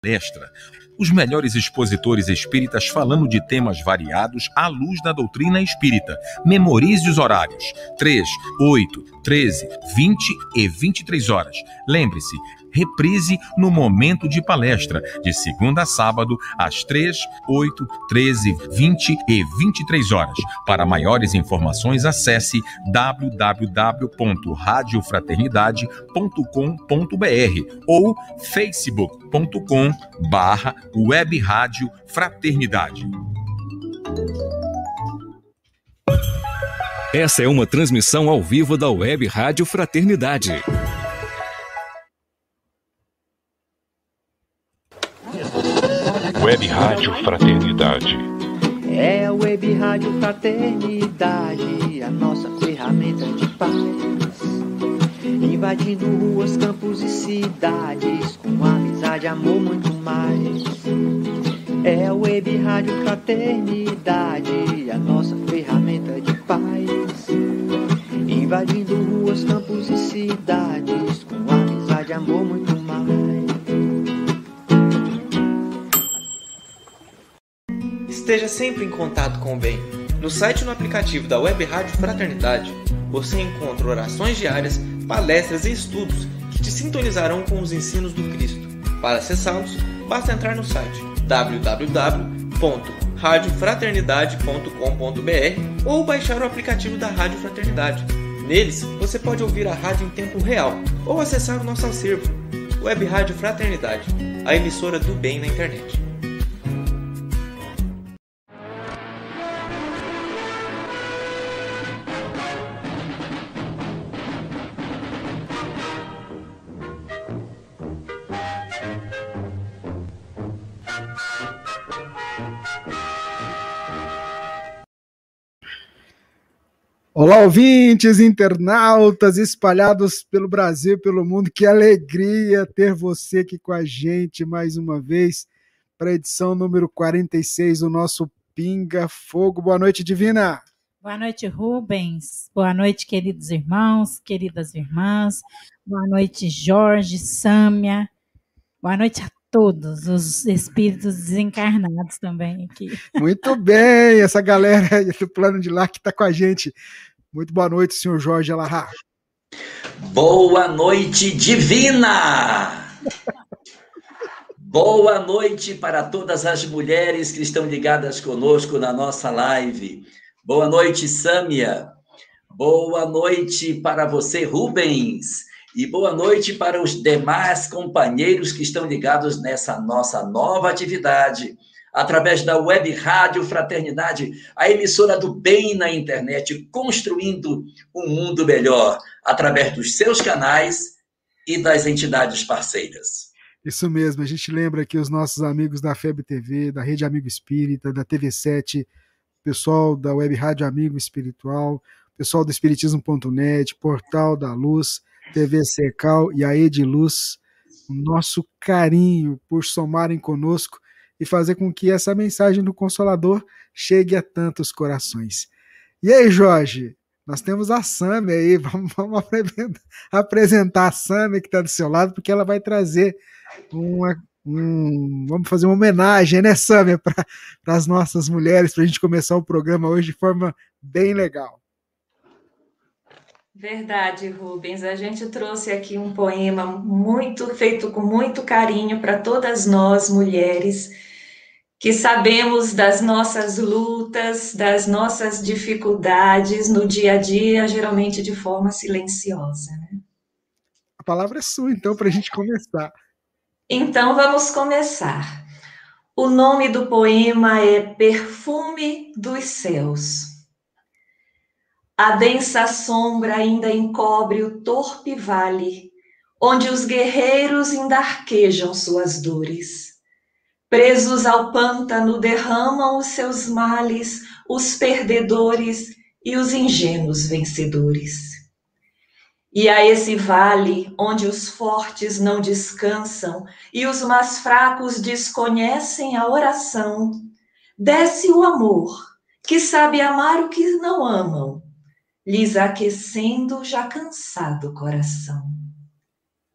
palestra. Os melhores expositores espíritas falando de temas variados à luz da doutrina espírita. Memorize os horários: 3, 8, 13, 20 e 23 horas. Lembre-se, reprise no momento de palestra, de segunda a sábado, às 3, 8, 13, 20 e 23 horas. Para maiores informações, acesse www.radiofraternidade.com.br ou facebook.com/Web Rádio Fraternidade. Essa é uma transmissão ao vivo da Web Rádio Fraternidade. Web Rádio Fraternidade. É a Web Rádio Fraternidade, a nossa ferramenta de paz. Invadindo ruas, campos e cidades, com amizade, amor, muito mais. É a Web Rádio Fraternidade, a nossa ferramenta de paz. Invadindo ruas, campos e cidades, com amizade, amor, muito mais. Esteja sempre em contato com o bem. No site e no aplicativo da Web Rádio Fraternidade, você encontra orações diárias, palestras e estudos que te sintonizarão com os ensinos do Cristo. Para acessá-los, basta entrar no site www.radiofraternidade.com.br ou baixar o aplicativo da Rádio Fraternidade. Neles, você pode ouvir a rádio em tempo real ou acessar o nosso acervo. Web Rádio Fraternidade, a emissora do bem na internet. Olá, ouvintes, internautas espalhados pelo Brasil e pelo mundo. Que alegria ter você aqui com a gente mais uma vez para a edição número 46 do nosso Pinga Fogo. Boa noite, Divina. Boa noite, Rubens. Boa noite, queridos irmãos, queridas irmãs. Boa noite, Jorge, Sâmia. Boa noite a todos os espíritos desencarnados também aqui. Muito bem, essa galera do plano de lá que está com a gente. Muito boa noite, senhor Jorge Alahá. Boa noite, Divina! Boa noite para todas as mulheres que estão ligadas conosco na nossa live. Boa noite, Sâmia. Boa noite para você, Rubens. E boa noite para os demais companheiros que estão ligados nessa nossa nova atividade, através da Web Rádio Fraternidade, a emissora do bem na internet, construindo um mundo melhor, através dos seus canais e das entidades parceiras. Isso mesmo, a gente lembra aqui os nossos amigos da FEB TV, da Rede Amigo Espírita, da TV7, pessoal da Web Rádio Amigo Espiritual, pessoal do Espiritismo.net, Portal da Luz, TV Secal e a Ediluz, o nosso carinho por somarem conosco e fazer com que essa mensagem do Consolador chegue a tantos corações. E aí, Jorge, nós temos a Sâmia aí, vamos apresentar a Sâmia que está do seu lado, porque ela vai trazer vamos fazer uma homenagem, né, Sâmia, para as nossas mulheres, para a gente começar o programa hoje de forma bem legal. Verdade, Rubens. A gente trouxe aqui um poema feito com muito carinho para todas nós, mulheres, que sabemos das nossas lutas, das nossas dificuldades no dia a dia, geralmente de forma silenciosa, né? A palavra é sua, então, para a gente começar. Então, vamos começar. O nome do poema é Perfume dos Céus. A densa sombra ainda encobre o torpe vale, onde os guerreiros ainda arquejam suas dores. Presos ao pântano derramam os seus males, os perdedores e os ingênuos vencedores. E a esse vale, onde os fortes não descansam e os mais fracos desconhecem a oração, desce o amor, que sabe amar o que não amam, lhes aquecendo já cansado coração.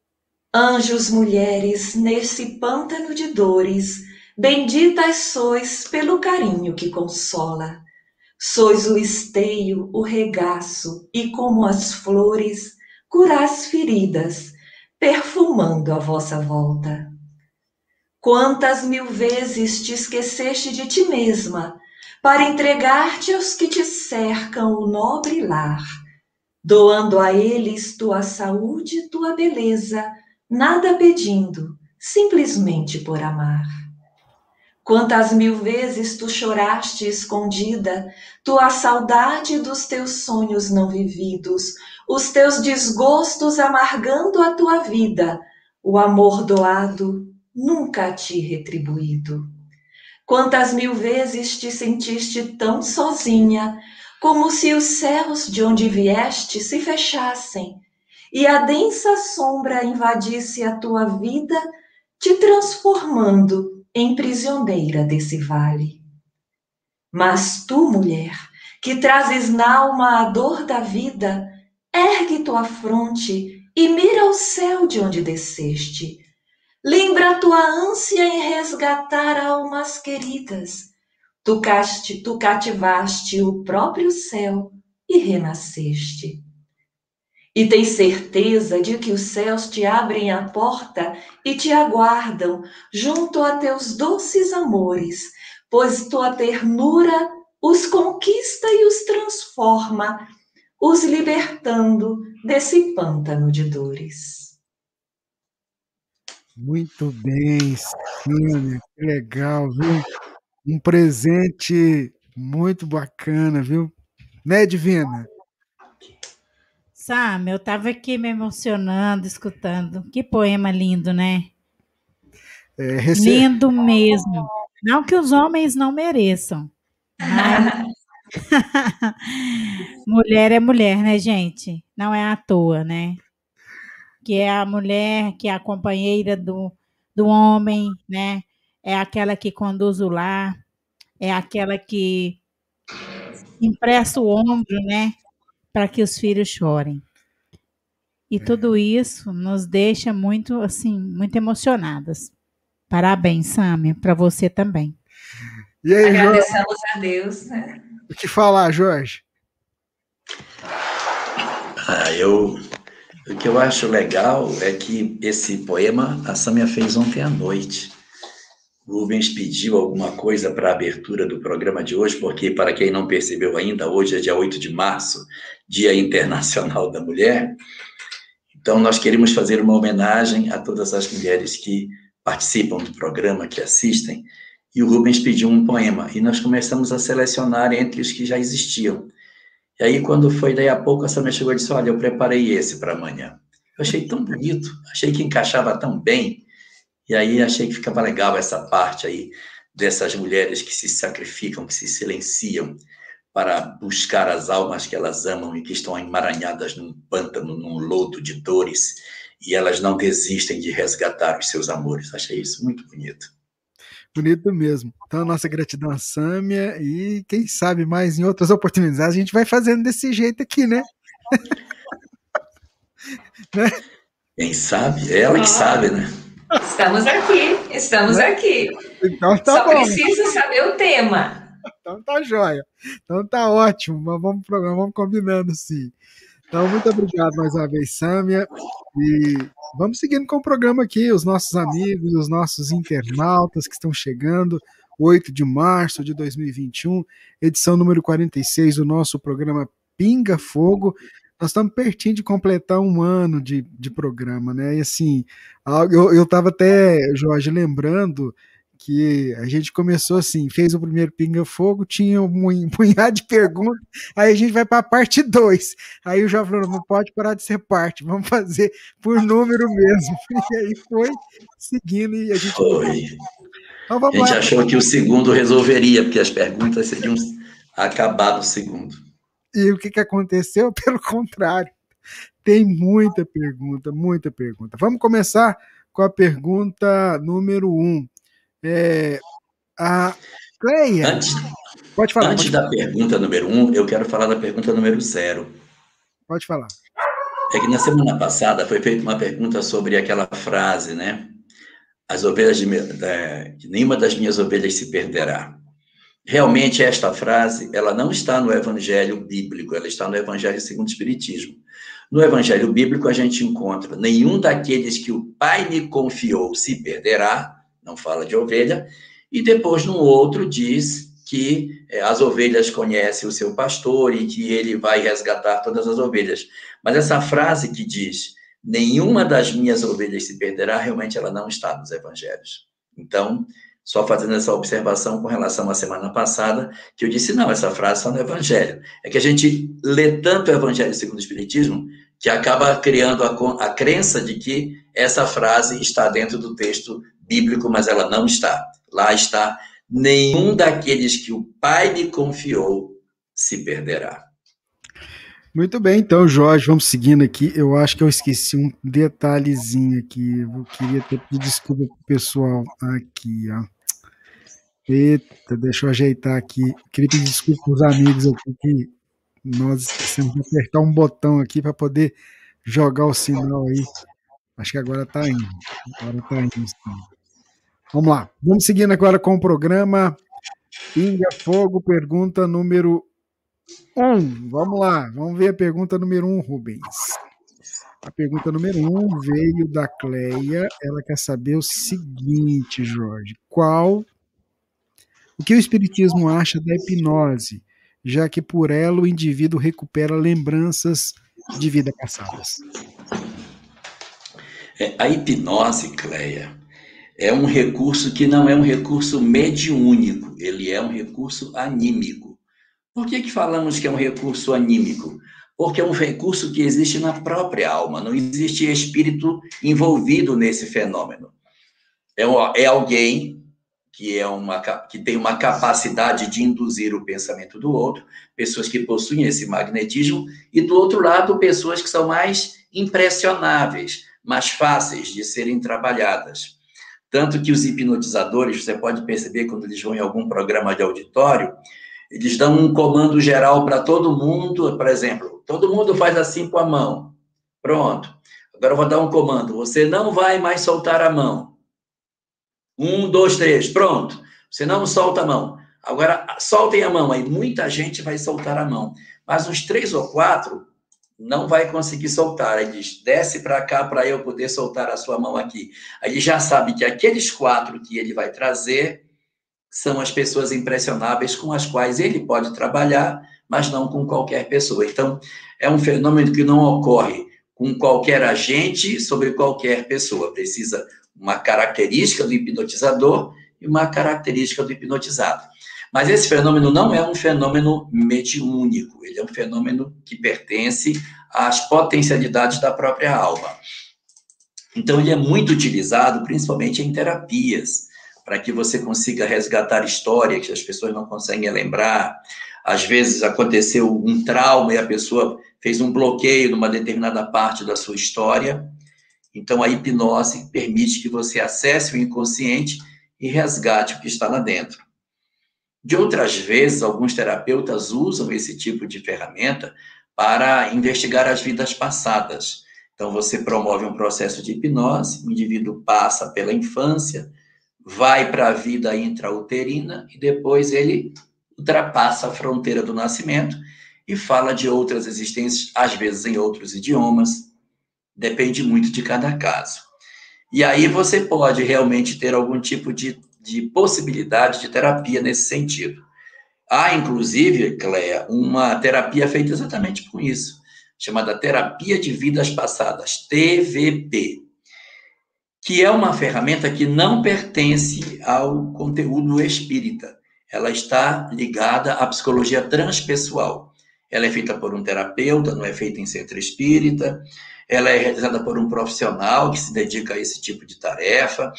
Anjos, mulheres, nesse pântano de dores, benditas sois pelo carinho que consola. Sois o esteio, o regaço, e como as flores, curais feridas, perfumando a vossa volta. Quantas mil vezes te esqueceste de ti mesma, para entregar-te aos que te cercam o nobre lar, doando a eles tua saúde, tua beleza, nada pedindo, simplesmente por amar. Quantas mil vezes tu choraste escondida, tua saudade dos teus sonhos não vividos, os teus desgostos amargando a tua vida, o amor doado nunca a ti retribuído. Quantas mil vezes te sentiste tão sozinha, como se os céus de onde vieste se fechassem, e a densa sombra invadisse a tua vida, te transformando em prisioneira desse vale. Mas tu, mulher, que trazes n'alma a dor da vida, ergue tua fronte e mira ao céu de onde desceste. Lembra a tua ânsia em resgatar almas queridas. Tu cativaste o próprio céu e renasceste. E tens certeza de que os céus te abrem a porta e te aguardam junto a teus doces amores, pois tua ternura os conquista e os transforma, os libertando desse pântano de dores. Muito bem, Sâmia, que legal, viu? Um presente muito bacana, viu? Né, Divina? Sam, eu estava aqui me emocionando, escutando. Que poema lindo, né? Lindo mesmo. Não que os homens não mereçam, mas mulher é mulher, né, gente? Não é à toa, né? Que é a mulher, que é a companheira do homem, né? É aquela que conduz o lar, é aquela que empresta o ombro, né? Para que os filhos chorem. E tudo isso nos deixa muito, assim, muito emocionadas. Parabéns, Sâmia, para você também. E aí, agradecemos Jorge? a Deus, né? O que falar, Jorge? O que eu acho legal é que esse poema a Sâmia fez ontem à noite. O Rubens pediu alguma coisa para a abertura do programa de hoje, porque, para quem não percebeu ainda, hoje é dia 8 de março, Dia Internacional da Mulher. Então, nós queremos fazer uma homenagem a todas as mulheres que participam do programa, que assistem, e o Rubens pediu um poema, e nós começamos a selecionar entre os que já existiam. E aí, quando foi daí a pouco, a Sâmia chegou e disse, olha, eu preparei esse para amanhã. Eu achei tão bonito, achei que encaixava tão bem, e aí achei que ficava legal essa parte aí dessas mulheres que se sacrificam, que se silenciam para buscar as almas que elas amam e que estão emaranhadas num pântano, num lodo de dores, e elas não desistem de resgatar os seus amores. Achei isso muito bonito. Bonito mesmo. Então, nossa gratidão a Sâmia e quem sabe mais em outras oportunidades a gente vai fazendo desse jeito aqui, né? Né? Quem sabe? É ela que sabe, né? Estamos aqui. Então tá Só bom. preciso saber o tema. Então tá jóia. Então tá ótimo. Mas vamos combinando, sim. Então, muito obrigado mais uma vez, Sâmia. E vamos seguindo com o programa aqui, os nossos amigos, os nossos internautas que estão chegando. 8 de março de 2021, edição número 46 do nosso programa Pinga Fogo. Nós estamos pertinho de completar um ano de programa, né? E assim, eu estava até, Jorge, lembrando que a gente começou assim, fez o primeiro Pinga Fogo, tinha um punhado de perguntas, aí a gente vai para a parte 2. Aí o Jorge falou, não pode parar de ser parte, vamos fazer por número mesmo. E aí foi seguindo e a gente... Foi. Então, vamos a gente lá. achou que o segundo resolveria, porque as perguntas seriam acabado o segundo. E o que aconteceu? Pelo contrário, tem muita pergunta, muita pergunta. Vamos começar com a pergunta número 1. A Cleia. Pode falar. Antes da pergunta número 1, eu quero falar da pergunta número 0. Pode falar. É que na semana passada foi feita uma pergunta sobre aquela frase, né? As ovelhas nenhuma das minhas ovelhas se perderá. Realmente, esta frase, ela não está no Evangelho bíblico, ela está no Evangelho segundo o Espiritismo. No Evangelho bíblico, a gente encontra nenhum daqueles que o Pai me confiou se perderá, não fala de ovelha, e depois, no outro, diz que as ovelhas conhecem o seu pastor e que ele vai resgatar todas as ovelhas. Mas essa frase que diz, nenhuma das minhas ovelhas se perderá, realmente ela não está nos evangelhos. Então, só fazendo essa observação com relação à semana passada, que eu disse, não, essa frase está no evangelho. É que a gente lê tanto o evangelho segundo o Espiritismo, que acaba criando a crença de que essa frase está dentro do texto bíblico, mas ela não está. Lá está, nenhum daqueles que o Pai me confiou se perderá. Muito bem, então, Jorge, vamos seguindo aqui. Eu acho que eu esqueci um detalhezinho aqui. Eu queria ter pedido desculpa pro pessoal aqui, ó. Eita, deixa eu ajeitar aqui. Eu queria pedir desculpa pros amigos aqui que nós esquecemos de apertar um botão aqui para poder jogar o sinal aí. Acho que agora tá indo. Agora tá indo. Vamos lá. Vamos seguindo agora com o programa Pinga Fogo, pergunta número 1. Vamos lá. Vamos ver a pergunta número 1, Rubens. A pergunta número 1 veio da Cleia. Ela quer saber o seguinte, Jorge. O que o Espiritismo acha da hipnose, já que por ela o indivíduo recupera lembranças de vida passadas? A hipnose, Cleia, é um recurso que não é um recurso mediúnico, ele é um recurso anímico. Por que falamos que é um recurso anímico? Porque é um recurso que existe na própria alma, não existe espírito envolvido nesse fenômeno. É alguém que tem uma capacidade de induzir o pensamento do outro, pessoas que possuem esse magnetismo, e do outro lado, pessoas que são mais impressionáveis, mais fáceis de serem trabalhadas. Tanto que os hipnotizadores, você pode perceber quando eles vão em algum programa de auditório, eles dão um comando geral para todo mundo, por exemplo, todo mundo faz assim com a mão. Pronto. Agora eu vou dar um comando, você não vai mais soltar a mão. 1, 2, 3, pronto. Você não solta a mão. Agora, soltem a mão. Aí muita gente vai soltar a mão. Mas uns 3 ou 4 não vai conseguir soltar. Aí diz, desce para cá para eu poder soltar a sua mão aqui. Aí ele já sabe que aqueles 4 que ele vai trazer são as pessoas impressionáveis com as quais ele pode trabalhar, mas não com qualquer pessoa. Então, é um fenômeno que não ocorre com qualquer agente sobre qualquer pessoa. Precisa uma característica do hipnotizador e uma característica do hipnotizado. Mas esse fenômeno não é um fenômeno mediúnico, ele é um fenômeno que pertence às potencialidades da própria alma. Então, ele é muito utilizado, principalmente em terapias, para que você consiga resgatar histórias que as pessoas não conseguem lembrar. Às vezes, aconteceu um trauma e a pessoa fez um bloqueio numa determinada parte da sua história. Então, a hipnose permite que você acesse o inconsciente e resgate o que está lá dentro. De outras vezes, alguns terapeutas usam esse tipo de ferramenta para investigar as vidas passadas. Então, você promove um processo de hipnose, o indivíduo passa pela infância, vai para a vida intrauterina e depois ele ultrapassa a fronteira do nascimento e fala de outras existências, às vezes em outros idiomas. Depende muito de cada caso. E aí você pode realmente ter algum tipo de possibilidade de terapia nesse sentido. Há, inclusive, Cleia, uma terapia feita exatamente com isso, chamada Terapia de Vidas Passadas, TVP, que é uma ferramenta que não pertence ao conteúdo espírita. Ela está ligada à psicologia transpessoal. Ela é feita por um terapeuta, não é feita em centro espírita. Ela é realizada por um profissional que se dedica a esse tipo de tarefa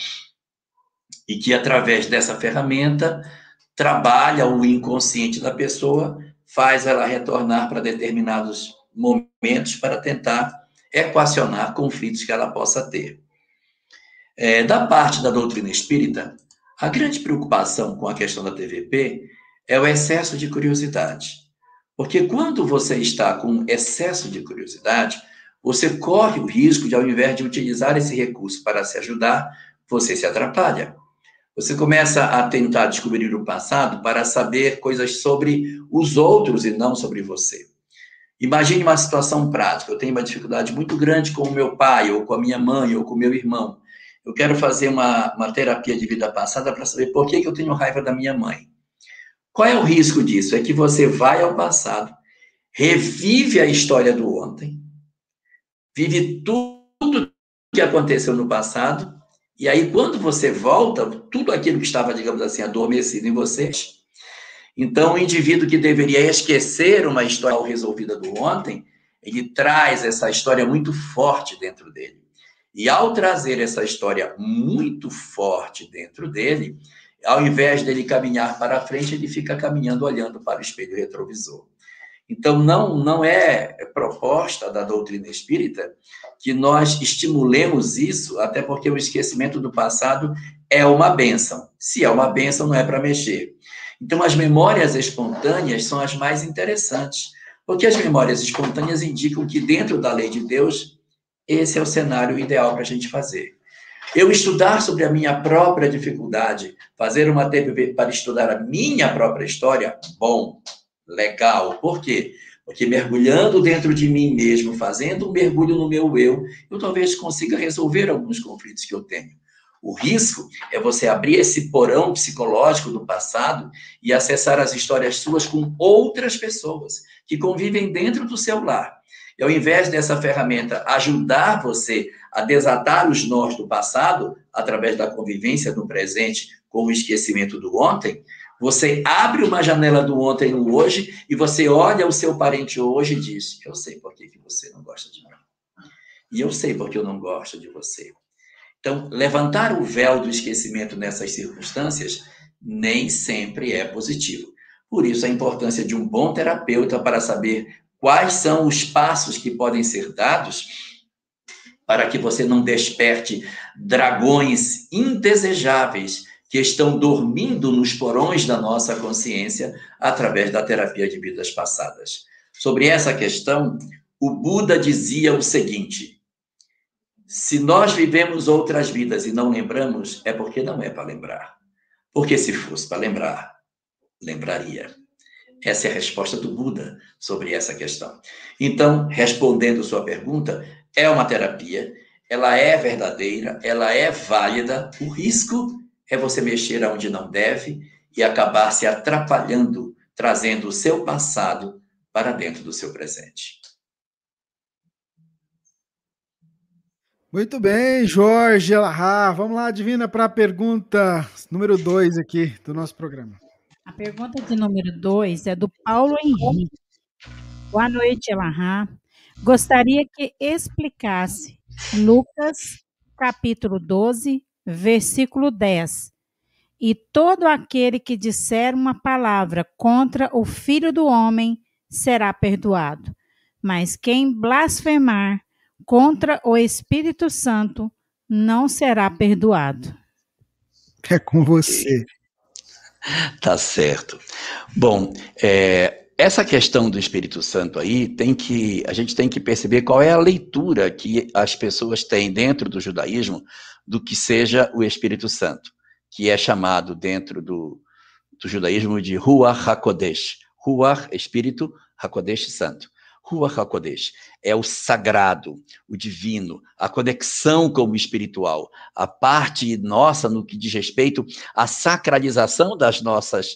e que, através dessa ferramenta, trabalha o inconsciente da pessoa, faz ela retornar para determinados momentos para tentar equacionar conflitos que ela possa ter. Da parte da doutrina espírita, a grande preocupação com a questão da TVP é o excesso de curiosidade. Porque quando você está com excesso de curiosidade, você corre o risco de, ao invés de utilizar esse recurso para se ajudar, você se atrapalha. Você começa a tentar descobrir o passado para saber coisas sobre os outros e não sobre você. Imagine uma situação prática. Eu tenho uma dificuldade muito grande com o meu pai, ou com a minha mãe, ou com o meu irmão. Eu quero fazer uma terapia de vida passada para saber por que eu tenho raiva da minha mãe. Qual é o risco disso? É que você vai ao passado, revive a história do ontem, vive tudo que aconteceu no passado, e aí quando você volta, tudo aquilo que estava, digamos assim, adormecido em você. Então, o indivíduo que deveria esquecer uma história resolvida do ontem, ele traz essa história muito forte dentro dele. E ao trazer essa história muito forte dentro dele, ao invés dele caminhar para frente, ele fica caminhando olhando para o espelho retrovisor. Então, não é proposta da doutrina espírita que nós estimulemos isso, até porque o esquecimento do passado é uma bênção. Se é uma bênção, não é para mexer. Então, as memórias espontâneas são as mais interessantes, porque as memórias espontâneas indicam que, dentro da lei de Deus, esse é o cenário ideal para a gente fazer. Eu estudar sobre a minha própria dificuldade, fazer uma TPP para estudar a minha própria história, bom, legal. Por quê? Porque mergulhando dentro de mim mesmo, fazendo um mergulho no meu eu talvez consiga resolver alguns conflitos que eu tenho. O risco é você abrir esse porão psicológico do passado e acessar as histórias suas com outras pessoas que convivem dentro do seu lar. E ao invés dessa ferramenta ajudar você a desatar os nós do passado, através da convivência no presente com o esquecimento do ontem, você abre uma janela do ontem no hoje e você olha o seu parente hoje e diz: eu sei por que você não gosta de mim. E eu sei por que eu não gosto de você. Então, levantar o véu do esquecimento nessas circunstâncias nem sempre é positivo. Por isso, a importância de um bom terapeuta para saber quais são os passos que podem ser dados para que você não desperte dragões indesejáveis que estão dormindo nos porões da nossa consciência através da terapia de vidas passadas. Sobre essa questão, o Buda dizia o seguinte: se nós vivemos outras vidas e não lembramos, é porque não é para lembrar. Porque se fosse para lembrar, lembraria. Essa é a resposta do Buda sobre essa questão. Então, respondendo sua pergunta, é uma terapia, ela é verdadeira, ela é válida. O risco é você mexer onde não deve e acabar se atrapalhando, trazendo o seu passado para dentro do seu presente. Muito bem, Jorge Elahá. Vamos lá, Divina, para a pergunta número 2 aqui do nosso programa. A pergunta de número 2 é do Paulo Henrique. Boa noite, Elahá. Gostaria que explicasse Lucas, capítulo 12, versículo 10. E todo aquele que disser uma palavra contra o Filho do Homem será perdoado. Mas quem blasfemar contra o Espírito Santo não será perdoado. É com você. Tá certo. Bom, essa questão do Espírito Santo aí, a gente tem que perceber qual é a leitura que as pessoas têm dentro do judaísmo do que seja o Espírito Santo, que é chamado dentro do judaísmo de Ruach HaKodesh. Ruach, Espírito, HaKodesh, Santo. Ruach HaKodesh é o sagrado, o divino, a conexão com o espiritual, a parte nossa no que diz respeito à sacralização das nossas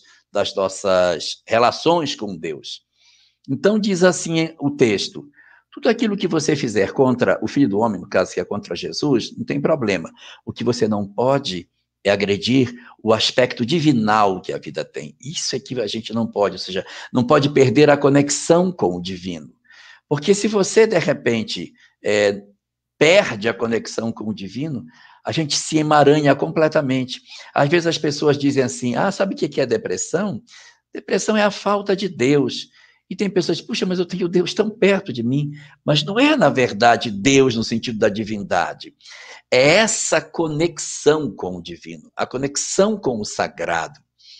relações com Deus. Então diz assim o texto: tudo aquilo que você fizer contra o Filho do Homem, no caso que é contra Jesus, não tem problema. O que você não pode é agredir o aspecto divinal que a vida tem. Isso é que a gente não pode, ou seja, não pode perder a conexão com o divino. Porque se você, de repente, perde a conexão com o divino, a gente se emaranha completamente. Às vezes as pessoas dizem assim: sabe o que é depressão? Depressão é a falta de Deus. E tem pessoas que dizem: puxa, mas eu tenho Deus tão perto de mim. Mas não é, na verdade, Deus no sentido da divindade. É essa conexão com o divino, a conexão com o sagrado.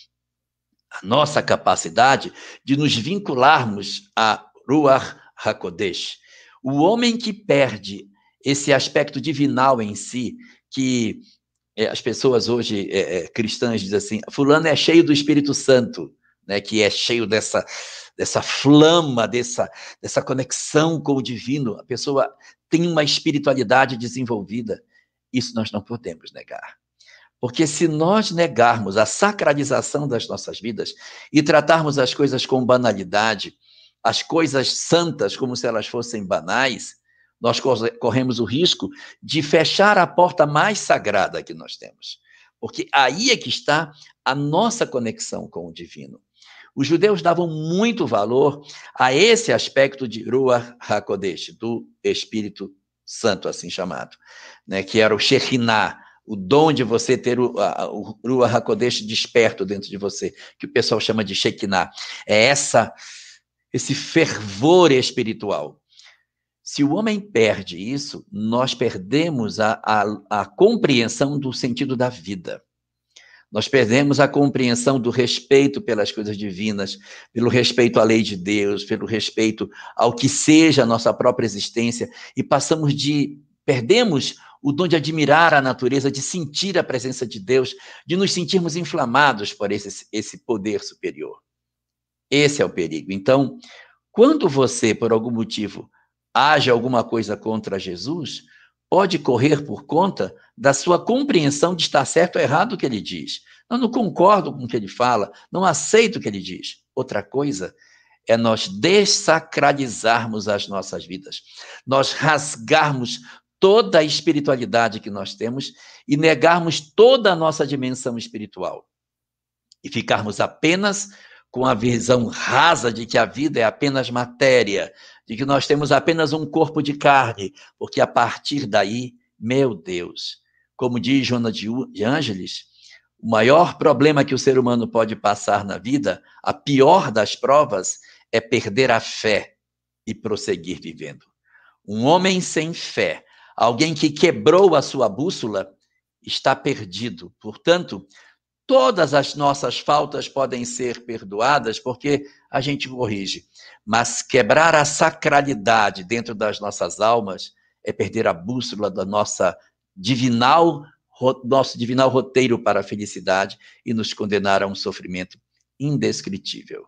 A nossa capacidade de nos vincularmos a Ruach HaKodesh. O homem que perde esse aspecto divinal em si, que as pessoas hoje cristãs dizem assim, fulano é cheio do Espírito Santo, né, que é cheio dessa flama, dessa conexão com o divino, a pessoa tem uma espiritualidade desenvolvida. Isso nós não podemos negar. Porque se nós negarmos a sacralização das nossas vidas e tratarmos as coisas com banalidade, as coisas santas como se elas fossem banais, nós corremos o risco de fechar a porta mais sagrada que nós temos. Porque aí é que está a nossa conexão com o divino. Os judeus davam muito valor a esse aspecto de Ruach HaKodesh, do Espírito Santo, assim chamado, né, que era o Shekinah, o dom de você ter o Ruach HaKodesh desperto dentro de você, que o pessoal chama de Shekinah. É esse fervor espiritual. Se o homem perde isso, nós perdemos a compreensão do sentido da vida. Nós perdemos a compreensão do respeito pelas coisas divinas, pelo respeito à lei de Deus, pelo respeito ao que seja a nossa própria existência, e perdemos o dom de admirar a natureza, de sentir a presença de Deus, de nos sentirmos inflamados por esse poder superior. Esse é o perigo. Então, quando você, por algum motivo, age alguma coisa contra Jesus, pode correr por conta da sua compreensão de estar certo ou errado o que ele diz. Eu não concordo com o que ele fala, não aceito o que ele diz. Outra coisa é nós dessacralizarmos as nossas vidas, nós rasgarmos toda a espiritualidade que nós temos e negarmos toda a nossa dimensão espiritual e ficarmos apenas com a visão rasa de que a vida é apenas matéria, de que nós temos apenas um corpo de carne, porque a partir daí, meu Deus, como diz Joana de Ângeles, o maior problema que o ser humano pode passar na vida, a pior das provas, é perder a fé e prosseguir vivendo. Um homem sem fé, alguém que quebrou a sua bússola, está perdido. Portanto, todas as nossas faltas podem ser perdoadas porque a gente corrige. Mas quebrar a sacralidade dentro das nossas almas é perder a bússola da nosso divinal roteiro para a felicidade e nos condenar a um sofrimento indescritível.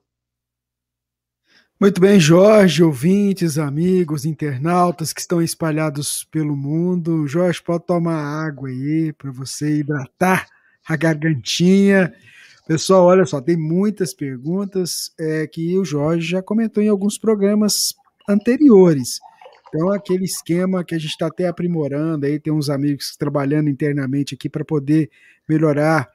Muito bem, Jorge, ouvintes, amigos, internautas que estão espalhados pelo mundo. Jorge, pode tomar água aí para você hidratar a gargantinha. Pessoal, olha só, tem muitas perguntas que o Jorge já comentou em alguns programas anteriores. Então, aquele esquema que a gente está até aprimorando, aí tem uns amigos trabalhando internamente aqui para poder melhorar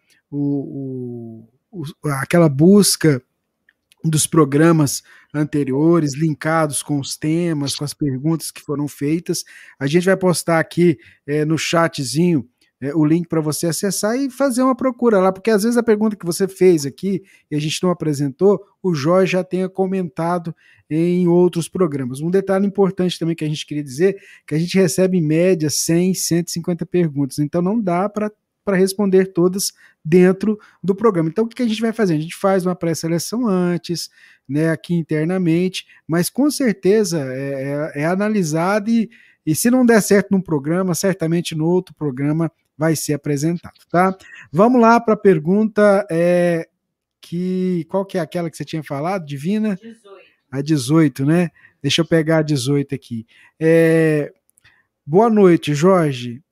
aquela busca dos programas anteriores, linkados com os temas, com as perguntas que foram feitas. A gente vai postar aqui no chatzinho o link para você acessar e fazer uma procura lá, porque às vezes a pergunta que você fez aqui e a gente não apresentou, o Jorge já tenha comentado em outros programas. Um detalhe importante também que a gente queria dizer, que a gente recebe em média 100, 150 perguntas, então não dá para responder todas dentro do programa. Então o que a gente vai fazer? A gente faz uma pré-seleção antes, né, aqui internamente, mas com certeza é analisado e se não der certo num programa, certamente no outro programa vai ser apresentado, tá? Vamos lá para a pergunta qual que é aquela que você tinha falado, Divina? 18. A 18, né? Deixa eu pegar a 18 aqui. Boa noite, Jorge.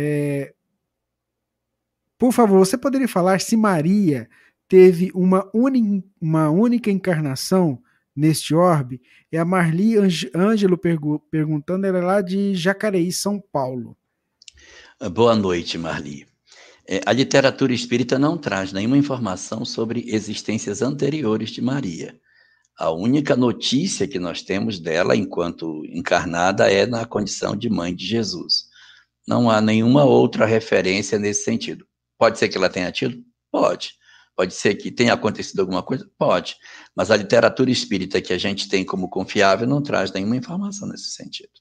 Por favor, você poderia falar se Maria teve uma única encarnação neste orbe? É a Marli Ângelo perguntando, ela é lá de Jacareí, São Paulo. Boa noite, Marli. A literatura espírita não traz nenhuma informação sobre existências anteriores de Maria. A única notícia que nós temos dela, enquanto encarnada, é na condição de mãe de Jesus. Não há nenhuma outra referência nesse sentido. Pode ser que ela tenha tido? Pode. Pode ser que tenha acontecido alguma coisa? Pode. Mas a literatura espírita que a gente tem como confiável não traz nenhuma informação nesse sentido.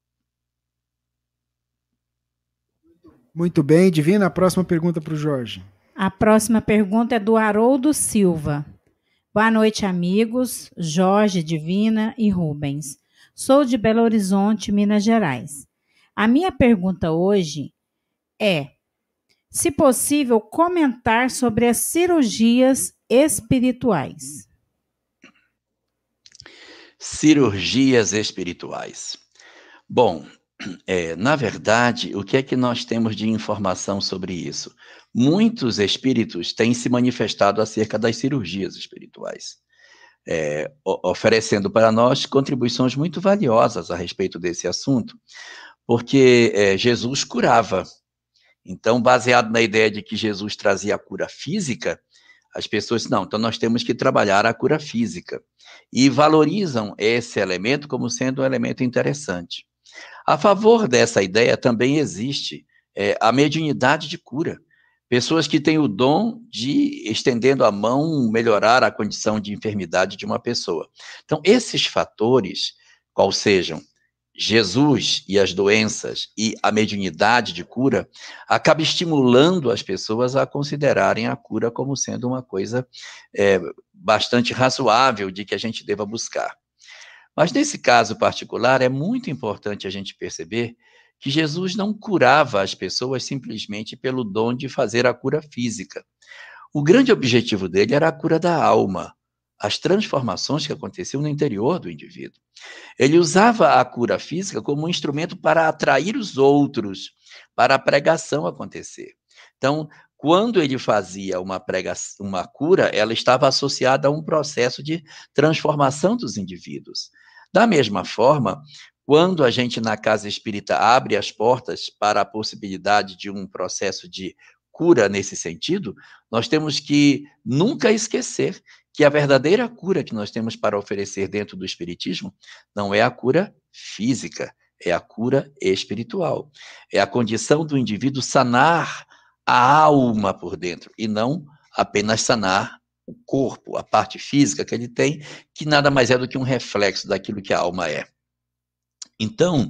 Muito bem, Divina. A próxima pergunta para o Jorge. A próxima pergunta é do Haroldo Silva. Boa noite, amigos, Jorge, Divina e Rubens. Sou de Belo Horizonte, Minas Gerais. A minha pergunta hoje é, se possível, comentar sobre as cirurgias espirituais. Cirurgias espirituais. Bom, na verdade, o que é que nós temos de informação sobre isso? Muitos espíritos têm se manifestado acerca das cirurgias espirituais, oferecendo para nós contribuições muito valiosas a respeito desse assunto, porque Jesus curava. Então, baseado na ideia de que Jesus trazia a cura física, as pessoas, não, então nós temos que trabalhar a cura física. E valorizam esse elemento como sendo um elemento interessante. A favor dessa ideia também existe a mediunidade de cura. Pessoas que têm o dom de, estendendo a mão, melhorar a condição de enfermidade de uma pessoa. Então, esses fatores, qual sejam Jesus e as doenças e a mediunidade de cura, acaba estimulando as pessoas a considerarem a cura como sendo uma coisa bastante razoável de que a gente deva buscar. Mas nesse caso particular, é muito importante a gente perceber que Jesus não curava as pessoas simplesmente pelo dom de fazer a cura física. O grande objetivo dele era a cura da alma, as transformações que aconteciam no interior do indivíduo. Ele usava a cura física como um instrumento para atrair os outros, para a pregação acontecer. Então, quando ele fazia uma cura, ela estava associada a um processo de transformação dos indivíduos. Da mesma forma, quando a gente na casa espírita abre as portas para a possibilidade de um processo de cura nesse sentido, nós temos que nunca esquecer que a verdadeira cura que nós temos para oferecer dentro do espiritismo não é a cura física, é a cura espiritual. É a condição do indivíduo sanar a alma por dentro e não apenas sanar o corpo, a parte física que ele tem, que nada mais é do que um reflexo daquilo que a alma é. Então,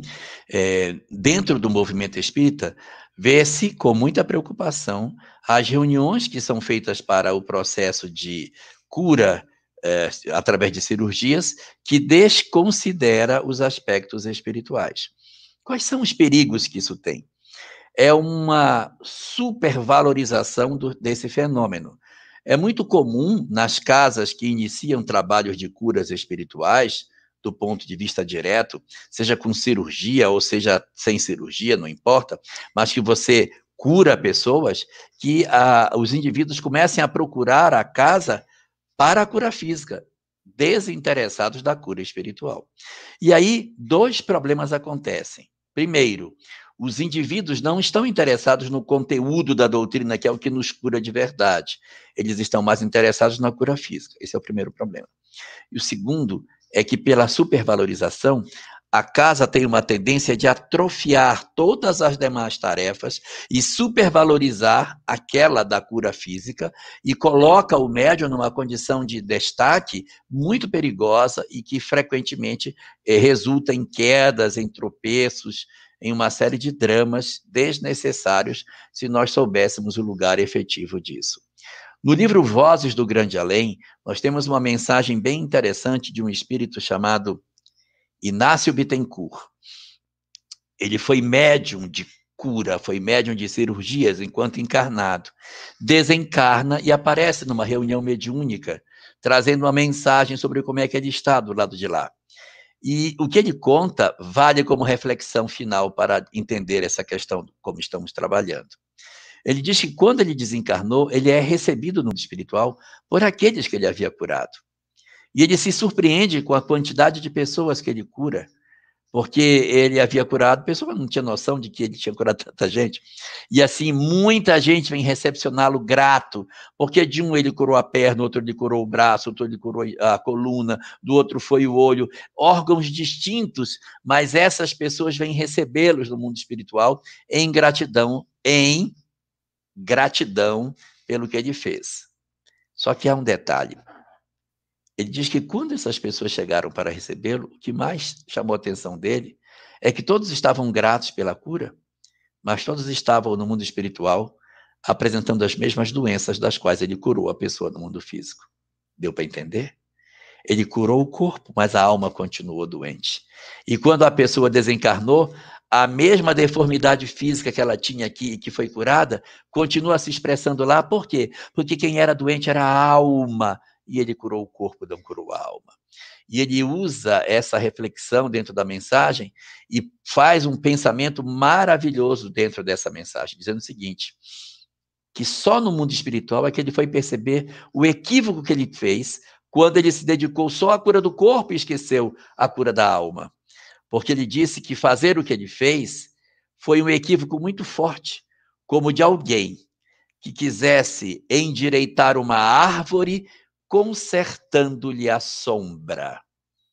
dentro do movimento espírita, vê-se com muita preocupação as reuniões que são feitas para o processo de cura através de cirurgias, que desconsidera os aspectos espirituais. Quais são os perigos que isso tem? É uma supervalorização desse fenômeno. É muito comum nas casas que iniciam trabalhos de curas espirituais, do ponto de vista direto, seja com cirurgia ou seja sem cirurgia, não importa, mas que você cura pessoas, que os indivíduos comecem a procurar a casa para a cura física, desinteressados da cura espiritual. E aí, dois problemas acontecem. Primeiro, os indivíduos não estão interessados no conteúdo da doutrina, que é o que nos cura de verdade. Eles estão mais interessados na cura física. Esse é o primeiro problema. E o segundo é que, pela supervalorização, a casa tem uma tendência de atrofiar todas as demais tarefas e supervalorizar aquela da cura física e coloca o médium numa condição de destaque muito perigosa e que frequentemente resulta em quedas, em tropeços, em uma série de dramas desnecessários se nós soubéssemos o lugar efetivo disso. No livro Vozes do Grande Além, nós temos uma mensagem bem interessante de um espírito chamado Inácio Bittencourt. Ele foi médium de cura, foi médium de cirurgias enquanto encarnado. Desencarna e aparece numa reunião mediúnica, trazendo uma mensagem sobre como é que ele está do lado de lá. E o que ele conta vale como reflexão final para entender essa questão, como estamos trabalhando. Ele diz que quando ele desencarnou, ele é recebido no mundo espiritual por aqueles que ele havia curado. E ele se surpreende com a quantidade de pessoas que ele cura, porque ele havia curado, a pessoa não tinha noção de que ele tinha curado tanta gente. E assim, muita gente vem recepcioná-lo grato, porque de um ele curou a perna, outro ele curou o braço, outro ele curou a coluna, do outro foi o olho, órgãos distintos, mas essas pessoas vêm recebê-los no mundo espiritual em gratidão pelo que ele fez. Só que há um detalhe. Ele diz que quando essas pessoas chegaram para recebê-lo, o que mais chamou a atenção dele é que todos estavam gratos pela cura, mas todos estavam no mundo espiritual apresentando as mesmas doenças das quais ele curou a pessoa no mundo físico. Deu para entender? Ele curou o corpo, mas a alma continuou doente. E quando a pessoa desencarnou, a mesma deformidade física que ela tinha aqui e que foi curada, continua se expressando lá. Por quê? Porque quem era doente era a alma, e ele curou o corpo, não curou a alma. E ele usa essa reflexão dentro da mensagem e faz um pensamento maravilhoso dentro dessa mensagem, dizendo o seguinte, que só no mundo espiritual é que ele foi perceber o equívoco que ele fez quando ele se dedicou só à cura do corpo e esqueceu a cura da alma. Porque ele disse que fazer o que ele fez foi um equívoco muito forte, como de alguém que quisesse endireitar uma árvore consertando-lhe a sombra.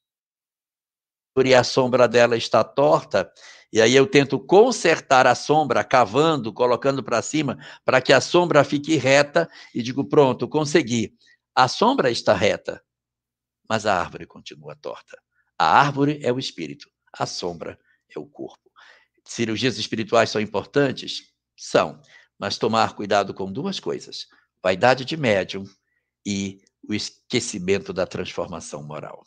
E a sombra dela está torta, e aí eu tento consertar a sombra, cavando, colocando para cima, para que a sombra fique reta, e digo, pronto, consegui. A sombra está reta, mas a árvore continua torta. A árvore é o espírito, a sombra é o corpo. Cirurgias espirituais são importantes? São, mas tomar cuidado com duas coisas, vaidade de médium e o esquecimento da transformação moral.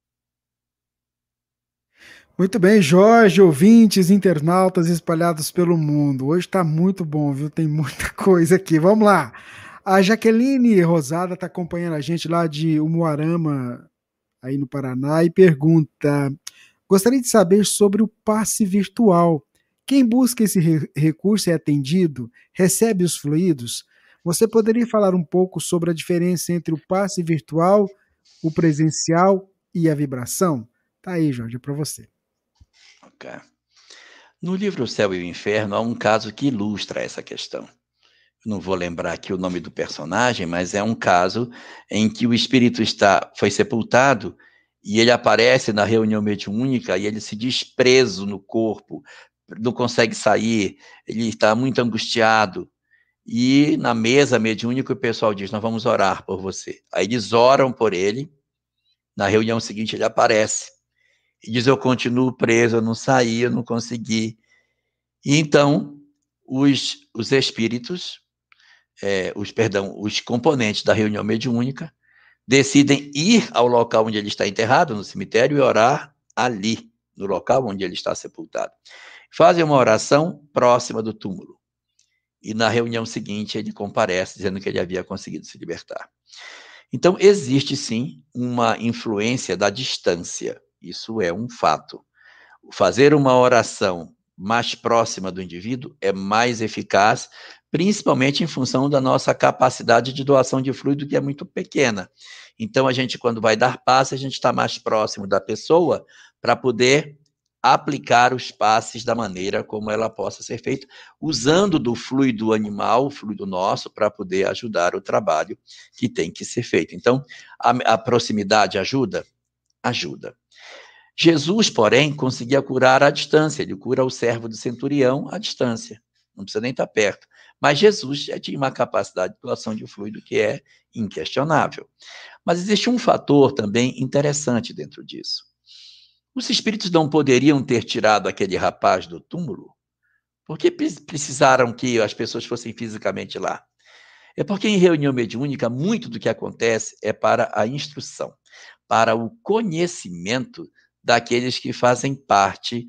Muito bem, Jorge, ouvintes, internautas espalhados pelo mundo. Hoje está muito bom, viu? Tem muita coisa aqui. Vamos lá. A Jaqueline Rosada está acompanhando a gente lá de Umuarama, aí no Paraná, e pergunta: gostaria de saber sobre o passe virtual. Quem busca esse recurso é atendido? Recebe os fluidos? Você poderia falar um pouco sobre a diferença entre o passe virtual, o presencial e a vibração? Tá aí, Jorge, é para você. Okay. No livro O Céu e o Inferno, há um caso que ilustra essa questão. Não vou lembrar aqui o nome do personagem, mas é um caso em que o espírito foi sepultado e ele aparece na reunião mediúnica e ele se diz preso no corpo, não consegue sair, ele está muito angustiado. E na mesa mediúnica o pessoal diz, nós vamos orar por você. Aí eles oram por ele, na reunião seguinte ele aparece. E diz, eu continuo preso, eu não saí, eu não consegui. E então, os espíritos, os componentes da reunião mediúnica, decidem ir ao local onde ele está enterrado, no cemitério, e orar ali, no local onde ele está sepultado. Fazem uma oração próxima do túmulo. E na reunião seguinte ele comparece, dizendo que ele havia conseguido se libertar. Então, existe sim uma influência da distância. Isso é um fato. Fazer uma oração mais próxima do indivíduo é mais eficaz, principalmente em função da nossa capacidade de doação de fluido, que é muito pequena. Então, a gente, quando vai dar passe, a gente está mais próximo da pessoa para poder aplicar os passes da maneira como ela possa ser feita, usando do fluido animal, o fluido nosso, para poder ajudar o trabalho que tem que ser feito. Então, a proximidade ajuda? Ajuda. Jesus, porém, conseguia curar à distância. Ele cura o servo do centurião à distância. Não precisa nem estar perto. Mas Jesus já tinha uma capacidade de doação de fluido que é inquestionável. Mas existe um fator também interessante dentro disso. Os espíritos não poderiam ter tirado aquele rapaz do túmulo? Por que precisaram que as pessoas fossem fisicamente lá? É porque em reunião mediúnica, muito do que acontece é para a instrução, para o conhecimento daqueles que fazem parte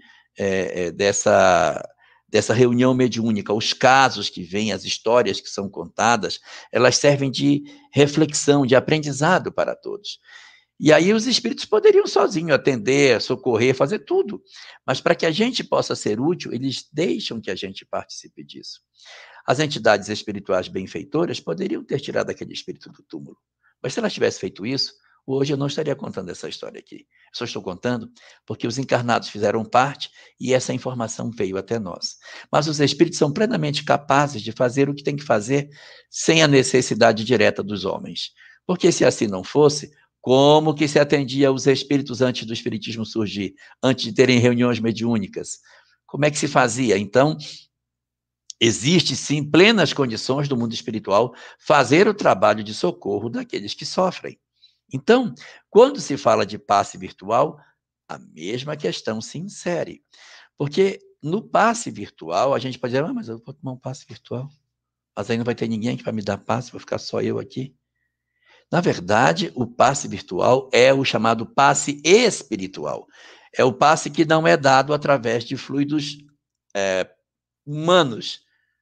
dessa reunião mediúnica. Os casos que vêm, as histórias que são contadas, elas servem de reflexão, de aprendizado para todos. E aí os espíritos poderiam sozinhos atender, socorrer, fazer tudo. Mas para que a gente possa ser útil, eles deixam que a gente participe disso. As entidades espirituais benfeitoras poderiam ter tirado aquele espírito do túmulo. Mas se elas tivessem feito isso, hoje eu não estaria contando essa história aqui. Eu só estou contando porque os encarnados fizeram parte e essa informação veio até nós. Mas os espíritos são plenamente capazes de fazer o que tem que fazer sem a necessidade direta dos homens. Porque se assim não fosse, como que se atendia aos espíritos antes do espiritismo surgir, antes de terem reuniões mediúnicas? Como é que se fazia? Então, existe sim plenas condições do mundo espiritual fazer o trabalho de socorro daqueles que sofrem. Então, quando se fala de passe virtual, a mesma questão se insere. Porque no passe virtual, a gente pode dizer, mas eu vou tomar um passe virtual, mas aí não vai ter ninguém aqui para me dar passe, vou ficar só eu aqui. Na verdade, o passe virtual é o chamado passe espiritual. É o passe que não é dado através de fluidos humanos,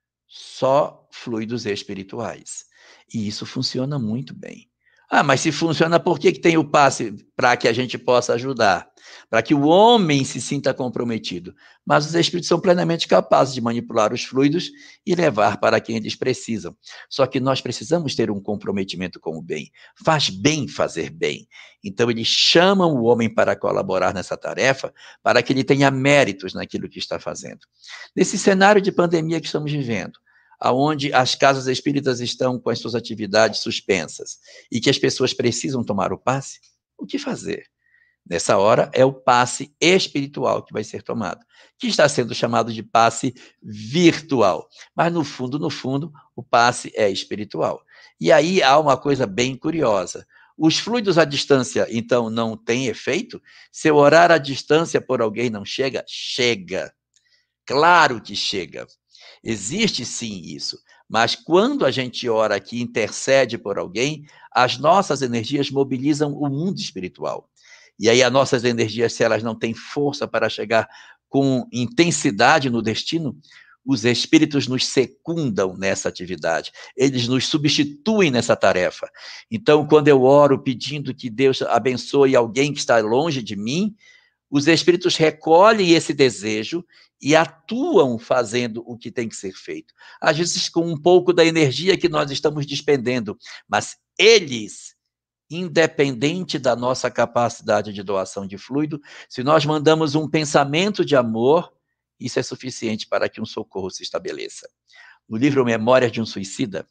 só fluidos espirituais. E isso funciona muito bem. Ah, mas se funciona, por que tem o passe? Para que a gente possa ajudar, para que o homem se sinta comprometido. Mas os espíritos são plenamente capazes de manipular os fluidos e levar para quem eles precisam. Só que nós precisamos ter um comprometimento com o bem. Faz bem fazer bem. Então eles chamam o homem para colaborar nessa tarefa, para que ele tenha méritos naquilo que está fazendo. Nesse cenário de pandemia que estamos vivendo, onde as casas espíritas estão com as suas atividades suspensas e que as pessoas precisam tomar o passe, o que fazer? Nessa hora, é o passe espiritual que vai ser tomado, que está sendo chamado de passe virtual. Mas, no fundo, o passe é espiritual. E aí há uma coisa bem curiosa. Os fluidos à distância, então, não têm efeito? Se eu orar à distância por alguém não chega? Chega. Claro que chega. Existe sim isso, mas quando a gente ora aqui, intercede por alguém, as nossas energias mobilizam o mundo espiritual. E aí as nossas energias, se elas não têm força para chegar com intensidade no destino, os espíritos nos secundam nessa atividade, eles nos substituem nessa tarefa. Então, quando eu oro pedindo que Deus abençoe alguém que está longe de mim, os espíritos recolhem esse desejo e atuam fazendo o que tem que ser feito. Às vezes com um pouco da energia que nós estamos despendendo, mas eles, independente da nossa capacidade de doação de fluido, se nós mandamos um pensamento de amor, isso é suficiente para que um socorro se estabeleça. No livro Memórias de um Suicida,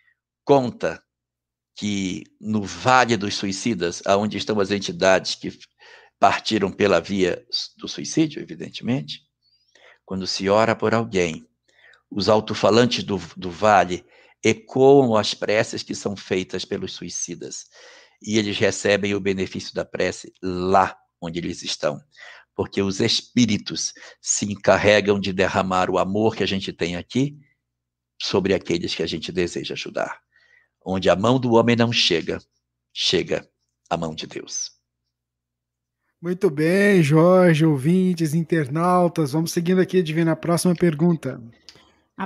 conta que no Vale dos Suicidas, onde estão as entidades que partiram pela via do suicídio, evidentemente, quando se ora por alguém, os alto-falantes do vale ecoam as preces que são feitas pelos suicidas, e eles recebem o benefício da prece lá onde eles estão, porque os espíritos se encarregam de derramar o amor que a gente tem aqui sobre aqueles que a gente deseja ajudar. Onde a mão do homem não chega, chega a mão de Deus. Muito bem, Jorge, ouvintes, internautas. Vamos seguindo aqui, Divina, a próxima pergunta. A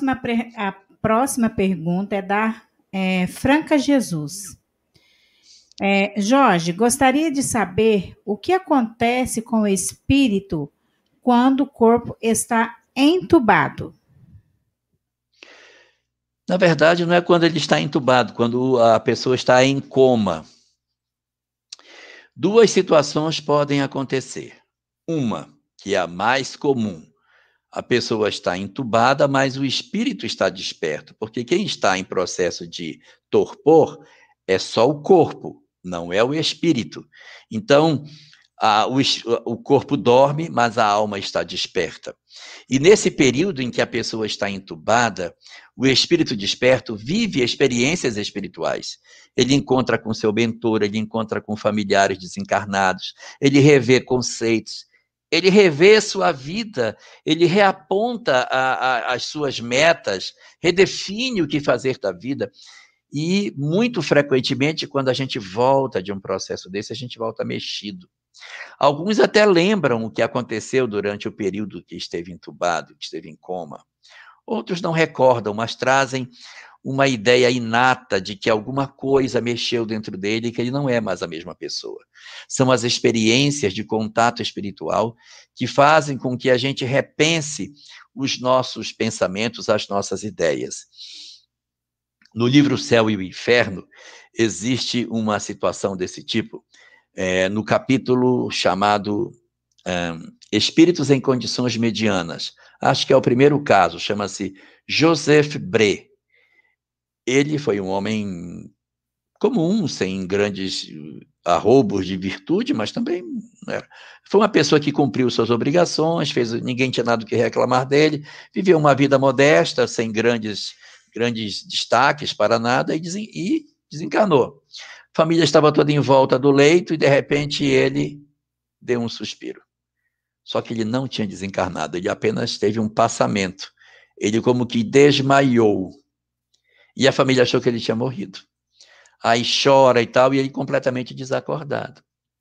próxima pergunta é da Franca Jesus. Jorge, gostaria de saber o que acontece com o espírito quando o corpo está entubado. Na verdade, não é quando ele está entubado, quando a pessoa está em coma. Duas situações podem acontecer. Uma, que é a mais comum. A pessoa está entubada, mas o espírito está desperto, porque quem está em processo de torpor é só o corpo, não é o espírito. Então, o corpo dorme, mas a alma está desperta. E nesse período em que a pessoa está entubada, o espírito desperto vive experiências espirituais. Ele encontra com seu mentor, ele encontra com familiares desencarnados, ele revê conceitos, ele revê sua vida, ele reaponta as suas metas, redefine o que fazer da vida. E, muito frequentemente, quando a gente volta de um processo desse, a gente volta mexido. Alguns até lembram o que aconteceu durante o período que esteve entubado, que esteve em coma. Outros não recordam, mas trazem uma ideia inata de que alguma coisa mexeu dentro dele e que ele não é mais a mesma pessoa. São as experiências de contato espiritual que fazem com que a gente repense os nossos pensamentos, as nossas ideias. No livro Céu e o Inferno, existe uma situação desse tipo, no capítulo chamado Espíritos em Condições Medianas. Acho que é o primeiro caso, chama-se Joseph Bré. Ele foi um homem comum, sem grandes arroubos de virtude, mas também foi uma pessoa que cumpriu suas obrigações, ninguém tinha nada que reclamar dele, viveu uma vida modesta, sem grandes destaques para nada, e desencarnou. A família estava toda em volta do leito e, de repente, ele deu um suspiro. Só que ele não tinha desencarnado, ele apenas teve um passamento. Ele como que desmaiou. E a família achou que ele tinha morrido. aí chora e tal, e ele completamente desacordado.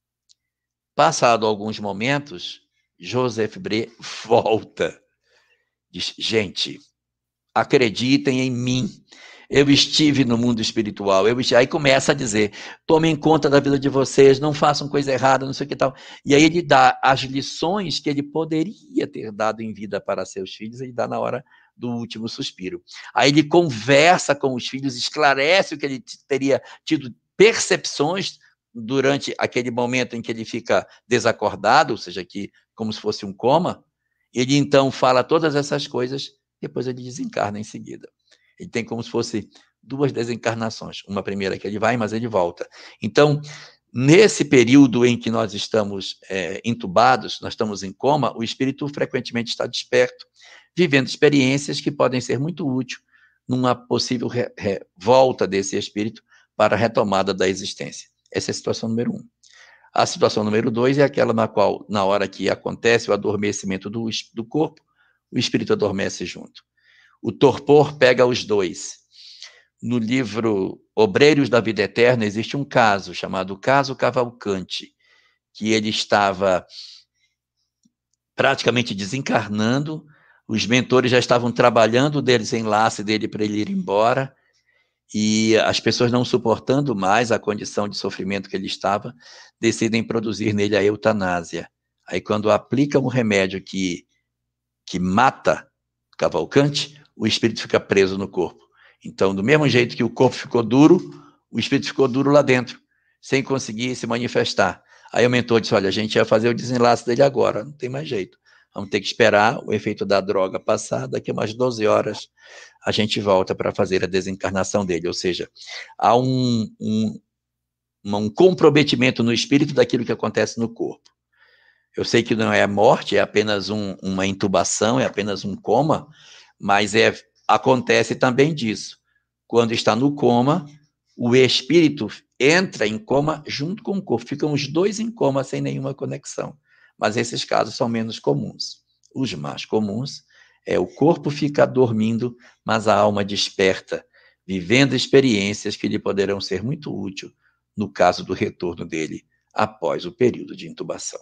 Passado alguns momentos, Joseph Bré volta. Diz, gente, acreditem em mim. Eu estive no mundo espiritual. Aí começa a dizer, tomem conta da vida de vocês, não façam coisa errada, não sei o que tal. E aí ele dá as lições que ele poderia ter dado em vida para seus filhos, ele dá na hora do último suspiro. Aí ele conversa com os filhos, esclarece o que ele teria tido percepções durante aquele momento em que ele fica desacordado, ou seja, que como se fosse um coma. Ele então fala todas essas coisas, depois ele desencarna em seguida. Ele tem como se fosse 2 desencarnações. Uma primeira que ele vai, mas ele volta. Então, nesse período em que nós estamos entubados, nós estamos em coma, o espírito frequentemente está desperto, vivendo experiências que podem ser muito úteis numa possível volta desse espírito para a retomada da existência. Essa é a situação número 1. A situação número 2 é aquela na qual, na hora que acontece o adormecimento do corpo, o espírito adormece junto. O torpor pega os dois. No livro Obreiros da Vida Eterna, existe um caso chamado Caso Cavalcante, que ele estava praticamente desencarnando, os mentores já estavam trabalhando o desenlace dele para ele ir embora, e as pessoas não suportando mais a condição de sofrimento que ele estava, decidem produzir nele a eutanásia. Aí quando aplicam um remédio que mata Cavalcante, o espírito fica preso no corpo. Então, do mesmo jeito que o corpo ficou duro, o espírito ficou duro lá dentro, sem conseguir se manifestar. Aí o mentor disse, olha, a gente ia fazer o desenlace dele agora, não tem mais jeito. Vamos ter que esperar o efeito da droga passar, daqui a umas 12 horas a gente volta para fazer a desencarnação dele. Ou seja, há um comprometimento no espírito daquilo que acontece no corpo. Eu sei que não é a morte, é apenas uma intubação, é apenas um coma, mas acontece também disso. Quando está no coma, o espírito entra em coma junto com o corpo. Ficam os dois em coma sem nenhuma conexão. Mas esses casos são menos comuns. Os mais comuns o corpo fica dormindo, mas a alma desperta, vivendo experiências que lhe poderão ser muito úteis no caso do retorno dele após o período de intubação.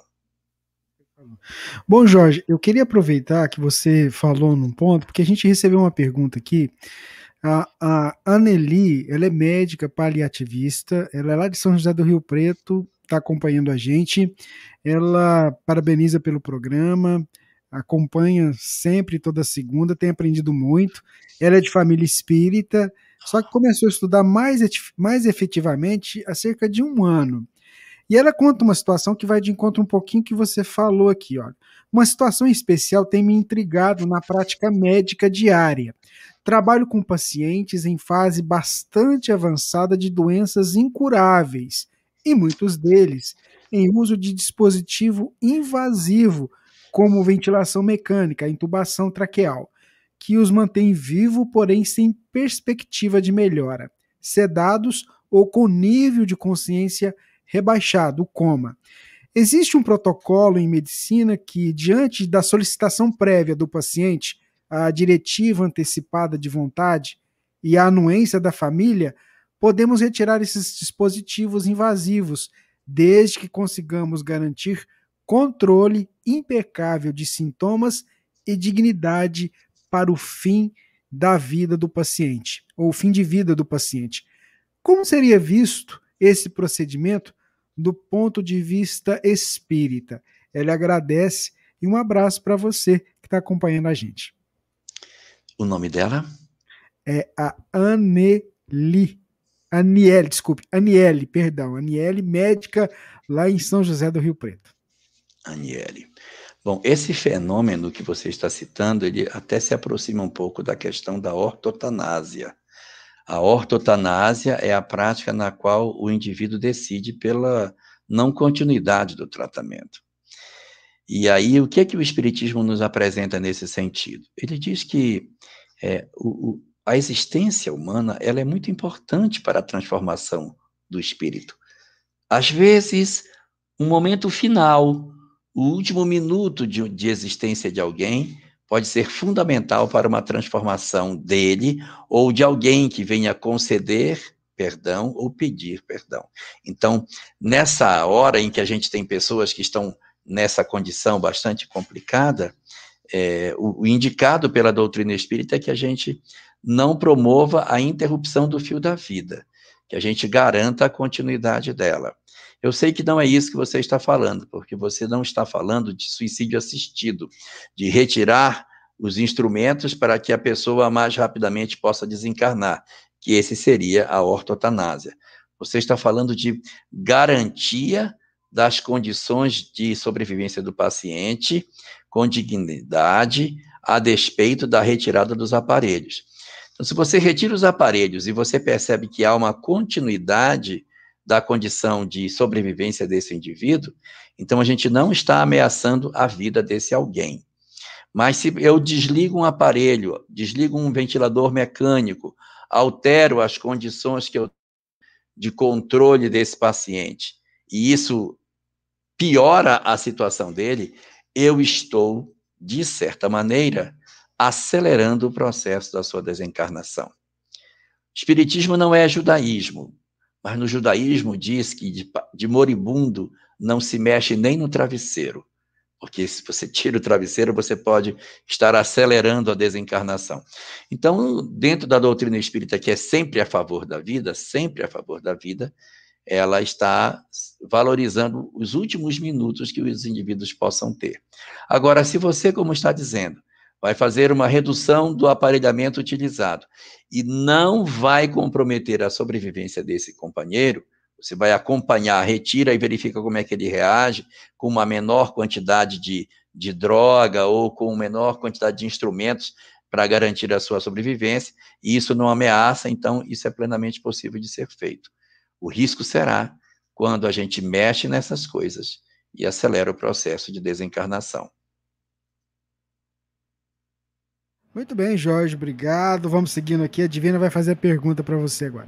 Bom, Jorge, eu queria aproveitar que você falou num ponto, porque a gente recebeu uma pergunta aqui. A Anneli, ela é médica paliativista, ela é lá de São José do Rio Preto, está acompanhando a gente. Ela parabeniza pelo programa, acompanha sempre, toda segunda, tem aprendido muito. Ela é de família espírita, só que começou a estudar mais efetivamente há cerca de 1 ano. E ela conta uma situação que vai de encontro um pouquinho que você falou aqui. Ó. Uma situação especial tem me intrigado na prática médica diária. Trabalho com pacientes em fase bastante avançada de doenças incuráveis, e muitos deles em uso de dispositivo invasivo, como ventilação mecânica, intubação traqueal, que os mantém vivo, porém sem perspectiva de melhora, sedados ou com nível de consciência rebaixado, coma. Existe um protocolo em medicina que, diante da solicitação prévia do paciente, a diretiva antecipada de vontade e a anuência da família, podemos retirar esses dispositivos invasivos, desde que consigamos garantir controle impecável de sintomas e dignidade para o fim da vida do paciente, ou o fim de vida do paciente. Como seria visto esse procedimento do ponto de vista espírita? Ele agradece e um abraço para você que está acompanhando a gente. O nome dela? É a Aniele, médica lá em São José do Rio Preto. Aniele. Bom, esse fenômeno que você está citando, ele até se aproxima um pouco da questão da ortotanásia. A ortotanásia é a prática na qual o indivíduo decide pela não continuidade do tratamento. E aí, o que é que o Espiritismo nos apresenta nesse sentido? Ele diz que a existência humana ela é muito importante para a transformação do espírito. Às vezes, um momento final, o último minuto de existência de alguém pode ser fundamental para uma transformação dele ou de alguém que venha conceder perdão ou pedir perdão. Então, nessa hora em que a gente tem pessoas que estão nessa condição bastante complicada, o indicado pela doutrina espírita é que a gente não promova a interrupção do fio da vida, que a gente garanta a continuidade dela. Eu sei que não é isso que você está falando, porque você não está falando de suicídio assistido, de retirar os instrumentos para que a pessoa mais rapidamente possa desencarnar, que esse seria a ortotanásia. Você está falando de garantia das condições de sobrevivência do paciente com dignidade, a despeito da retirada dos aparelhos. Então, se você retira os aparelhos e você percebe que há uma continuidade da condição de sobrevivência desse indivíduo, então a gente não está ameaçando a vida desse alguém. Mas se eu desligo um aparelho, desligo um ventilador mecânico, altero as condições que eu de controle desse paciente, e isso piora a situação dele, eu estou, de certa maneira, acelerando o processo da sua desencarnação. Espiritismo não é judaísmo, mas no judaísmo diz que de moribundo não se mexe nem no travesseiro, porque se você tira o travesseiro, você pode estar acelerando a desencarnação. Então, dentro da doutrina espírita, que é sempre a favor da vida, ela está valorizando os últimos minutos que os indivíduos possam ter. Agora, se você, como está dizendo, vai fazer uma redução do aparelhamento utilizado e não vai comprometer a sobrevivência desse companheiro, você vai acompanhar, retira e verifica como é que ele reage com uma menor quantidade de droga ou com menor quantidade de instrumentos para garantir a sua sobrevivência, e isso não ameaça, então isso é plenamente possível de ser feito. O risco será quando a gente mexe nessas coisas e acelera o processo de desencarnação. Muito bem, Jorge, obrigado. Vamos seguindo aqui. A Divina vai fazer a pergunta para você agora.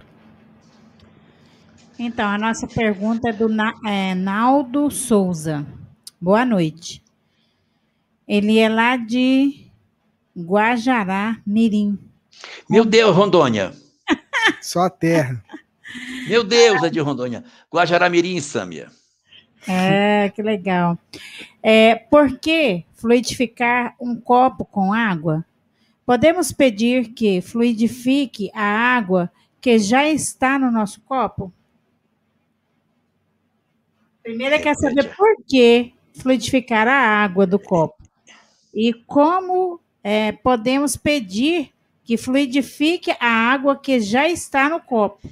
Então, a nossa pergunta é do Naldo Souza. Boa noite. Ele é lá de Guajará Mirim. Meu Deus, Rondônia. Só a terra. Meu Deus, é de Rondônia. Guajará Mirim, Sâmia. Que legal. Por que fluidificar um copo com água? Podemos pedir que fluidifique a água que já está no nosso copo? Primeiro, quer saber por que fluidificar a água do copo. E como podemos pedir que fluidifique a água que já está no copo.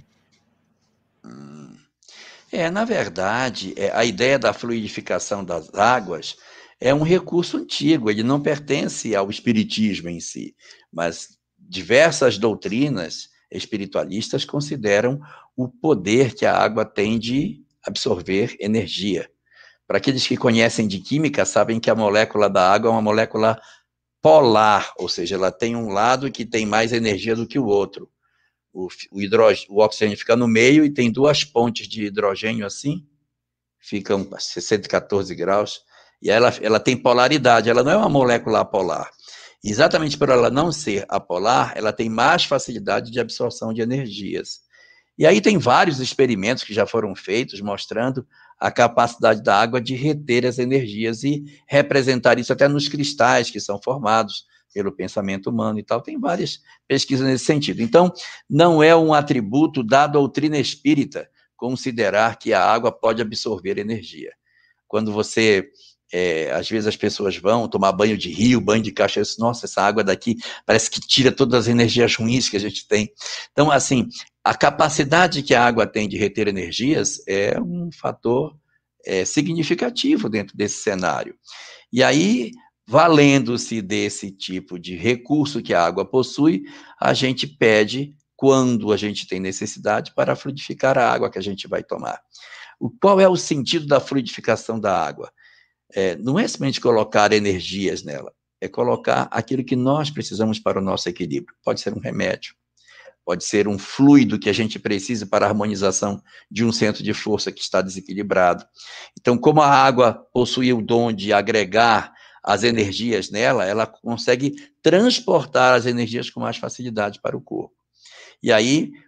Na verdade, a ideia da fluidificação das águas é um recurso antigo, ele não pertence ao espiritismo em si, mas diversas doutrinas espiritualistas consideram o poder que a água tem de absorver energia. Para aqueles que conhecem de química, sabem que a molécula da água é uma molécula polar, ou seja, ela tem um lado que tem mais energia do que o outro. O oxigênio fica no meio e tem duas pontes de hidrogênio assim, ficam a 614 graus, e ela tem polaridade, ela não é uma molécula apolar. Exatamente por ela não ser apolar, ela tem mais facilidade de absorção de energias. E aí tem vários experimentos que já foram feitos mostrando a capacidade da água de reter as energias e representar isso até nos cristais que são formados pelo pensamento humano e tal. Tem várias pesquisas nesse sentido. Então, não é um atributo da doutrina espírita considerar que a água pode absorver energia. Quando você... às vezes as pessoas vão tomar banho de rio, banho de cachoeira, nossa, essa água daqui parece que tira todas as energias ruins que a gente tem. Então, assim, a capacidade que a água tem de reter energias é um fator significativo dentro desse cenário. E aí, valendo-se desse tipo de recurso que a água possui, a gente pede, quando a gente tem necessidade, para fluidificar a água que a gente vai tomar. Qual é o sentido da fluidificação da água? Não é simplesmente colocar energias nela, é colocar aquilo que nós precisamos para o nosso equilíbrio. Pode ser um remédio, pode ser um fluido que a gente precisa para a harmonização de um centro de força que está desequilibrado. Então, como a água possui o dom de agregar as energias nela, ela consegue transportar as energias com mais facilidade para o corpo. E aí,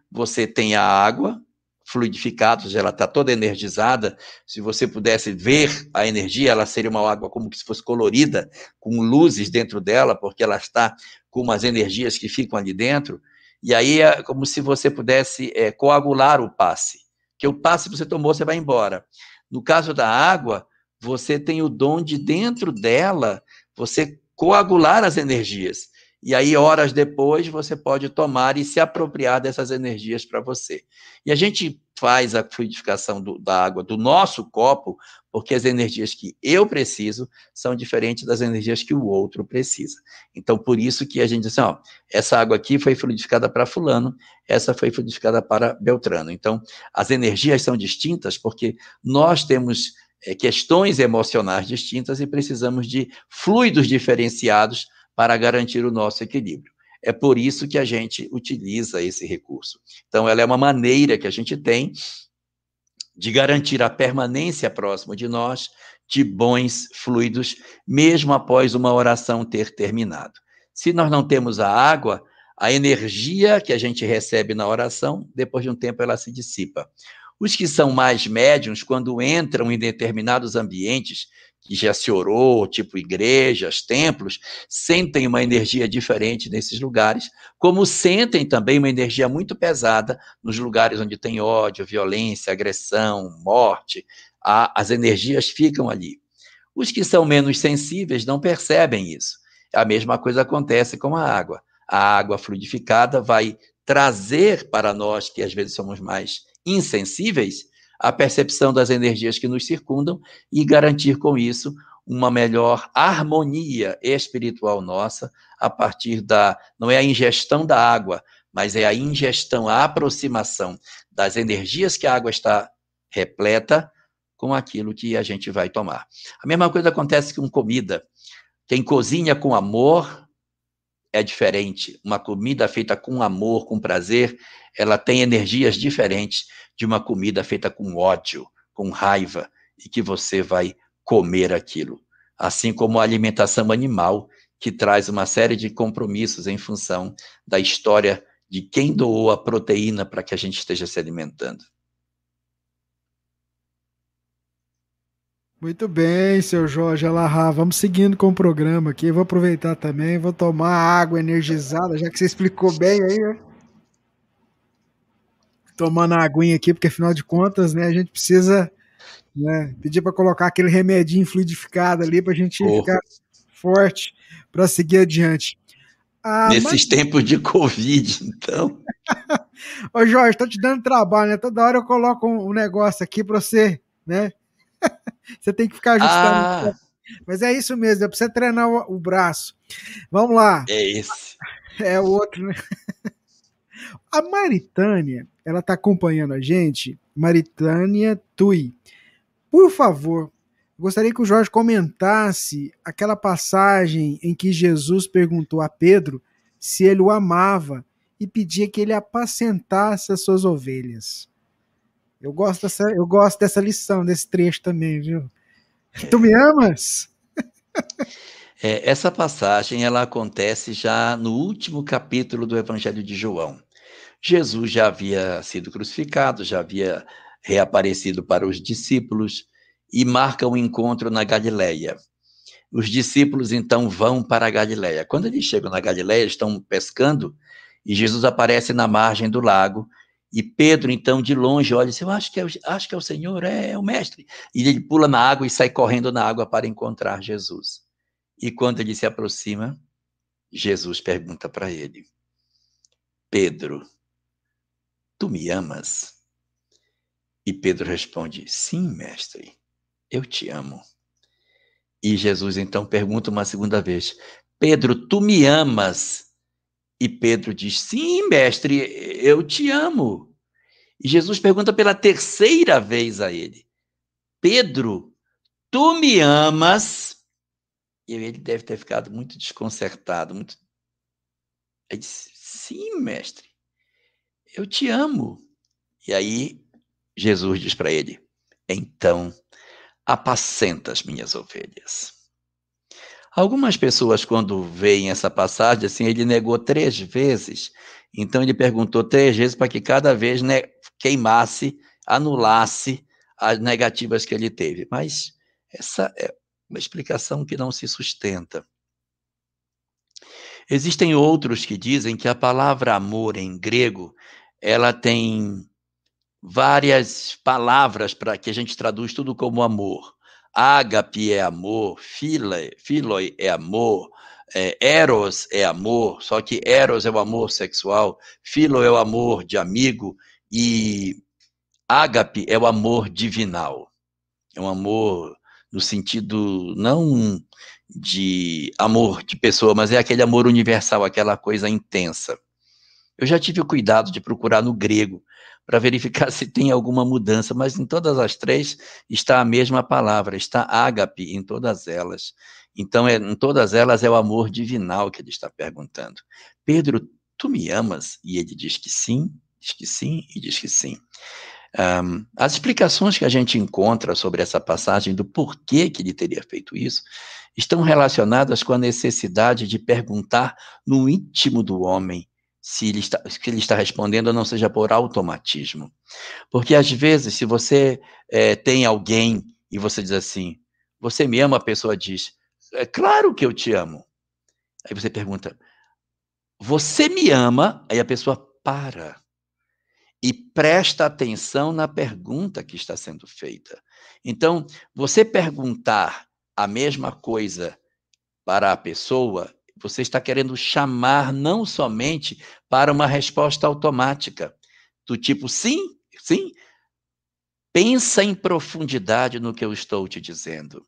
você tem a água fluidificada, ela está toda energizada. Se você pudesse ver a energia, ela seria uma água como se fosse colorida, com luzes dentro dela, porque ela está com umas energias que ficam ali dentro. E aí é como se você pudesse coagular o passe. Que o passe você tomou, você vai embora. No caso da água, você tem o dom de, dentro dela, você coagular as energias. E aí, horas depois, você pode tomar e se apropriar dessas energias para você. E a gente faz a fluidificação da água do nosso copo, porque as energias que eu preciso são diferentes das energias que o outro precisa. Então, por isso que a gente diz assim, ó, essa água aqui foi fluidificada para fulano, essa foi fluidificada para Beltrano. Então, as energias são distintas porque nós temos questões emocionais distintas e precisamos de fluidos diferenciados para garantir o nosso equilíbrio. É por isso que a gente utiliza esse recurso. Então, ela é uma maneira que a gente tem de garantir a permanência próxima de nós de bons fluidos, mesmo após uma oração ter terminado. Se nós não temos a água, a energia que a gente recebe na oração, depois de um tempo ela se dissipa. Os que são mais médiuns, quando entram em determinados ambientes, que já se orou, tipo igrejas, templos, sentem uma energia diferente nesses lugares, como sentem também uma energia muito pesada nos lugares onde tem ódio, violência, agressão, morte. As energias ficam ali. Os que são menos sensíveis não percebem isso. A mesma coisa acontece com a água. A água fluidificada vai trazer para nós, que às vezes somos mais insensíveis, a percepção das energias que nos circundam e garantir com isso uma melhor harmonia espiritual nossa a partir não é a ingestão da água, mas é a ingestão, a aproximação das energias que a água está repleta com aquilo que a gente vai tomar. A mesma coisa acontece com comida. Quem cozinha com amor é diferente. Uma comida feita com amor, com prazer, ela tem energias diferentes de uma comida feita com ódio, com raiva, e que você vai comer aquilo. Assim como a alimentação animal, que traz uma série de compromissos em função da história de quem doou a proteína para que a gente esteja se alimentando. Muito bem, seu Jorge Alahá. Vamos seguindo com o programa aqui. Vou aproveitar também, vou tomar água energizada, já que você explicou bem aí, né? Tomando a aguinha aqui, porque afinal de contas, né, a gente precisa, né, pedir para colocar aquele remedinho fluidificado ali para a gente ficar forte para seguir adiante. Nesses tempos de Covid, então. Ô Jorge, tô te dando trabalho, né? Toda hora eu coloco um negócio aqui para você, né? Você tem que ficar ajustando. Mas é isso mesmo, é para você treinar o braço. Vamos lá. É esse. É o outro, né? A Maritânia, ela está acompanhando a gente. Maritânia Tui. Por favor, gostaria que o Jorge comentasse aquela passagem em que Jesus perguntou a Pedro se ele o amava e pedia que ele apacentasse as suas ovelhas. Eu gosto dessa lição, desse trecho também, viu? Tu me amas? Essa passagem ela acontece já no último capítulo do Evangelho de João. Jesus já havia sido crucificado, já havia reaparecido para os discípulos e marca um encontro na Galileia. Os discípulos, então, vão para a Galileia. Quando eles chegam na Galileia, eles estão pescando e Jesus aparece na margem do lago e Pedro, então, de longe, olha e diz, eu acho que é o Senhor, é o Mestre. E ele pula na água e sai correndo na água para encontrar Jesus. E quando ele se aproxima, Jesus pergunta para ele, Pedro, tu me amas? E Pedro responde, sim, mestre, eu te amo. E Jesus então pergunta uma segunda vez, Pedro, tu me amas? E Pedro diz, sim, mestre, eu te amo. E Jesus pergunta pela terceira vez a ele, Pedro, tu me amas? E ele deve ter ficado muito desconcertado. Ele disse, sim, mestre, eu te amo. E aí Jesus diz para ele, então apacenta as minhas ovelhas. Algumas pessoas, quando veem essa passagem, assim, ele negou 3 vezes. Então ele perguntou 3 vezes para que cada vez, né, queimasse, anulasse as negativas que ele teve. Mas essa é uma explicação que não se sustenta. Existem outros que dizem que a palavra amor em grego, ela tem várias palavras para que a gente traduz tudo como amor. Ágape é amor, philoi é amor, eros é amor, só que eros é o amor sexual, philo é o amor de amigo e ágape é o amor divinal. É um amor no sentido não de amor de pessoa, mas é aquele amor universal, aquela coisa intensa. Eu já tive o cuidado de procurar no grego para verificar se tem alguma mudança, mas em todas as 3 está a mesma palavra, está ágape em todas elas. Então, em todas elas é o amor divinal que ele está perguntando. Pedro, tu me amas? E ele diz que sim e diz que sim. As explicações que a gente encontra sobre essa passagem do porquê que ele teria feito isso estão relacionadas com a necessidade de perguntar no íntimo do homem se ele está respondendo ou não seja por automatismo. Porque às vezes, se você tem alguém e você diz assim, você me ama, a pessoa diz, é claro que eu te amo. Aí você pergunta, você me ama? Aí a pessoa para e presta atenção na pergunta que está sendo feita. Então, você perguntar a mesma coisa para a pessoa, você está querendo chamar não somente para uma resposta automática, do tipo, sim, sim, pensa em profundidade no que eu estou te dizendo.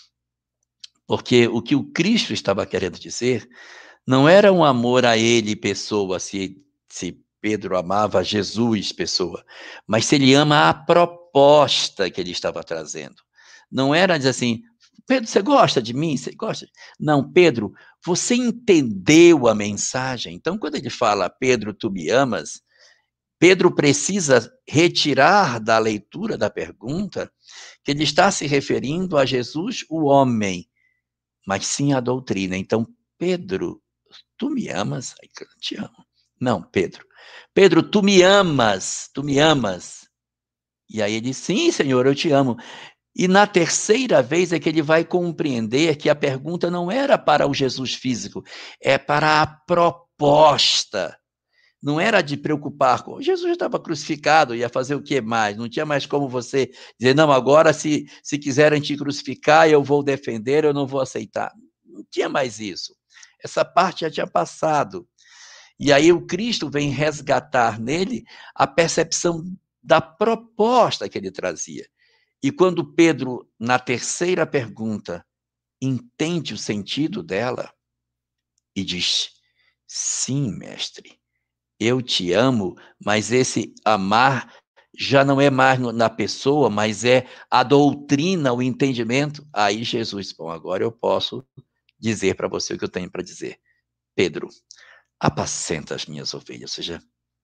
Porque o que o Cristo estava querendo dizer não era um amor a ele, pessoa, se Pedro amava Jesus, pessoa, mas se ele ama a proposta que ele estava trazendo. Não era dizer assim, Pedro, você gosta de mim? Você gosta? Não, Pedro, você entendeu a mensagem? Então, quando ele fala, Pedro, tu me amas, Pedro precisa retirar da leitura da pergunta que ele está se referindo a Jesus, o homem, mas sim à doutrina. Então, Pedro, tu me amas? Ai, eu te amo. Não, Pedro, tu me amas, tu me amas. E aí ele diz, sim, Senhor, eu te amo. E na terceira vez é que ele vai compreender que a pergunta não era para o Jesus físico, é para a proposta. Não era de preocupar com... Jesus já estava crucificado, ia fazer o que mais? Não tinha mais como você dizer, não, agora se quiserem te crucificar, eu vou defender, eu não vou aceitar. Não tinha mais isso. Essa parte já tinha passado. E aí o Cristo vem resgatar nele a percepção da proposta que ele trazia. E quando Pedro, na terceira pergunta, entende o sentido dela e diz, sim, mestre, eu te amo, mas esse amar já não é mais na pessoa, mas é a doutrina, o entendimento. Aí Jesus, bom, agora eu posso dizer para você o que eu tenho para dizer. Pedro, apacenta as minhas ovelhas, ou seja,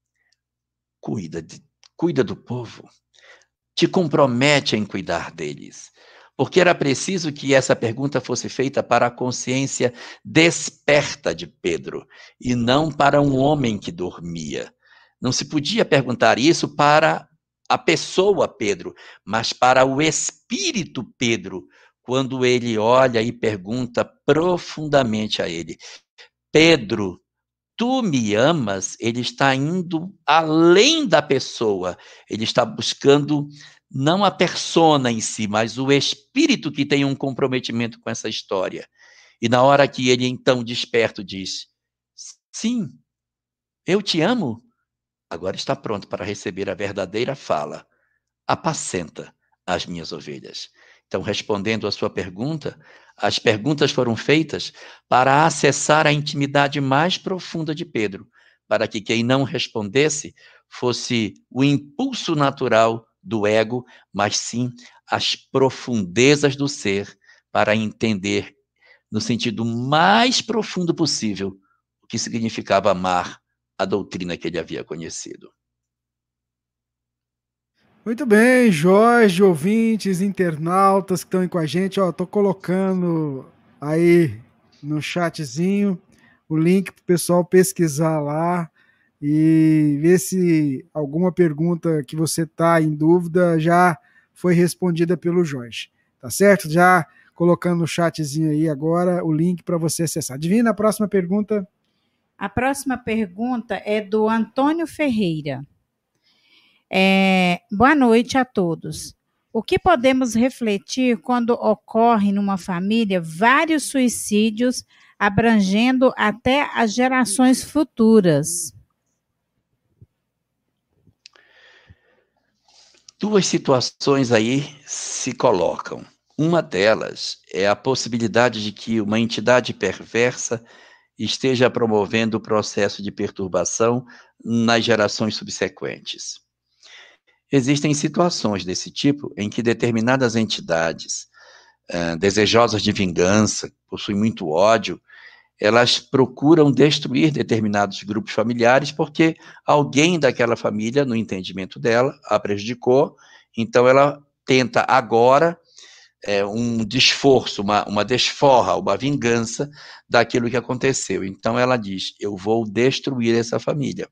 cuida do povo, te compromete em cuidar deles, porque era preciso que essa pergunta fosse feita para a consciência desperta de Pedro, e não para um homem que dormia. Não se podia perguntar isso para a pessoa Pedro, mas para o espírito Pedro, quando ele olha e pergunta profundamente a ele, Pedro, tu me amas? Ele está indo além da pessoa, ele está buscando não a persona em si, mas o espírito que tem um comprometimento com essa história. E na hora que ele então desperto diz, sim, eu te amo, agora está pronto para receber a verdadeira fala, apacenta as minhas ovelhas. Então, respondendo à sua pergunta, as perguntas foram feitas para acessar a intimidade mais profunda de Pedro, para que quem não respondesse fosse o impulso natural do ego, mas sim as profundezas do ser, para entender, no sentido mais profundo possível, o que significava amar a doutrina que ele havia conhecido. Muito bem, Jorge, ouvintes, internautas que estão aí com a gente, ó, tô colocando aí no chatzinho o link para o pessoal pesquisar lá e ver se alguma pergunta que você está em dúvida já foi respondida pelo Jorge. Tá certo? Já colocando no chatzinho aí agora o link para você acessar. Divina, a próxima pergunta. A próxima pergunta é do Antônio Ferreira. Boa noite a todos. O que podemos refletir quando ocorre numa família vários suicídios abrangendo até as gerações futuras? Duas situações aí se colocam. Uma delas é a possibilidade de que uma entidade perversa esteja promovendo o processo de perturbação nas gerações subsequentes. Existem situações desse tipo em que determinadas entidades desejosas de vingança, possuem muito ódio, elas procuram destruir determinados grupos familiares porque alguém daquela família, no entendimento dela, a prejudicou, então ela tenta agora um desforço, uma desforra, uma vingança daquilo que aconteceu. Então ela diz, eu vou destruir essa família.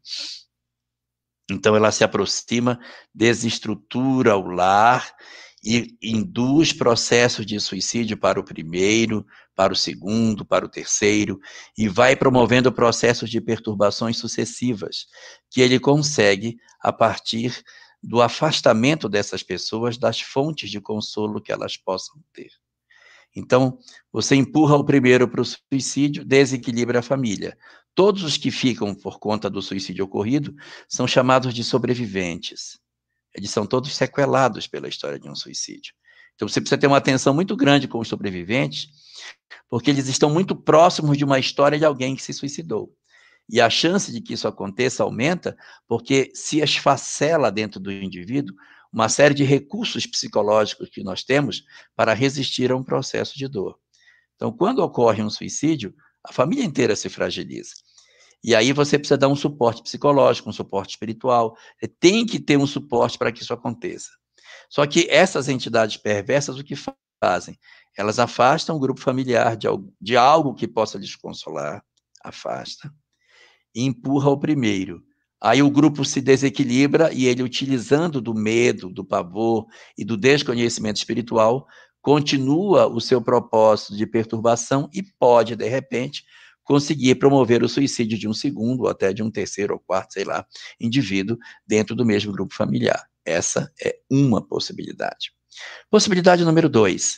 Então ela se aproxima, desestrutura o lar e induz processos de suicídio para o primeiro, para o segundo, para o terceiro, e vai promovendo processos de perturbações sucessivas, que ele consegue a partir do afastamento dessas pessoas das fontes de consolo que elas possam ter. Então, você empurra o primeiro para o suicídio, desequilibra a família. Todos os que ficam por conta do suicídio ocorrido são chamados de sobreviventes. Eles são todos sequelados pela história de um suicídio. Então, você precisa ter uma atenção muito grande com os sobreviventes, porque eles estão muito próximos de uma história de alguém que se suicidou. E a chance de que isso aconteça aumenta, porque se esfacela dentro do indivíduo uma série de recursos psicológicos que nós temos para resistir a um processo de dor. Então, quando ocorre um suicídio, a família inteira se fragiliza. E aí você precisa dar um suporte psicológico, um suporte espiritual. Tem que ter um suporte para que isso aconteça. Só que essas entidades perversas, o que fazem? Elas afastam o grupo familiar de algo que possa lhes consolar, afasta, e empurra o primeiro. Aí o grupo se desequilibra e ele, utilizando do medo, do pavor e do desconhecimento espiritual, continua o seu propósito de perturbação e pode, de repente, conseguir promover o suicídio de um segundo, ou até de um terceiro ou quarto, sei lá, indivíduo dentro do mesmo grupo familiar. Essa é uma possibilidade. Possibilidade número 2.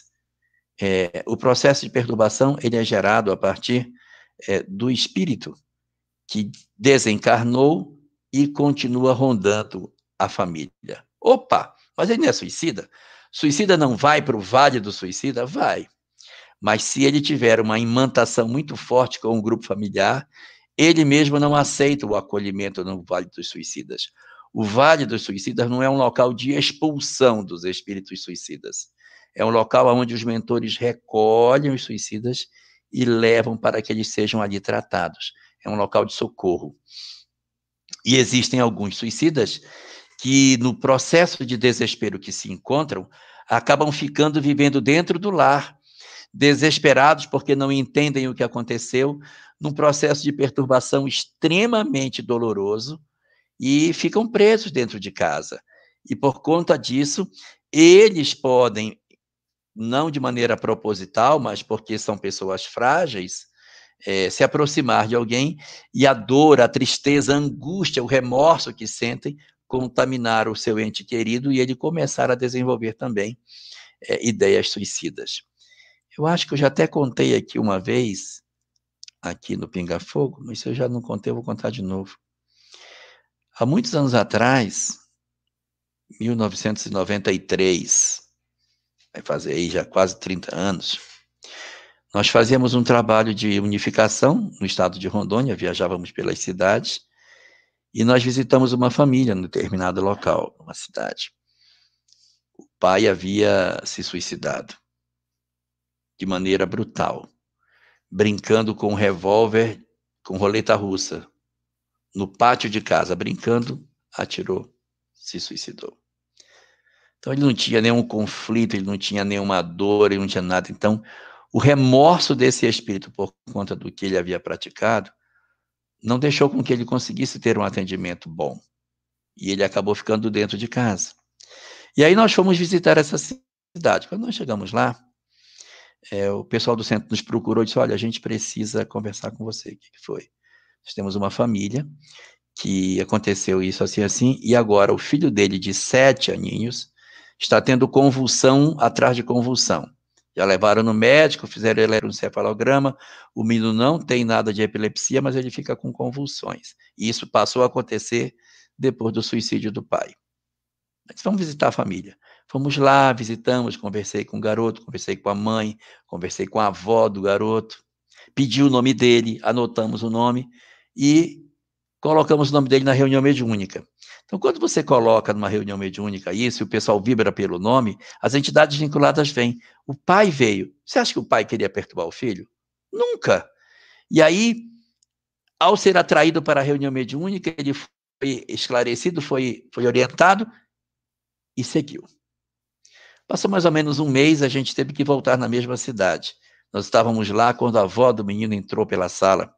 O processo de perturbação ele é gerado a partir do espírito que desencarnou e continua rondando a família. Opa, mas ele não é suicida? Suicida não vai para o vale do suicida? Vai. Mas se ele tiver uma imantação muito forte com o grupo familiar, ele mesmo não aceita o acolhimento no Vale dos Suicidas. O Vale dos Suicidas não é um local de expulsão dos espíritos suicidas. É um local onde os mentores recolhem os suicidas e levam para que eles sejam ali tratados. É um local de socorro. E existem alguns suicidas que, no processo de desespero que se encontram, acabam vivendo dentro do lar, desesperados porque não entendem o que aconteceu, num processo de perturbação extremamente doloroso, e ficam presos dentro de casa. E por conta disso, eles podem, não de maneira proposital, mas porque são pessoas frágeis, se aproximar de alguém e a dor, a tristeza, a angústia, o remorso que sentem contaminar o seu ente querido e ele começar a desenvolver também ideias suicidas. Eu acho que eu já até contei aqui uma vez, aqui no Pinga Fogo, mas se eu já não contei, eu vou contar de novo. Há muitos anos atrás, 1993, vai fazer aí já quase 30 anos, nós fazíamos um trabalho de unificação no estado de Rondônia, viajávamos pelas cidades, e nós visitamos uma família no determinado local, numa cidade. O pai havia se suicidado de maneira brutal, brincando com um revólver, com roleta russa, no pátio de casa, brincando, atirou, se suicidou. Então ele não tinha nenhum conflito, ele não tinha nenhuma dor, ele não tinha nada. Então o remorso desse espírito por conta do que ele havia praticado não deixou com que ele conseguisse ter um atendimento bom. E ele acabou ficando dentro de casa. E aí nós fomos visitar essa cidade. Quando nós chegamos lá, o pessoal do centro nos procurou e disse, olha, a gente precisa conversar com você. O que foi? Nós temos uma família que aconteceu isso assim, e agora o filho dele, de 7 aninhos, está tendo convulsão atrás de convulsão. Já levaram no médico, fizeram eletroencefalograma, o menino não tem nada de epilepsia, mas ele fica com convulsões. E isso passou a acontecer depois do suicídio do pai. Mas vamos visitar a família. Fomos lá, visitamos, conversei com o garoto, conversei com a mãe, conversei com a avó do garoto, pedi o nome dele, anotamos o nome e colocamos o nome dele na reunião mediúnica. Então, quando você coloca numa reunião mediúnica isso, e o pessoal vibra pelo nome, as entidades vinculadas vêm. O pai veio. Você acha que o pai queria perturbar o filho? Nunca. E aí, ao ser atraído para a reunião mediúnica, ele foi esclarecido, foi orientado e seguiu. Passou mais ou menos um mês, a gente teve que voltar na mesma cidade. Nós estávamos lá quando a avó do menino entrou pela sala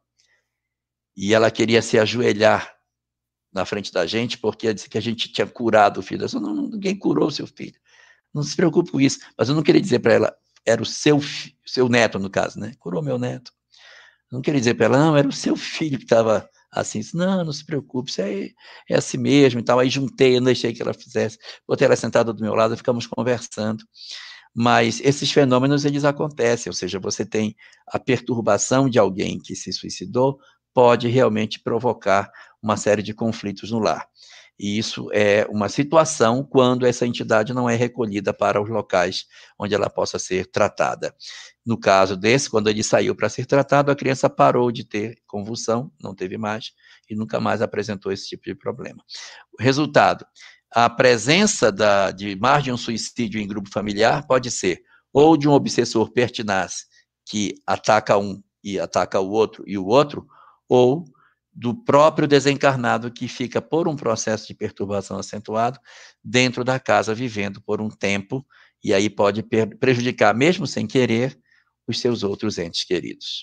e ela queria se ajoelhar na frente da gente, porque ela disse que a gente tinha curado o filho. Eu disse, não, ninguém curou o seu filho. Não se preocupe com isso. Mas eu não queria dizer para ela, era o seu neto, no caso, né? Curou meu neto. Eu não queria dizer para ela, não, era o seu filho que estava assim. Não se preocupe, isso é assim mesmo e tal. Aí juntei, eu não deixei que ela fizesse. Botei ela sentada do meu lado, ficamos conversando. Mas esses fenômenos, eles acontecem, ou seja, você tem a perturbação de alguém que se suicidou, pode realmente provocar uma série de conflitos no lar. E isso é uma situação quando essa entidade não é recolhida para os locais onde ela possa ser tratada. No caso desse, quando ele saiu para ser tratado, a criança parou de ter convulsão, não teve mais, e nunca mais apresentou esse tipo de problema. O resultado, a presença de mais de um suicídio em grupo familiar pode ser ou de um obsessor pertinaz que ataca um e ataca o outro, ou do próprio desencarnado que fica por um processo de perturbação acentuado dentro da casa, vivendo por um tempo, e aí pode prejudicar, mesmo sem querer, os seus outros entes queridos.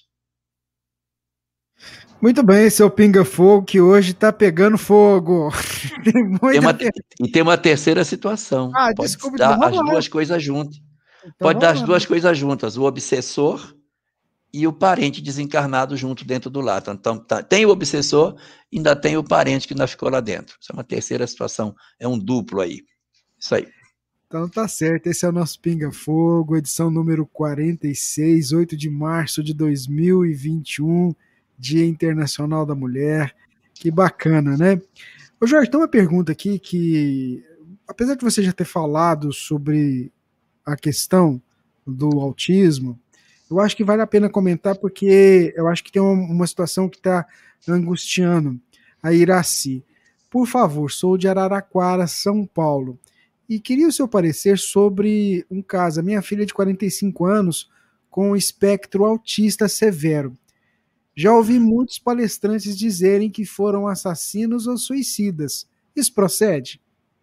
Muito bem, seu pinga-fogo, que hoje está pegando fogo. Tem uma terceira situação. Pode desculpa, dar as duas coisas juntas. Pode dar as duas coisas juntas, o obsessor e o parente desencarnado junto dentro do lar. Então, tem o obsessor, ainda tem o parente que ainda ficou lá dentro. Isso é uma terceira situação, é um duplo aí. Isso aí. Então tá certo, esse é o nosso Pinga Fogo, edição número 46, 8 de março de 2021, Dia Internacional da Mulher. Que bacana, né? Ô Jorge, tem uma pergunta aqui que, apesar de você já ter falado sobre a questão do autismo, eu acho que vale a pena comentar porque eu acho que tem uma situação que está angustiando a Iraci. Por favor, sou de Araraquara, São Paulo, e queria o seu parecer sobre um caso. A minha filha de 45 anos com espectro autista severo. Já ouvi muitos palestrantes dizerem que foram assassinos ou suicidas. Isso procede?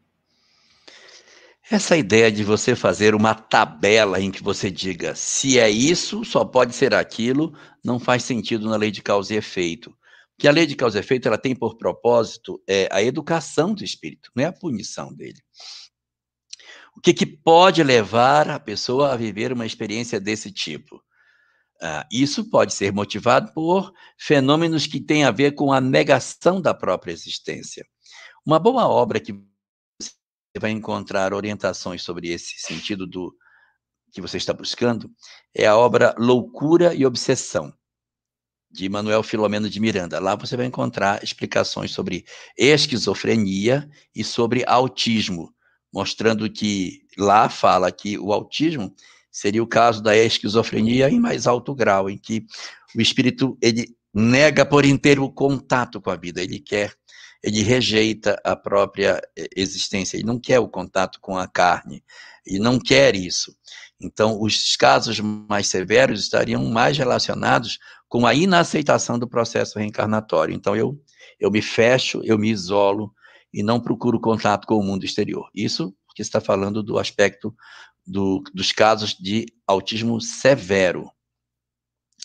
Essa ideia de você fazer uma tabela em que você diga se é isso, só pode ser aquilo, não faz sentido na lei de causa e efeito. Porque a lei de causa e efeito ela tem por propósito a educação do espírito, não é a punição dele. O que pode levar a pessoa a viver uma experiência desse tipo? Isso pode ser motivado por fenômenos que têm a ver com a negação da própria existência. Uma boa obra que você vai encontrar orientações sobre esse sentido que você está buscando, é a obra Loucura e Obsessão, de Manuel Filomeno de Miranda. Lá você vai encontrar explicações sobre esquizofrenia e sobre autismo, mostrando que lá fala que o autismo seria o caso da esquizofrenia em mais alto grau, em que o espírito ele nega por inteiro o contato com a vida, ele rejeita a própria existência, ele não quer o contato com a carne, ele não quer isso. Então, os casos mais severos estariam mais relacionados com a inaceitação do processo reencarnatório. Então, eu me fecho, eu me isolo e não procuro contato com o mundo exterior. Isso porque está falando do aspecto dos casos de autismo severo.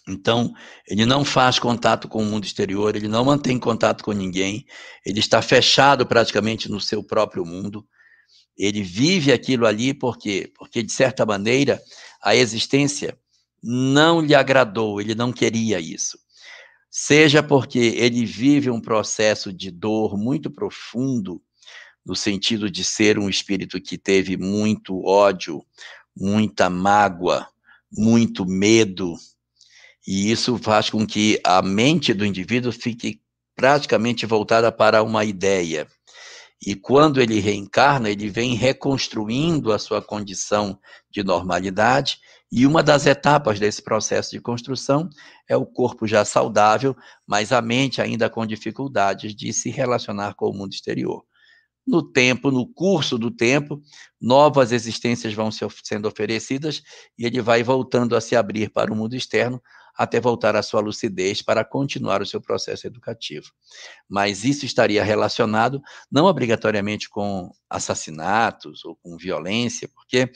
Então, ele não faz contato com o mundo exterior, ele não mantém contato com ninguém, ele está fechado praticamente no seu próprio mundo. Ele vive aquilo ali por quê? Porque, de certa maneira, a existência não lhe agradou, ele não queria isso. Seja porque ele vive um processo de dor muito profundo, no sentido de ser um espírito que teve muito ódio, muita mágoa, muito medo, e isso faz com que a mente do indivíduo fique praticamente voltada para uma ideia. E quando ele reencarna, ele vem reconstruindo a sua condição de normalidade, e uma das etapas desse processo de construção é o corpo já saudável, mas a mente ainda com dificuldades de se relacionar com o mundo exterior. No tempo, no curso do tempo, novas existências vão sendo oferecidas e ele vai voltando a se abrir para o mundo externo até voltar à sua lucidez para continuar o seu processo educativo. Mas isso estaria relacionado não obrigatoriamente com assassinatos ou com violência, porque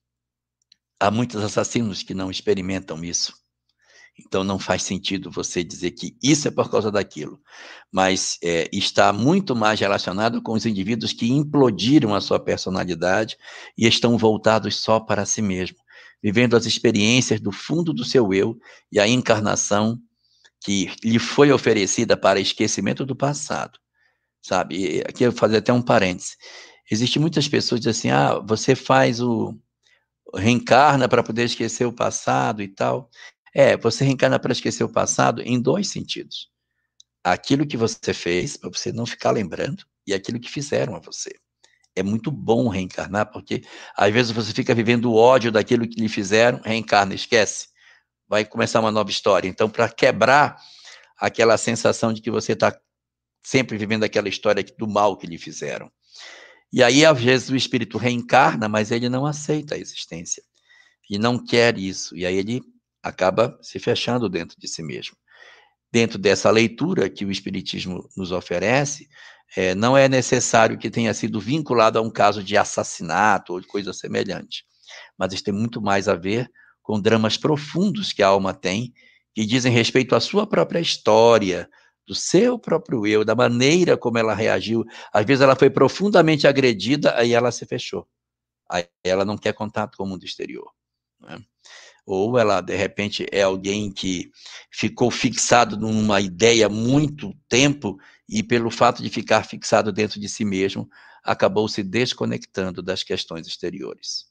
há muitos assassinos que não experimentam isso. Então não faz sentido você dizer que isso é por causa daquilo. Mas está muito mais relacionado com os indivíduos que implodiram a sua personalidade e estão voltados só para si mesmo, vivendo as experiências do fundo do seu eu e a encarnação que lhe foi oferecida para esquecimento do passado, sabe? E aqui eu vou fazer até um parêntese. Existem muitas pessoas que dizem assim, você reencarna para poder esquecer o passado e tal. Você reencarna para esquecer o passado em dois sentidos. Aquilo que você fez, para você não ficar lembrando, e aquilo que fizeram a você. É muito bom reencarnar, porque às vezes você fica vivendo o ódio daquilo que lhe fizeram, reencarna, esquece. Vai começar uma nova história. Então, para quebrar aquela sensação de que você está sempre vivendo aquela história do mal que lhe fizeram. E aí, às vezes, o espírito reencarna, mas ele não aceita a existência. E não quer isso. E aí ele acaba se fechando dentro de si mesmo. Dentro dessa leitura que o Espiritismo nos oferece, não é necessário que tenha sido vinculado a um caso de assassinato ou de coisa semelhante. Mas isso tem muito mais a ver com dramas profundos que a alma tem, que dizem respeito à sua própria história, do seu próprio eu, da maneira como ela reagiu. Às vezes ela foi profundamente agredida, aí ela se fechou. Aí ela não quer contato com o mundo exterior, né? Ou ela, de repente, é alguém que ficou fixado numa ideia há muito tempo e, pelo fato de ficar fixado dentro de si mesmo, acabou se desconectando das questões exteriores.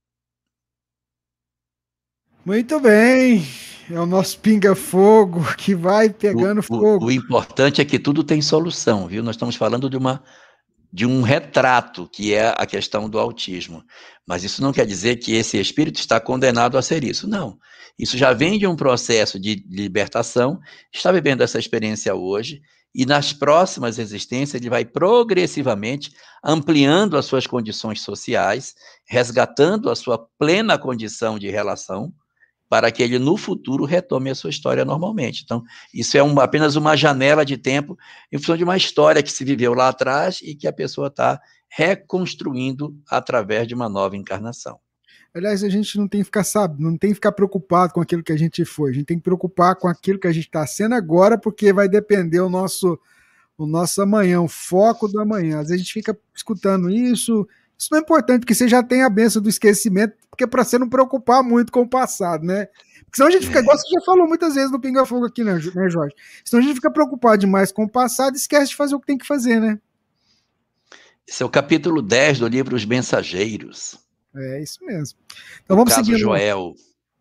Muito bem. É o nosso pinga-fogo que vai pegando fogo. O importante é que tudo tem solução, viu? Nós estamos falando de um retrato, que é a questão do autismo. Mas isso não quer dizer que esse espírito está condenado a ser isso. Não. Isso já vem de um processo de libertação, está vivendo essa experiência hoje, e nas próximas existências ele vai progressivamente ampliando as suas condições sociais, resgatando a sua plena condição de relação, para que ele, no futuro, retome a sua história normalmente. Então, isso é apenas uma janela de tempo em função de uma história que se viveu lá atrás e que a pessoa está reconstruindo através de uma nova encarnação. Aliás, a gente não tem que ficar preocupado com aquilo que a gente foi, a gente tem que preocupar com aquilo que a gente está sendo agora, porque vai depender o nosso amanhã, o foco do amanhã. Às vezes a gente fica escutando isso não é importante, porque você já tem a benção do esquecimento, porque é para você não preocupar muito com o passado, né? Porque senão a gente fica, igual você já falou muitas vezes no Pinga Fogo aqui, né, Jorge? Senão a gente fica preocupado demais com o passado e esquece de fazer o que tem que fazer, né? Esse é o capítulo 10 do livro Os Mensageiros. É isso mesmo. Então vamos seguir. Joel.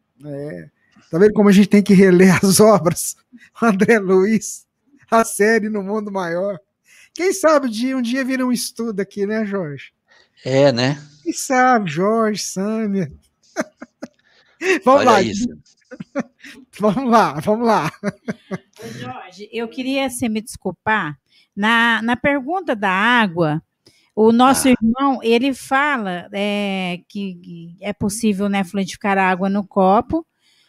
Tá vendo como a gente tem que reler as obras? André Luiz, a série No Mundo Maior. Quem sabe um dia vira um estudo aqui, né, Jorge? Né? Quem sabe, Jorge, Sâmia. Vamos lá. Isso. Vamos lá. Jorge, eu queria você me desculpar. Na pergunta da água, o nosso irmão, ele fala que é possível, né, fluidificar a água no copo,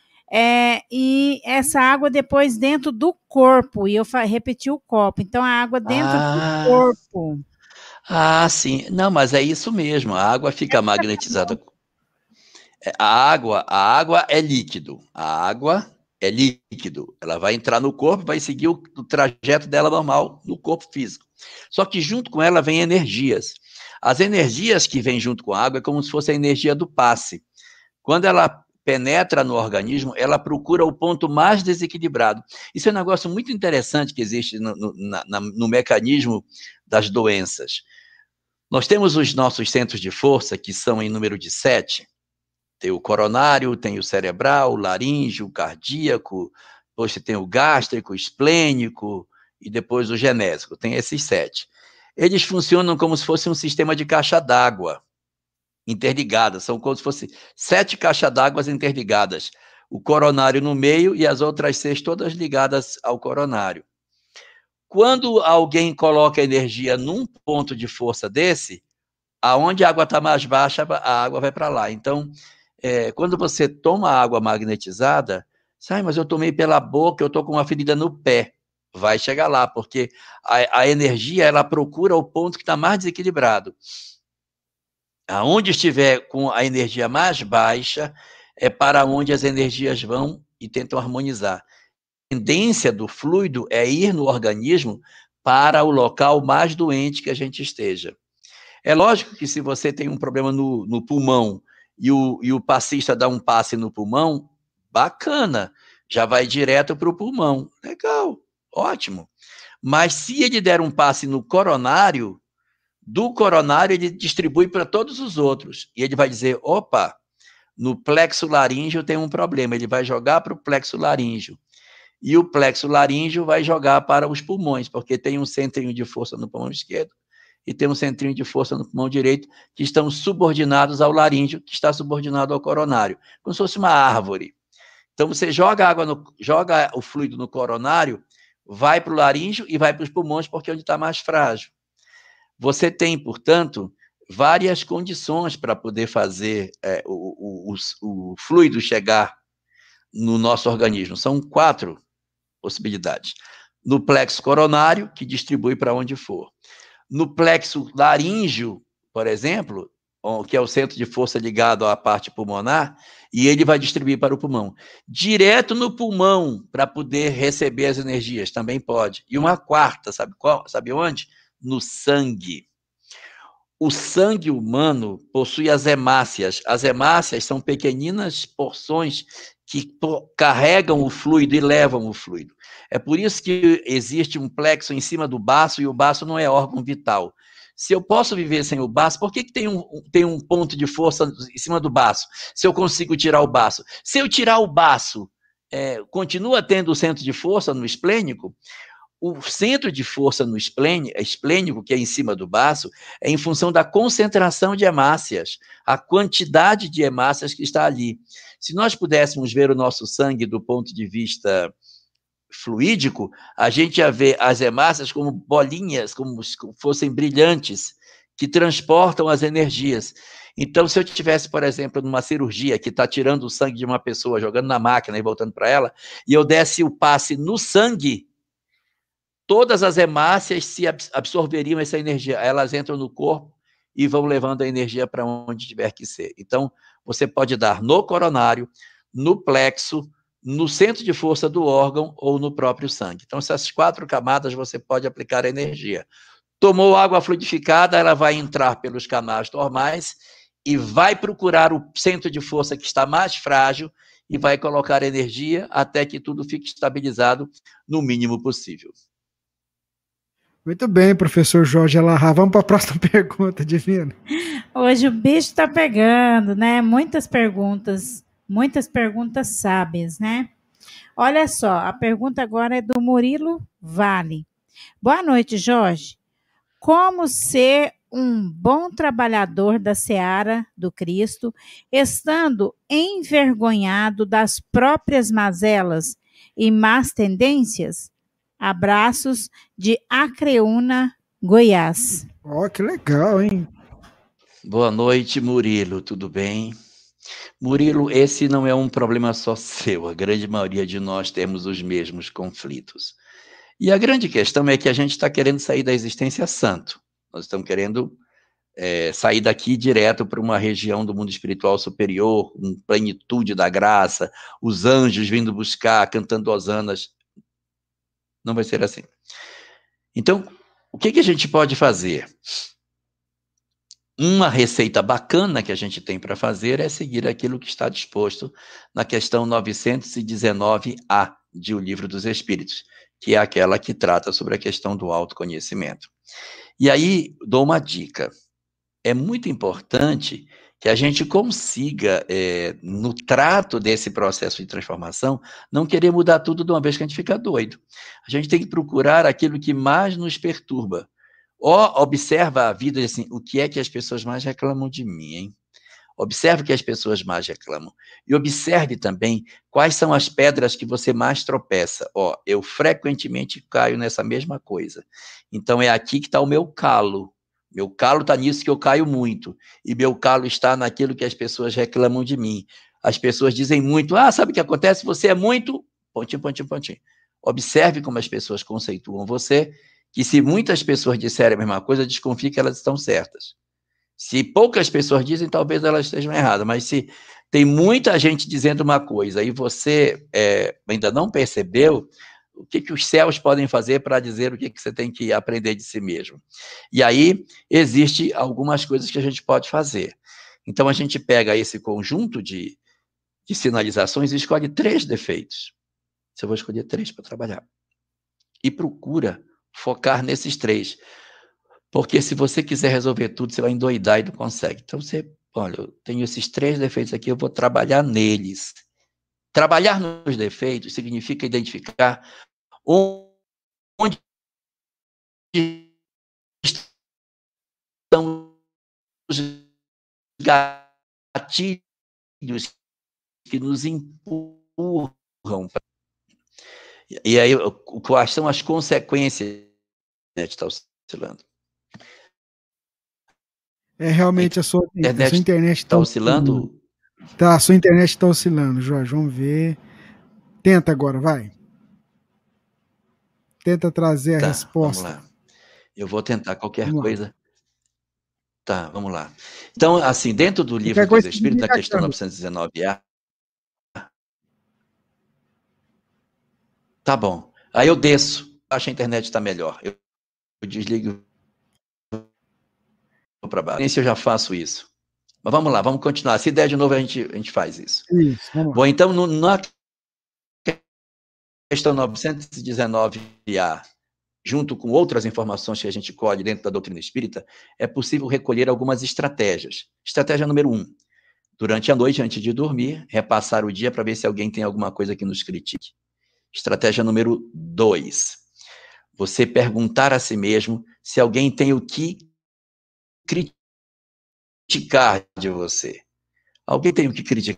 e essa água depois dentro do corpo, e eu repeti o copo, então a água dentro do corpo. Sim. Não, mas é isso mesmo, a água fica magnetizada. A água é líquido, a água é líquido. Ela vai entrar no corpo, vai seguir o trajeto dela normal no corpo físico. Só que junto com ela vem energias. As energias que vêm junto com a água é como se fosse a energia do passe. Quando ela penetra no organismo, ela procura o ponto mais desequilibrado. Isso é um negócio muito interessante que existe no mecanismo das doenças. Nós temos os nossos centros de força, que são em número de 7. Tem o coronário, tem o cerebral, o laríngeo, o cardíaco, depois você tem o gástrico, o esplênico e depois o genésico. Tem esses 7. Eles funcionam como se fosse um sistema de caixa d'água interligadas, são como se fossem 7 caixas d'água interligadas, o coronário no meio e as outras 6 todas ligadas ao coronário. Quando alguém coloca energia num ponto de força desse, aonde a água está mais baixa, a água vai para lá. Então, quando você toma água magnetizada, mas eu tomei pela boca, eu estou com uma ferida no pé. Vai chegar lá, porque a energia, ela procura o ponto que está mais desequilibrado. Aonde estiver com a energia mais baixa, é para onde as energias vão e tentam harmonizar. A tendência do fluido é ir no organismo para o local mais doente que a gente esteja. É lógico que se você tem um problema no pulmão e o passista dá um passe no pulmão, bacana, já vai direto para o pulmão. Legal, ótimo. Mas se ele der um passe no coronário, do coronário ele distribui para todos os outros. E ele vai dizer, opa, no plexo laríngeo tem um problema. Ele vai jogar para o plexo laríngeo. E o plexo laríngeo vai jogar para os pulmões, porque tem um centrinho de força no pulmão esquerdo e tem um centrinho de força no pulmão direito, que estão subordinados ao laríngeo, que está subordinado ao coronário, como se fosse uma árvore. Então, você joga o fluido no coronário, vai para o laríngeo e vai para os pulmões, porque é onde está mais frágil. Você tem, portanto, várias condições para poder fazer o fluido chegar no nosso organismo. São 4 possibilidades. No plexo coronário, que distribui para onde for. No plexo laríngeo, por exemplo, que é o centro de força ligado à parte pulmonar, e ele vai distribuir para o pulmão. Direto no pulmão, para poder receber as energias, também pode. E uma 4ª, sabe qual? Sabe onde? No sangue. O sangue humano possui as hemácias. As hemácias são pequeninas porções que carregam o fluido e levam o fluido. É por isso que existe um plexo em cima do baço e o baço não é órgão vital. Se eu posso viver sem o baço, por que tem um ponto de força em cima do baço? Se eu consigo tirar o baço. Se eu tirar o baço, continua tendo o centro de força no esplênico? O centro de força no esplênico, que é em cima do baço, é em função da concentração de hemácias, a quantidade de hemácias que está ali. Se nós pudéssemos ver o nosso sangue do ponto de vista fluídico, a gente ia ver as hemácias como bolinhas, como se fossem brilhantes, que transportam as energias. Então, se eu tivesse, por exemplo, numa cirurgia que está tirando o sangue de uma pessoa, jogando na máquina e voltando para ela, e eu desse o passe no sangue, todas as hemácias se absorveriam essa energia. Elas entram no corpo e vão levando a energia para onde tiver que ser. Então, você pode dar no coronário, no plexo, no centro de força do órgão ou no próprio sangue. Então, essas 4 camadas você pode aplicar a energia. Tomou água fluidificada, ela vai entrar pelos canais normais e vai procurar o centro de força que está mais frágil e vai colocar energia até que tudo fique estabilizado no mínimo possível. Muito bem, professor Jorge Alarra. Vamos para a próxima pergunta, Divino. Hoje o bicho está pegando, né? Muitas perguntas sábias, né? Olha só, a pergunta agora é do Murilo Vale. Boa noite, Jorge. Como ser um bom trabalhador da seara do Cristo, estando envergonhado das próprias mazelas e más tendências? Abraços de Acreúna, Goiás. Que legal, hein? Boa noite, Murilo, tudo bem? Murilo, esse não é um problema só seu, a grande maioria de nós temos os mesmos conflitos. E a grande questão é que a gente está querendo sair da existência santo, nós estamos querendo sair daqui direto para uma região do mundo espiritual superior, com plenitude da graça, os anjos vindo buscar, cantando hosanas. Não vai ser assim. Então, o que a gente pode fazer? Uma receita bacana que a gente tem para fazer é seguir aquilo que está disposto na questão 919A de O Livro dos Espíritos, que é aquela que trata sobre a questão do autoconhecimento. E aí, dou uma dica. É muito importante que a gente consiga, no trato desse processo de transformação, não querer mudar tudo de uma vez que a gente fica doido. A gente tem que procurar aquilo que mais nos perturba. Observa a vida assim, o que é que as pessoas mais reclamam de mim, hein? Observe o que as pessoas mais reclamam. E observe também quais são as pedras que você mais tropeça. Eu frequentemente caio nessa mesma coisa. Então é aqui que está o meu calo. Meu calo está nisso que eu caio muito. E meu calo está naquilo que as pessoas reclamam de mim. As pessoas dizem muito, sabe o que acontece? Você é muito... Pontinho, pontinho, pontinho. Observe como as pessoas conceituam você, que se muitas pessoas disserem a mesma coisa, desconfie que elas estão certas. Se poucas pessoas dizem, talvez elas estejam erradas, mas se tem muita gente dizendo uma coisa e você ainda não percebeu, o que os céus podem fazer para dizer o que você tem que aprender de si mesmo? E aí, existe algumas coisas que a gente pode fazer. Então, a gente pega esse conjunto de sinalizações e escolhe 3 defeitos. Eu vou escolher 3 para trabalhar. E procura focar nesses 3. Porque se você quiser resolver tudo, você vai endoidar e não consegue. Então, olha, eu tenho esses 3 defeitos aqui, eu vou trabalhar neles. Trabalhar nos defeitos significa identificar onde estão os gatilhos que nos empurram. E aí, quais são as consequências de estar oscilando? Realmente a sua internet está oscilando? Tá, a sua internet está oscilando, Jorge. Vamos ver. Tenta agora, vai. Tenta trazer a resposta. Vamos lá. Eu vou tentar qualquer coisa. Tá, vamos lá. Então, assim, dentro do Livro dos Espíritos, a questão 919A. Tá bom. Aí eu desço. Acho que a internet está melhor. Eu desligo para baixo. Se eu já faço isso. Mas vamos lá, vamos continuar. Se der de novo, a gente faz isso. Isso, vamos lá. Bom, então, na questão 919A, junto com outras informações que a gente colhe dentro da doutrina espírita, é possível recolher algumas estratégias. Estratégia número 1. Durante a noite, antes de dormir, repassar o dia para ver se alguém tem alguma coisa que nos critique. Estratégia número 2. Você perguntar a si mesmo se alguém tem o que criticar de você. Alguém tem o que criticar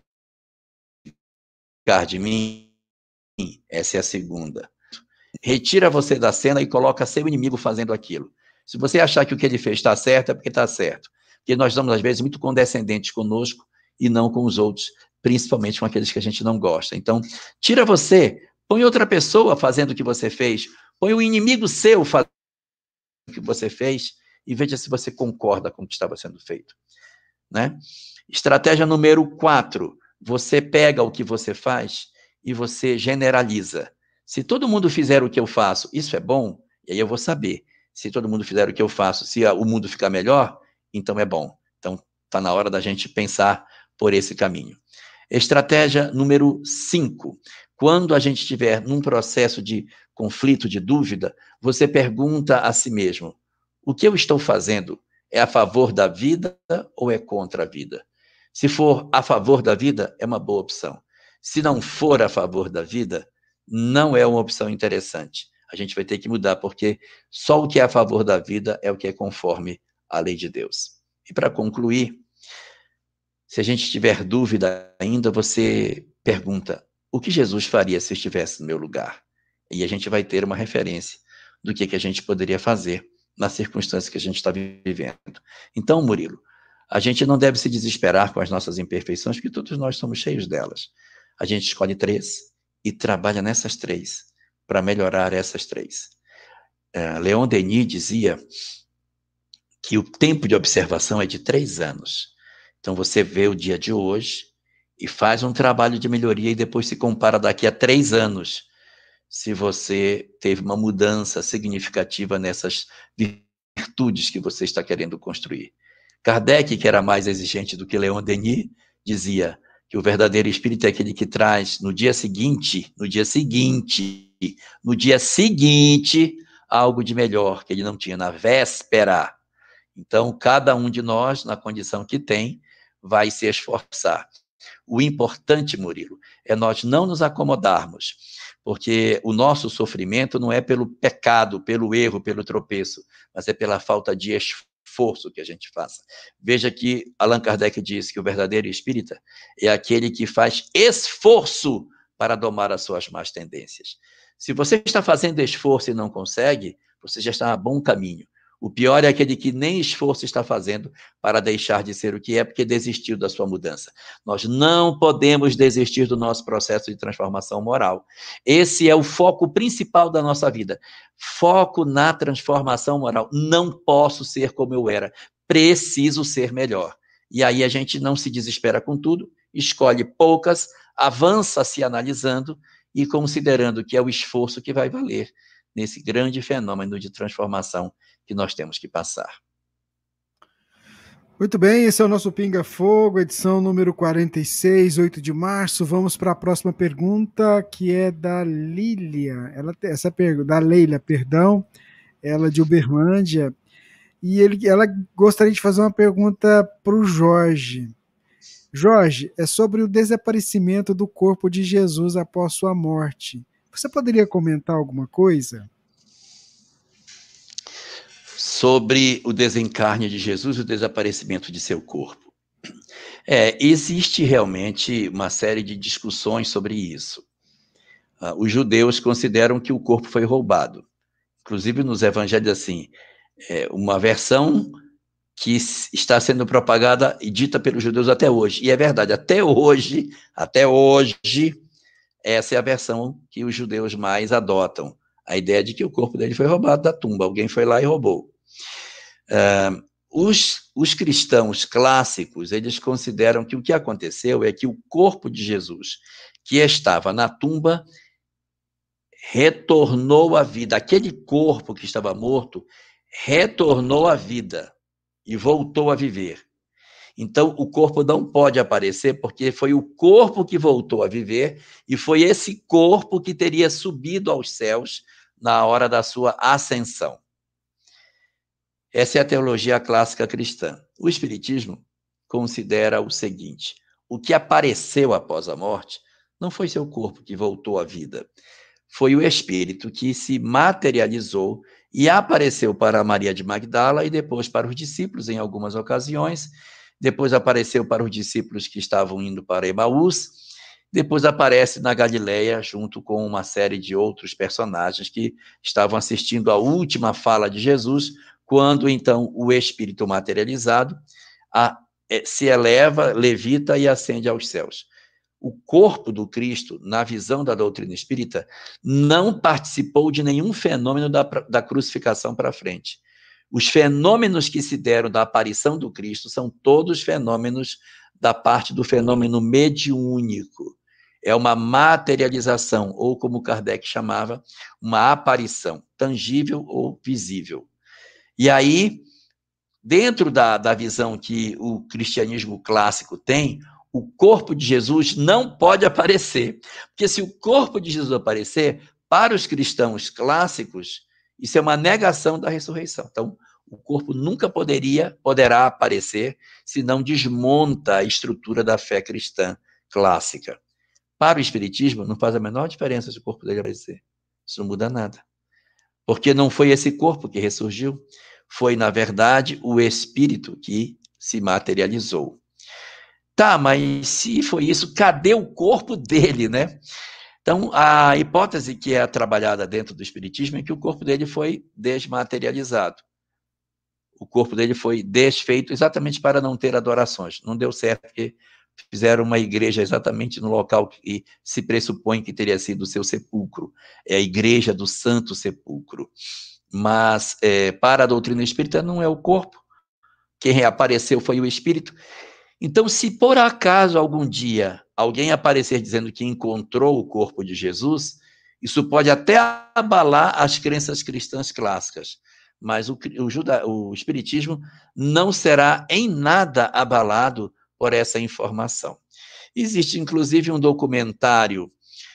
de mim? Essa é a segunda. Retira você da cena e coloca seu inimigo fazendo aquilo. Se você achar que o que ele fez está certo, é porque está certo. Porque nós somos, às vezes, muito condescendentes conosco e não com os outros, principalmente com aqueles que a gente não gosta. Então, tira você, põe outra pessoa fazendo o que você fez, põe o inimigo seu fazendo o que você fez e veja se você concorda com o que estava sendo feito. Né? Estratégia número 4. Você pega o que você faz e você generaliza. Se todo mundo fizer o que eu faço, isso é bom? E aí eu vou saber. Se todo mundo fizer o que eu faço, se o mundo ficar melhor, então é bom. Então, está na hora da gente pensar por esse caminho. Estratégia número 5. Quando a gente estiver num processo de conflito, de dúvida, você pergunta a si mesmo, o que eu estou fazendo é a favor da vida ou é contra a vida? Se for a favor da vida, é uma boa opção. Se não for a favor da vida, não é uma opção interessante. A gente vai ter que mudar, porque só o que é a favor da vida é o que é conforme a lei de Deus. E para concluir, se a gente tiver dúvida ainda, você pergunta, o que Jesus faria se estivesse no meu lugar? E a gente vai ter uma referência do que a gente poderia fazer na circunstância que a gente está vivendo. Então, Murilo, a gente não deve se desesperar com as nossas imperfeições, porque todos nós somos cheios delas. A gente escolhe 3 e trabalha nessas 3 para melhorar essas 3. Leon Denis dizia que o tempo de observação é de 3 anos. Então, você vê o dia de hoje e faz um trabalho de melhoria e depois se compara daqui a 3 anos, se você teve uma mudança significativa nessas virtudes que você está querendo construir. Kardec, que era mais exigente do que Leon Denis, dizia que o verdadeiro espírito é aquele que traz no dia seguinte, algo de melhor que ele não tinha na véspera. Então, cada um de nós, na condição que tem, vai se esforçar. O importante, Murilo, é nós não nos acomodarmos, porque o nosso sofrimento não é pelo pecado, pelo erro, pelo tropeço, mas é pela falta de esforço que a gente faça. Veja que Allan Kardec diz que o verdadeiro espírita é aquele que faz esforço para domar as suas más tendências. Se você está fazendo esforço e não consegue, você já está a bom caminho. O pior é aquele que nem esforço está fazendo para deixar de ser o que é, porque desistiu da sua mudança. Nós não podemos desistir do nosso processo de transformação moral. Esse é o foco principal da nossa vida. Foco na transformação moral. Não posso ser como eu era. Preciso ser melhor. E aí a gente não se desespera com tudo, escolhe poucas, avança se analisando e considerando que é o esforço que vai valer nesse grande fenômeno de transformação que nós temos que passar. Muito bem, esse é o nosso Pinga Fogo, edição número 46, 8 de março. Vamos para a próxima pergunta, que é da Lília. Da Leila, perdão. Ela de Uberlândia. E ela gostaria de fazer uma pergunta para o Jorge. Jorge, é sobre o desaparecimento do corpo de Jesus após sua morte. Você poderia comentar alguma coisa? Sobre o desencarne de Jesus e o desaparecimento de seu corpo. Existe realmente uma série de discussões sobre isso. Os judeus consideram que o corpo foi roubado. Inclusive nos evangelhos, assim, uma versão que está sendo propagada e dita pelos judeus até hoje. E é verdade, até hoje, essa é a versão que os judeus mais adotam. A ideia de que o corpo dele foi roubado da tumba, alguém foi lá e roubou. Os cristãos clássicos, eles consideram que o que aconteceu é que o corpo de Jesus, que estava na tumba, retornou à vida. Aquele corpo que estava morto, retornou à vida e voltou a viver. Então, o corpo não pode aparecer, porque foi o corpo que voltou a viver, e foi esse corpo que teria subido aos céus na hora da sua ascensão. Essa é a teologia clássica cristã. O Espiritismo considera o seguinte: o que apareceu após a morte não foi seu corpo que voltou à vida, foi o Espírito que se materializou e apareceu para Maria de Magdala e depois para os discípulos em algumas ocasiões, depois apareceu para os discípulos que estavam indo para Emaús, depois aparece na Galileia junto com uma série de outros personagens que estavam assistindo à última fala de Jesus, quando então o Espírito materializado se eleva, levita e ascende aos céus. O corpo do Cristo, na visão da doutrina espírita, não participou de nenhum fenômeno da crucificação para frente. Os fenômenos que se deram da aparição do Cristo são todos fenômenos da parte do fenômeno mediúnico. É uma materialização, ou como Kardec chamava, uma aparição, tangível ou visível. E aí, dentro da visão que o cristianismo clássico tem, o corpo de Jesus não pode aparecer. Porque se o corpo de Jesus aparecer, para os cristãos clássicos, isso é uma negação da ressurreição. Então, o corpo nunca poderá aparecer se não desmonta a estrutura da fé cristã clássica. Para o Espiritismo, não faz a menor diferença se o corpo dele aparecer. Isso não muda nada. Porque não foi esse corpo que ressurgiu, foi, na verdade, o Espírito que se materializou. Tá, mas se foi isso, cadê o corpo dele, né? Então, a hipótese que é trabalhada dentro do Espiritismo é que o corpo dele foi desmaterializado. O corpo dele foi desfeito exatamente para não ter adorações. Não deu certo, porque fizeram uma igreja exatamente no local que se pressupõe que teria sido o seu sepulcro. É a igreja do Santo Sepulcro. Mas, para a doutrina espírita, não é o corpo. quem reapareceu foi o Espírito. Então, se por acaso algum dia alguém aparecer dizendo que encontrou o corpo de Jesus, isso pode até abalar as crenças cristãs clássicas, mas o Espiritismo não será em nada abalado por essa informação. Existe, inclusive, um documentário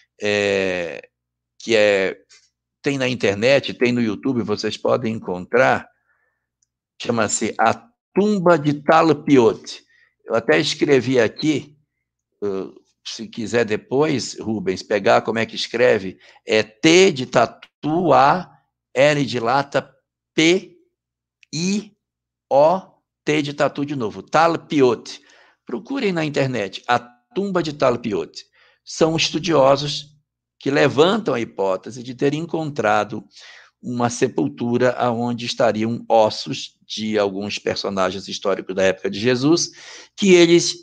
tem na internet, tem no YouTube, vocês podem encontrar, chama-se A Tumba de Talpiot. Eu até escrevi aqui, se quiser depois, Rubens, pegar como é que escreve, é T de tatu, A, L de lata, P, I, O, T de tatu de novo, Talpiot. Procurem na internet, A Tumba de Talpiot. São estudiosos que levantam a hipótese de ter encontrado uma sepultura onde estariam ossos de alguns personagens históricos da época de Jesus, que eles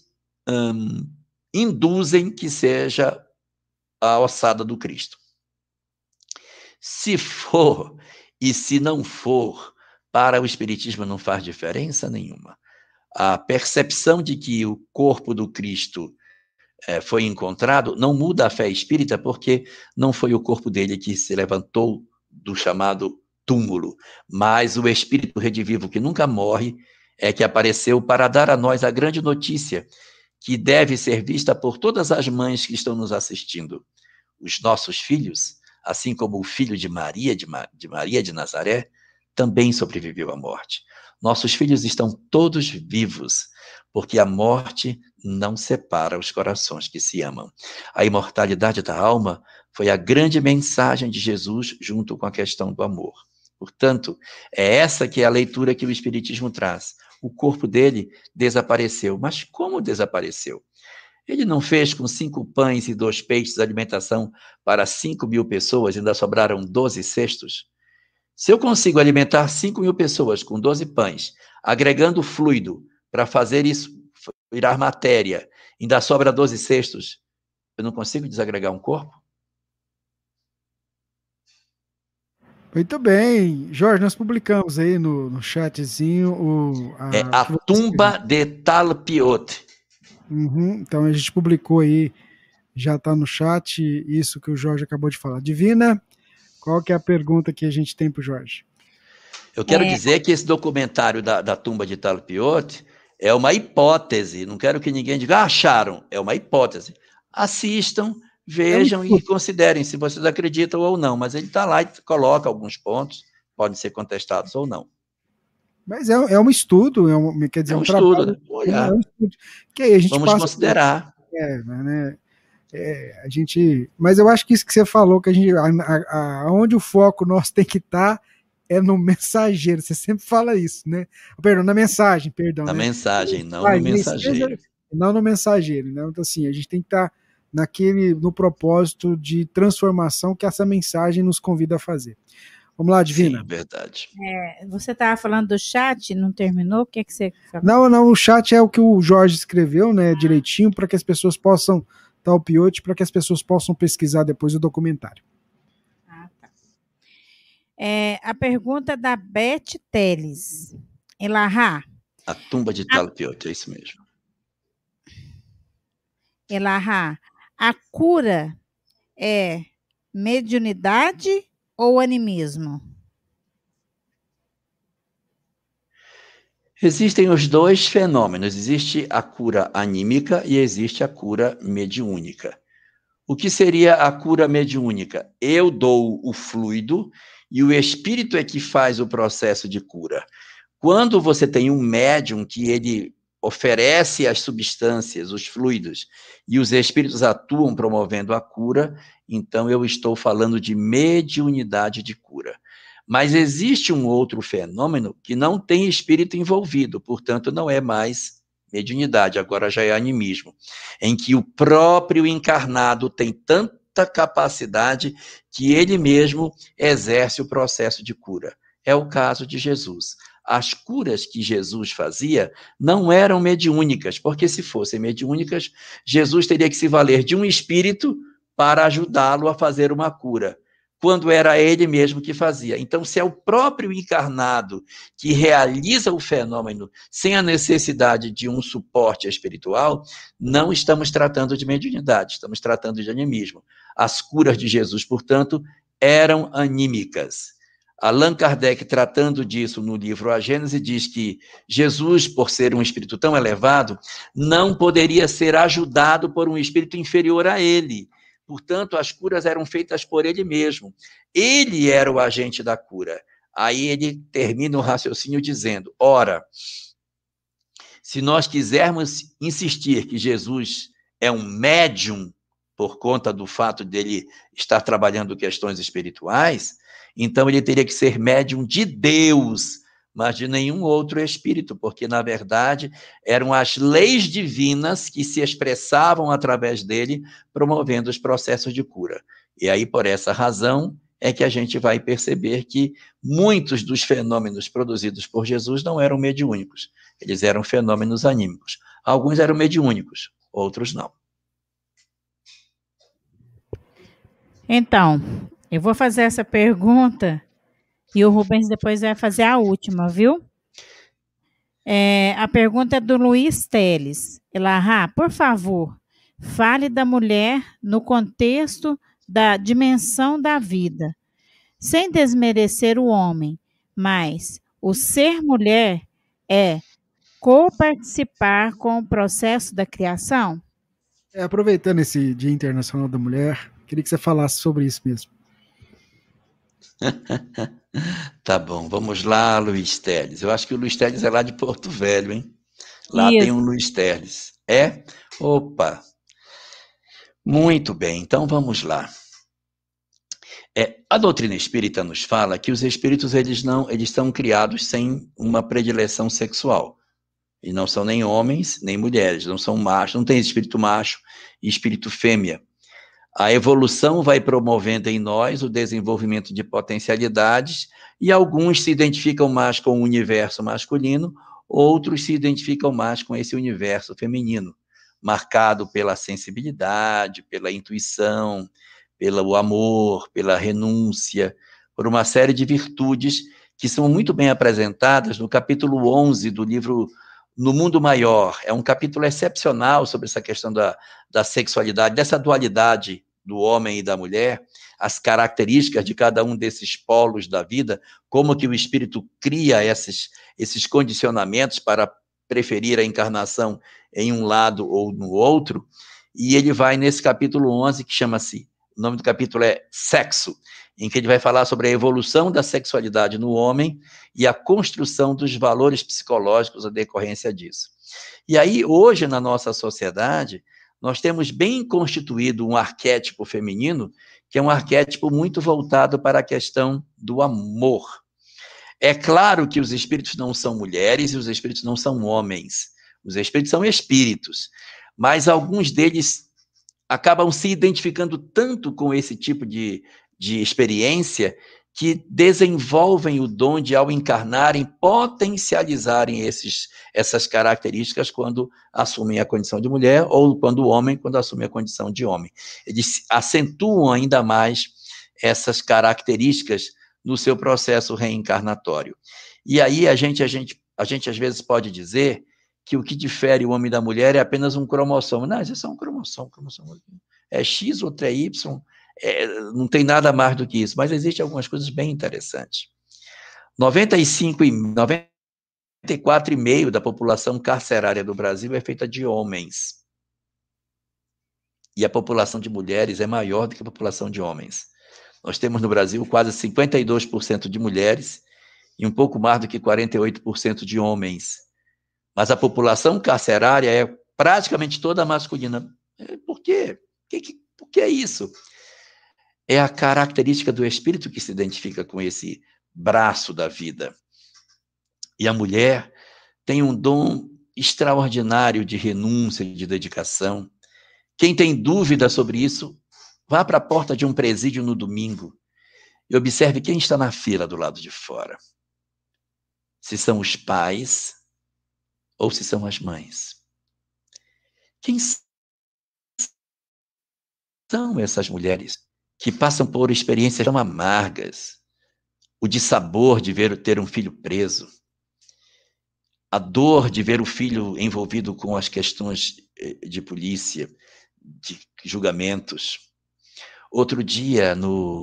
induzem que seja a ossada do Cristo. Se for e se não for, para o Espiritismo não faz diferença nenhuma. A percepção de que o corpo do Cristo foi encontrado não muda a fé espírita, porque não foi o corpo dele que se levantou do chamado túmulo, mas o Espírito redivivo que nunca morre é que apareceu para dar a nós a grande notícia que deve ser vista por todas as mães que estão nos assistindo. Os nossos filhos, assim como o filho de Maria de Nazaré, também sobreviveu à morte. Nossos filhos estão todos vivos, porque a morte não separa os corações que se amam. A imortalidade da alma foi a grande mensagem de Jesus junto com a questão do amor. Portanto, é essa que é a leitura que o Espiritismo traz. O corpo dele desapareceu. Mas como desapareceu? Ele não fez com 5 pães e 2 peixes alimentação para 5.000 pessoas e ainda sobraram 12 cestos? Se eu consigo alimentar 5.000 pessoas com 12 pães, agregando fluido para fazer isso virar matéria, ainda sobra 12 cestos, eu não consigo desagregar um corpo? Muito bem. Jorge, nós publicamos aí no chatzinho a Tumba de Talpiot. Então a gente publicou aí, já está no chat, isso que o Jorge acabou de falar. Divina, qual que é a pergunta que a gente tem para o Jorge? Eu quero dizer que esse documentário da Tumba de Talpiot é uma hipótese, não quero que ninguém diga, acharam, é uma hipótese. Assistam, vejam e considerem se vocês acreditam ou não, mas ele está lá e coloca alguns pontos, podem ser contestados ou não. Mas é um estudo, quer dizer, é um trabalho, estudo, é um estudo, que aí a gente vamos considerar. A gente, mas eu acho que isso que você falou, que a gente, onde o foco nosso tem que estar é no mensageiro, você sempre fala isso, né? Perdão, na mensagem, perdão. Na mensagem, não no mensageiro. Não no mensageiro, né? Então, assim, a gente tem que estar no propósito de transformação que essa mensagem nos convida a fazer. Vamos lá, Divina. Sim, verdade. Você estava falando do chat, não terminou? O que você falou? Não, o chat é o que o Jorge escreveu, né, direitinho, para que as pessoas possam, Talpiot, para que as pessoas possam pesquisar depois o documentário. Tá. A pergunta da Beth Teles. Elahá. A Tumba de Talpiot, é isso mesmo. Elahá, a cura é mediunidade ou animismo? Existem os dois fenômenos. Existe a cura anímica e existe a cura mediúnica. O que seria a cura mediúnica? Eu dou o fluido e o espírito é que faz o processo de cura. Quando você tem um médium que ele oferece as substâncias, os fluidos, e os espíritos atuam promovendo a cura, então eu estou falando de mediunidade de cura. Mas existe um outro fenômeno que não tem espírito envolvido, portanto não é mais mediunidade, agora já é animismo, em que o próprio encarnado tem tanta capacidade que ele mesmo exerce o processo de cura. É o caso de Jesus. As curas que Jesus fazia não eram mediúnicas, porque se fossem mediúnicas, Jesus teria que se valer de um espírito para ajudá-lo a fazer uma cura. quando era ele mesmo que fazia. Então, se é o próprio encarnado que realiza o fenômeno sem a necessidade de um suporte espiritual, não estamos tratando de mediunidade, estamos tratando de animismo. As curas de Jesus, portanto, eram anímicas. Allan Kardec, tratando disso no livro A Gênese, diz que Jesus, por ser um espírito tão elevado, não poderia ser ajudado por um espírito inferior a ele. Portanto, as curas eram feitas por ele mesmo. Ele era o agente da cura. Aí ele termina o raciocínio dizendo, ora, se nós quisermos insistir que Jesus é um médium, por conta do fato dele estar trabalhando questões espirituais, então ele teria que ser médium de Deus, mas de nenhum outro espírito, porque, na verdade, eram as leis divinas que se expressavam através dele, promovendo os processos de cura. E aí, por essa razão, é que a gente vai perceber que muitos dos fenômenos produzidos por Jesus não eram mediúnicos, eles eram fenômenos anímicos. Alguns eram mediúnicos, outros não. Então, eu vou fazer essa pergunta e o Rubens depois vai fazer a última, viu? A pergunta é do Luiz Teles. Elahá, por favor, fale da mulher no contexto da dimensão da vida, sem desmerecer o homem, mas o ser mulher é co-participar com o processo da criação? Aproveitando esse Dia Internacional da Mulher, queria que você falasse sobre isso mesmo. Tá bom, vamos lá, Luiz Teles. Eu acho que o Luiz Teles é lá de Porto Velho, hein? Lá Isso. tem um Luiz Teles. É? Opa! Muito bem, então vamos lá. A doutrina espírita nos fala que os espíritos eles são criados sem uma predileção sexual. E não são nem homens, nem mulheres, não são machos, não tem espírito macho e espírito fêmea. A evolução vai promovendo em nós o desenvolvimento de potencialidades e alguns se identificam mais com o universo masculino, outros se identificam mais com esse universo feminino, marcado pela sensibilidade, pela intuição, pelo amor, pela renúncia, por uma série de virtudes que são muito bem apresentadas no capítulo 11 do livro No Mundo Maior. É um capítulo excepcional sobre essa questão da sexualidade, dessa dualidade do homem e da mulher, as características de cada um desses polos da vida, como que o espírito cria esses condicionamentos para preferir a encarnação em um lado ou no outro, e ele vai nesse capítulo 11, que chama-se, o nome do capítulo é Sexo, em que ele vai falar sobre a evolução da sexualidade no homem e a construção dos valores psicológicos à decorrência disso. E aí, hoje, na nossa sociedade, nós temos bem constituído um arquétipo feminino, que é um arquétipo muito voltado para a questão do amor. É claro que os espíritos não são mulheres e os espíritos não são homens. Os espíritos são espíritos, mas alguns deles acabam se identificando tanto com esse tipo de experiência que desenvolvem o dom de, ao encarnarem, potencializarem essas características quando assumem a condição de mulher ou quando assume a condição de homem. Eles acentuam ainda mais essas características no seu processo reencarnatório. E aí a gente às vezes pode dizer que o que difere o homem da mulher é apenas um cromossomo. Não, isso é só um cromossomo é X, outro é Y, não tem nada mais do que isso, mas existem algumas coisas bem interessantes. 94,5% da população carcerária do Brasil é feita de homens. E a população de mulheres é maior do que a população de homens. Nós temos no Brasil quase 52% de mulheres e um pouco mais do que 48% de homens. Mas a população carcerária é praticamente toda masculina. Por quê? Por que é isso? É a característica do espírito que se identifica com esse braço da vida. E a mulher tem um dom extraordinário de renúncia e de dedicação. Quem tem dúvida sobre isso, vá para a porta de um presídio no domingo e observe quem está na fila do lado de fora. Se são os pais ou se são as mães. Quem são essas mulheres que passam por experiências tão amargas, o dissabor de ter um filho preso, a dor de ver o filho envolvido com as questões de polícia, de julgamentos. Outro dia,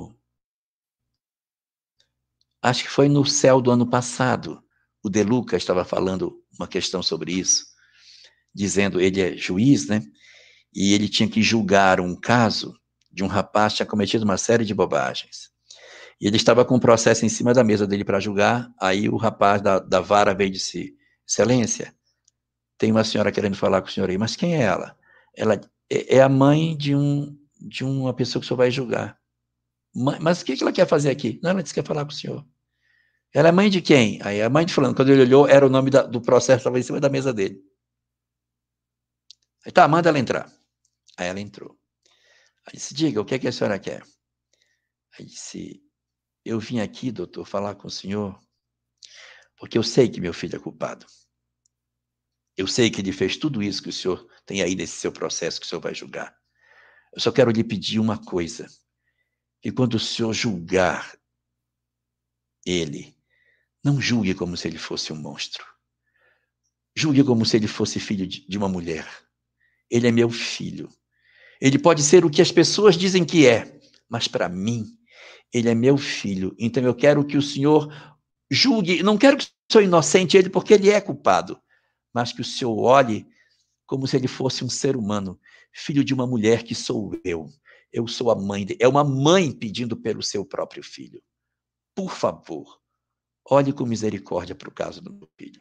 acho que foi no Céu do ano passado, o De Luca estava falando uma questão sobre isso, dizendo, ele é juiz, né? E ele tinha que julgar um caso de um rapaz que tinha cometido uma série de bobagens. E ele estava com um processo em cima da mesa dele para julgar, aí o rapaz da vara veio e disse, Excelência, tem uma senhora querendo falar com o senhor aí, mas quem é ela? Ela é a mãe de uma pessoa que o senhor vai julgar. Mas o que ela quer fazer aqui? Não, ela disse que quer falar com o senhor. Ela é mãe de quem? Aí a mãe de fulano, quando ele olhou, era o nome do processo, estava em cima da mesa dele. Aí tá, manda ela entrar. Aí ela entrou. Aí disse, diga, o que é que a senhora quer? Aí disse, eu vim aqui, doutor, falar com o senhor, porque eu sei que meu filho é culpado. Eu sei que ele fez tudo isso que o senhor tem aí nesse seu processo que o senhor vai julgar. Eu só quero lhe pedir uma coisa, que quando o senhor julgar ele, não julgue como se ele fosse um monstro. Julgue como se ele fosse filho de uma mulher. Ele é meu filho. Ele pode ser o que as pessoas dizem que é, mas para mim, ele é meu filho. Então eu quero que o senhor julgue, não quero que o senhor inocente ele, porque ele é culpado, mas que o senhor olhe como se ele fosse um ser humano, filho de uma mulher que sou eu. Eu sou a mãe dele. É uma mãe pedindo pelo seu próprio filho. Por favor, olhe com misericórdia para o caso do meu filho.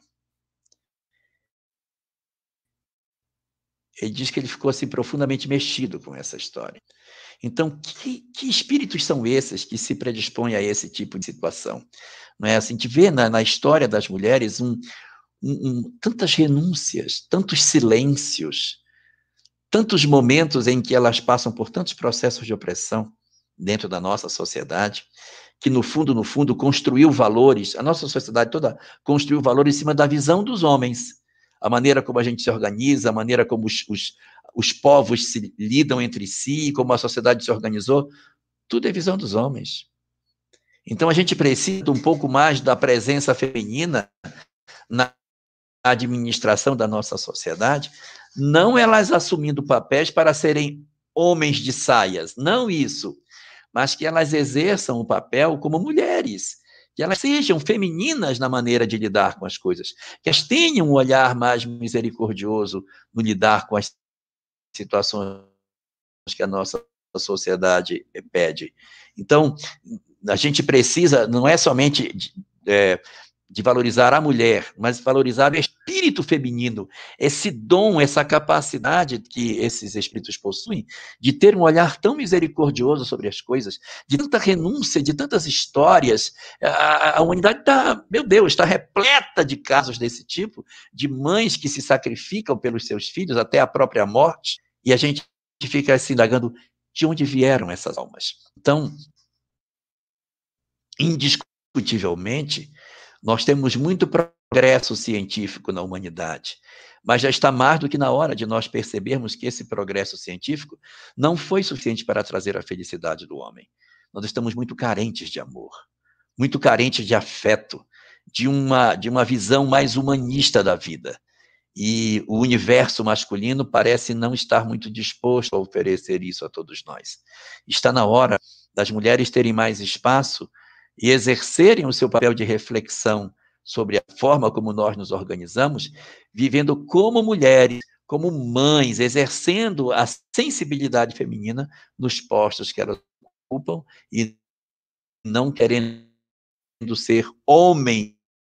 Ele diz que ele ficou assim profundamente mexido com essa história. Então, que espíritos são esses que se predispõem a esse tipo de situação? Não é assim? A gente vê na história das mulheres tantas renúncias, tantos silêncios, tantos momentos em que elas passam por tantos processos de opressão dentro da nossa sociedade, que no fundo, construiu valores, a nossa sociedade toda construiu valores em cima da visão dos homens, a maneira como a gente se organiza, a maneira como os povos se lidam entre si, como a sociedade se organizou, tudo é visão dos homens. Então a gente precisa um pouco mais da presença feminina na administração da nossa sociedade, não elas assumindo papéis para serem homens de saias, não isso, mas que elas exerçam o papel como mulheres, que elas sejam femininas na maneira de lidar com as coisas, que elas tenham um olhar mais misericordioso no lidar com as situações que a nossa sociedade pede. Então, a gente precisa, não é somente de valorizar a mulher, mas valorizar o espírito feminino, esse dom, essa capacidade que esses espíritos possuem de ter um olhar tão misericordioso sobre as coisas, de tanta renúncia, de tantas histórias. A humanidade está, meu Deus, está repleta de casos desse tipo, de mães que se sacrificam pelos seus filhos até a própria morte, e a gente fica se indagando de onde vieram essas almas. Então, indiscutivelmente, nós temos muito progresso científico na humanidade, mas já está mais do que na hora de nós percebermos que esse progresso científico não foi suficiente para trazer a felicidade do homem. Nós estamos muito carentes de amor, muito carentes de afeto, de uma visão mais humanista da vida. E o universo masculino parece não estar muito disposto a oferecer isso a todos nós. Está na hora das mulheres terem mais espaço e exercerem o seu papel de reflexão sobre a forma como nós nos organizamos, vivendo como mulheres, como mães, exercendo a sensibilidade feminina nos postos que elas ocupam e não querendo ser homens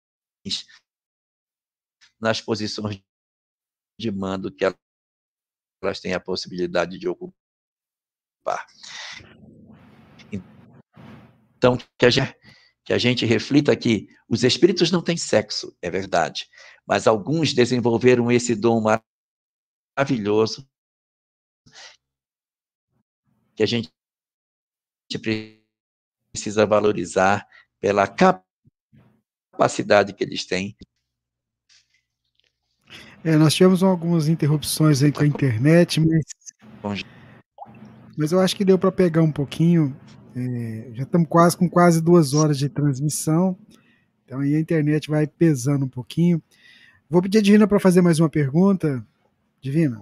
nas posições de mando que elas têm a possibilidade de ocupar. Então, que a gente reflita que os espíritos não têm sexo, é verdade, mas alguns desenvolveram esse dom maravilhoso que a gente precisa valorizar pela capacidade que eles têm. Nós tivemos algumas interrupções aí com a internet, mas mas eu acho que deu para pegar um pouquinho. Já estamos com quase 2 horas de transmissão, então aí a internet vai pesando um pouquinho. Vou pedir a Divina para fazer mais uma pergunta. Divina.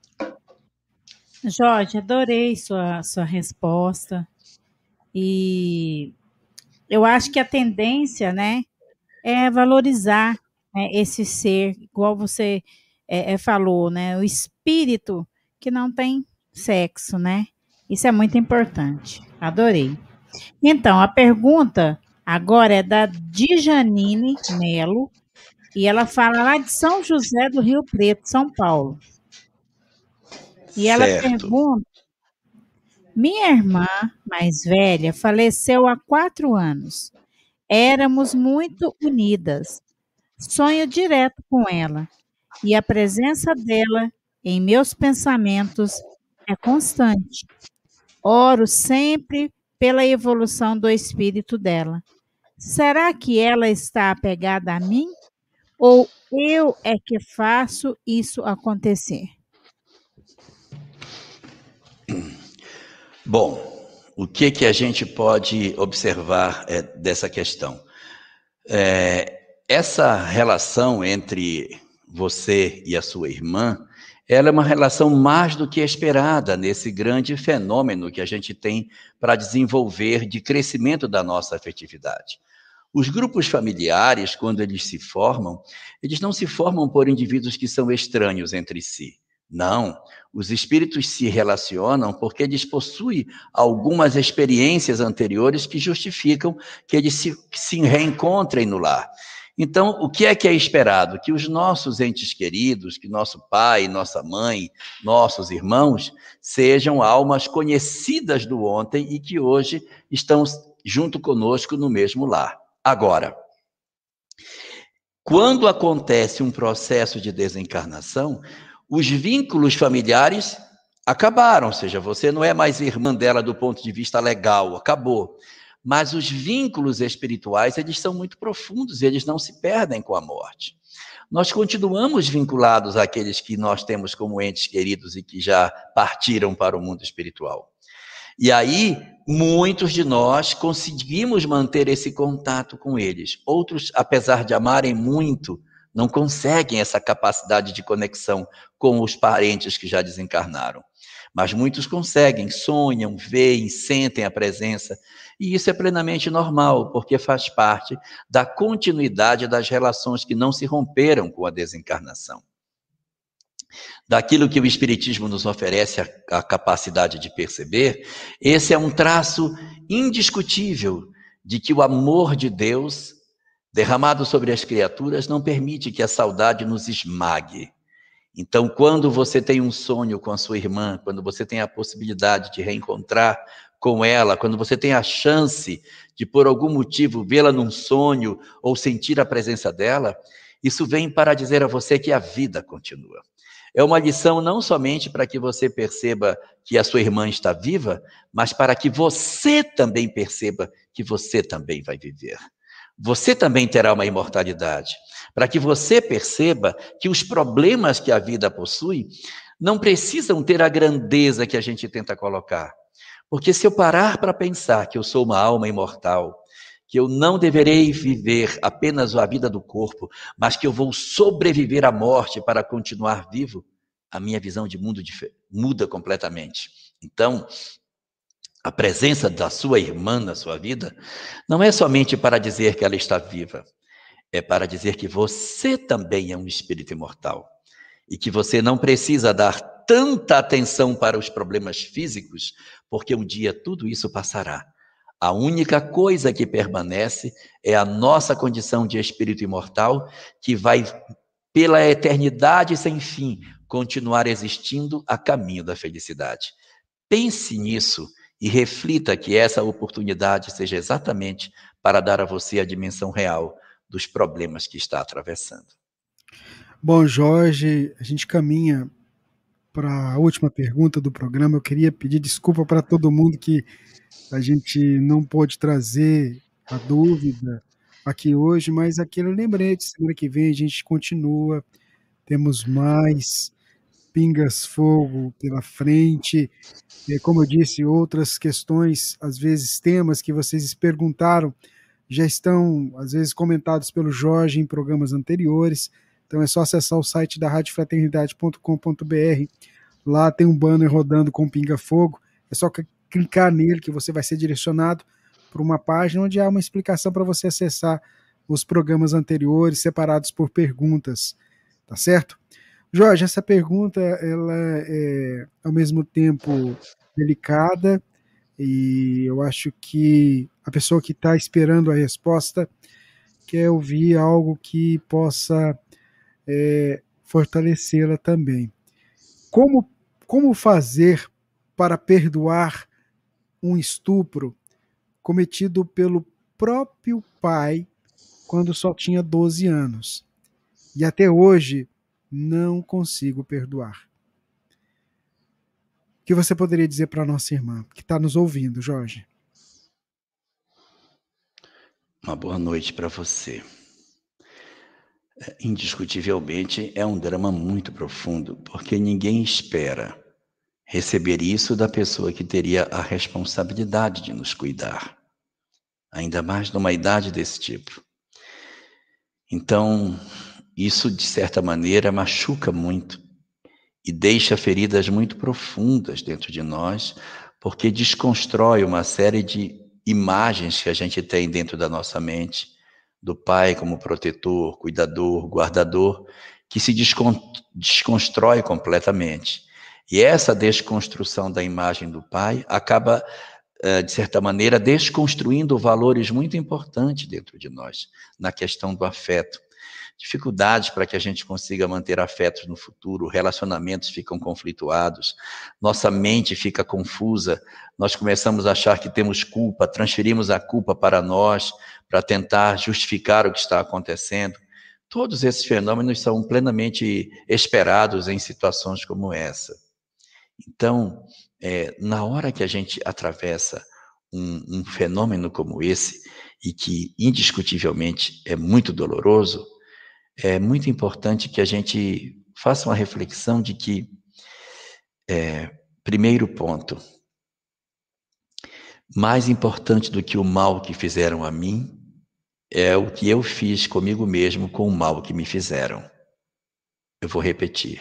Jorge, adorei sua resposta. E eu acho que a tendência, né, é valorizar, né, esse ser, igual você falou, né, o espírito que não tem sexo, né? Isso é muito importante. Adorei. Então, a pergunta agora é da Djanine Melo, e ela fala lá de São José do Rio Preto, São Paulo. E ela pergunta: minha irmã mais velha faleceu há 4 anos. Éramos muito unidas. Sonho direto com ela. E a presença dela em meus pensamentos é constante. Oro sempre pela evolução do espírito dela. Será que ela está apegada a mim? Ou eu é que faço isso acontecer? Bom, o que a gente pode observar dessa questão? Essa relação entre você e a sua irmã, ela é uma relação mais do que esperada nesse grande fenômeno que a gente tem para desenvolver de crescimento da nossa afetividade. Os grupos familiares, quando eles não se formam por indivíduos que são estranhos entre si. Não, os espíritos se relacionam porque eles possuem algumas experiências anteriores que justificam que eles se reencontrem no lar. Então, o que é esperado? Que os nossos entes queridos, que nosso pai, nossa mãe, nossos irmãos, sejam almas conhecidas do ontem e que hoje estão junto conosco no mesmo lar. Agora, quando acontece um processo de desencarnação, os vínculos familiares acabaram, ou seja, você não é mais irmã dela do ponto de vista legal, acabou. Mas os vínculos espirituais, eles são muito profundos e eles não se perdem com a morte. Nós continuamos vinculados àqueles que nós temos como entes queridos e que já partiram para o mundo espiritual. E aí, muitos de nós conseguimos manter esse contato com eles. Outros, apesar de amarem muito, não conseguem essa capacidade de conexão com os parentes que já desencarnaram. Mas muitos conseguem, sonham, veem, sentem a presença. E isso é plenamente normal, porque faz parte da continuidade das relações que não se romperam com a desencarnação. Daquilo que o Espiritismo nos oferece a capacidade de perceber, esse é um traço indiscutível de que o amor de Deus derramado sobre as criaturas não permite que a saudade nos esmague. Então, quando você tem um sonho com a sua irmã, quando você tem a possibilidade de reencontrar com ela, quando você tem a chance de, por algum motivo, vê-la num sonho ou sentir a presença dela, isso vem para dizer a você que a vida continua. É uma lição não somente para que você perceba que a sua irmã está viva, mas para que você também perceba que você também vai viver. Você também terá uma imortalidade, para que você perceba que os problemas que a vida possui não precisam ter a grandeza que a gente tenta colocar. Porque se eu parar para pensar que eu sou uma alma imortal, que eu não deverei viver apenas a vida do corpo, mas que eu vou sobreviver à morte para continuar vivo, a minha visão de mundo muda completamente. Então, a presença da sua irmã na sua vida não é somente para dizer que ela está viva, é para dizer que você também é um espírito imortal e que você não precisa dar tanta atenção para os problemas físicos, porque um dia tudo isso passará. A única coisa que permanece é a nossa condição de espírito imortal, que vai, pela eternidade sem fim, continuar existindo a caminho da felicidade. Pense nisso e reflita que essa oportunidade seja exatamente para dar a você a dimensão real dos problemas que está atravessando. Bom, Jorge, a gente caminha para a última pergunta do programa. Eu queria pedir desculpa para todo mundo que a gente não pôde trazer a dúvida aqui hoje, mas aquele lembrete, semana que vem a gente continua, temos mais pingas fogo pela frente. Como eu disse, outras questões, às vezes temas que vocês perguntaram, já estão, às vezes, comentados pelo Jorge em programas anteriores. Então é só acessar o site da radiofraternidade.com.br. Lá tem um banner rodando com Pinga Fogo. É só clicar nele que você vai ser direcionado para uma página onde há uma explicação para você acessar os programas anteriores, separados por perguntas. Tá certo? Jorge, essa pergunta ela é ao mesmo tempo delicada, e eu acho que a pessoa que está esperando a resposta quer ouvir algo que possa fortalecê-la também. Como fazer para perdoar um estupro cometido pelo próprio pai quando só tinha 12 anos? E até hoje não consigo perdoar. O que você poderia dizer para a nossa irmã que está nos ouvindo, Jorge? Uma boa noite para você. Indiscutivelmente é um drama muito profundo, porque ninguém espera receber isso da pessoa que teria a responsabilidade de nos cuidar, ainda mais numa idade desse tipo. Então, isso de certa maneira machuca muito e deixa feridas muito profundas dentro de nós, porque desconstrói uma série de imagens que a gente tem dentro da nossa mente, do pai como protetor, cuidador, guardador, que se desconstrói completamente. E essa desconstrução da imagem do pai acaba, de certa maneira, desconstruindo valores muito importantes dentro de nós, na questão do afeto. Dificuldades para que a gente consiga manter afetos no futuro, relacionamentos ficam conflituados, nossa mente fica confusa, nós começamos a achar que temos culpa, transferimos a culpa para nós, para tentar justificar o que está acontecendo. Todos esses fenômenos são plenamente esperados em situações como essa. Então, na hora que a gente atravessa um fenômeno como esse, e que indiscutivelmente é muito doloroso, é muito importante que a gente faça uma reflexão de que, primeiro ponto, mais importante do que o mal que fizeram a mim, é o que eu fiz comigo mesmo com o mal que me fizeram. Eu vou repetir.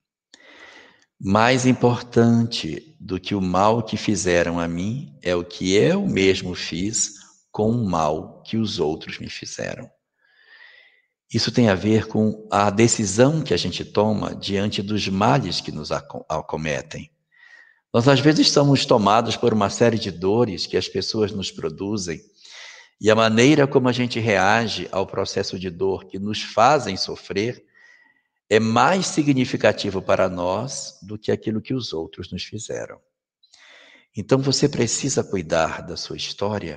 Mais importante do que o mal que fizeram a mim, é o que eu mesmo fiz com o mal que os outros me fizeram. Isso tem a ver com a decisão que a gente toma diante dos males que nos acometem. Nós, às vezes, estamos tomados por uma série de dores que as pessoas nos produzem, e a maneira como a gente reage ao processo de dor que nos fazem sofrer é mais significativo para nós do que aquilo que os outros nos fizeram. Então, você precisa cuidar da sua história,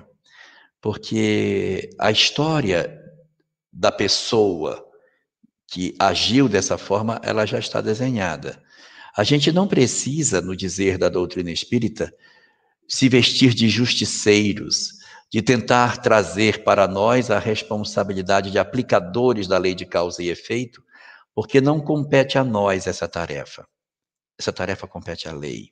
porque a história da pessoa que agiu dessa forma, ela já está desenhada. A gente não precisa, no dizer da doutrina espírita, se vestir de justiceiros, de tentar trazer para nós a responsabilidade de aplicadores da lei de causa e efeito, porque não compete a nós essa tarefa. Essa tarefa compete à lei.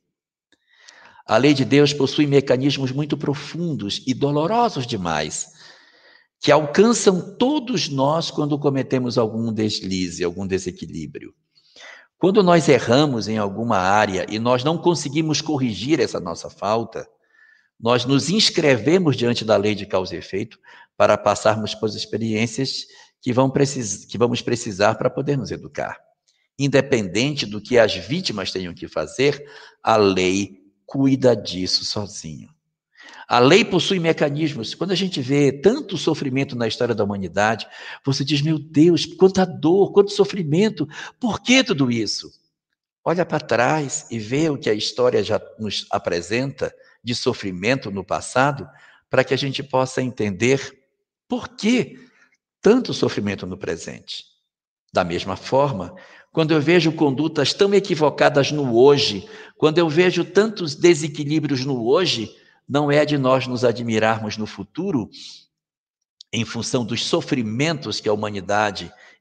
A lei de Deus possui mecanismos muito profundos e dolorosos demais, que alcançam todos nós quando cometemos algum deslize, algum desequilíbrio. Quando nós erramos em alguma área e nós não conseguimos corrigir essa nossa falta, nós nos inscrevemos diante da lei de causa e efeito para passarmos por experiências que vamos precisar para poder nos educar. Independente do que as vítimas tenham que fazer, a lei cuida disso sozinho. A lei possui mecanismos. Quando a gente vê tanto sofrimento na história da humanidade, você diz, meu Deus, quanta dor, quanto sofrimento, por que tudo isso? Olha para trás e vê o que a história já nos apresenta de sofrimento no passado, para que a gente possa entender por que tanto sofrimento no presente. Da mesma forma, quando eu vejo condutas tão equivocadas no hoje, quando eu vejo tantos desequilíbrios no hoje, não é de nós nos admirarmos no futuro, em função dos sofrimentos que a humanidade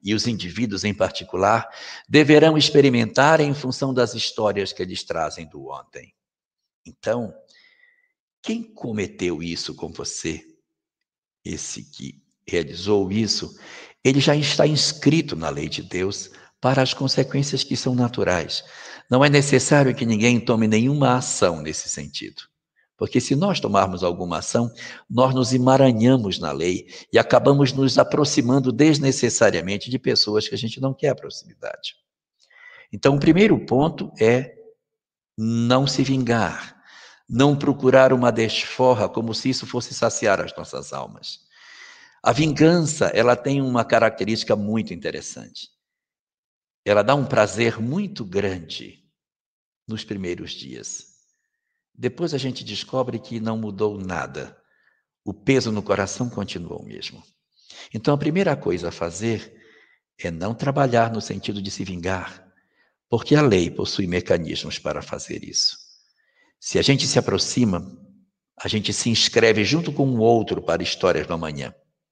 e os indivíduos em particular, deverão experimentar em função das histórias que eles trazem do ontem. Então, quem cometeu isso com você, esse que realizou isso, ele já está inscrito na lei de Deus para as consequências que são naturais. Não é necessário que ninguém tome nenhuma ação nesse sentido. Porque se nós tomarmos alguma ação, nós nos emaranhamos na lei e acabamos nos aproximando desnecessariamente de pessoas que a gente não quer a proximidade. Então, o primeiro ponto é não se vingar, não procurar uma desforra como se isso fosse saciar as nossas almas. A vingança, ela tem uma característica muito interessante. Ela dá um prazer muito grande nos primeiros dias. Depois a gente descobre que não mudou nada. O peso no coração continuou o mesmo. Então a primeira coisa a fazer é não trabalhar no sentido de se vingar, porque a lei possui mecanismos para fazer isso. Se a gente se aproxima, a gente se inscreve junto com o outro para histórias do amanhã.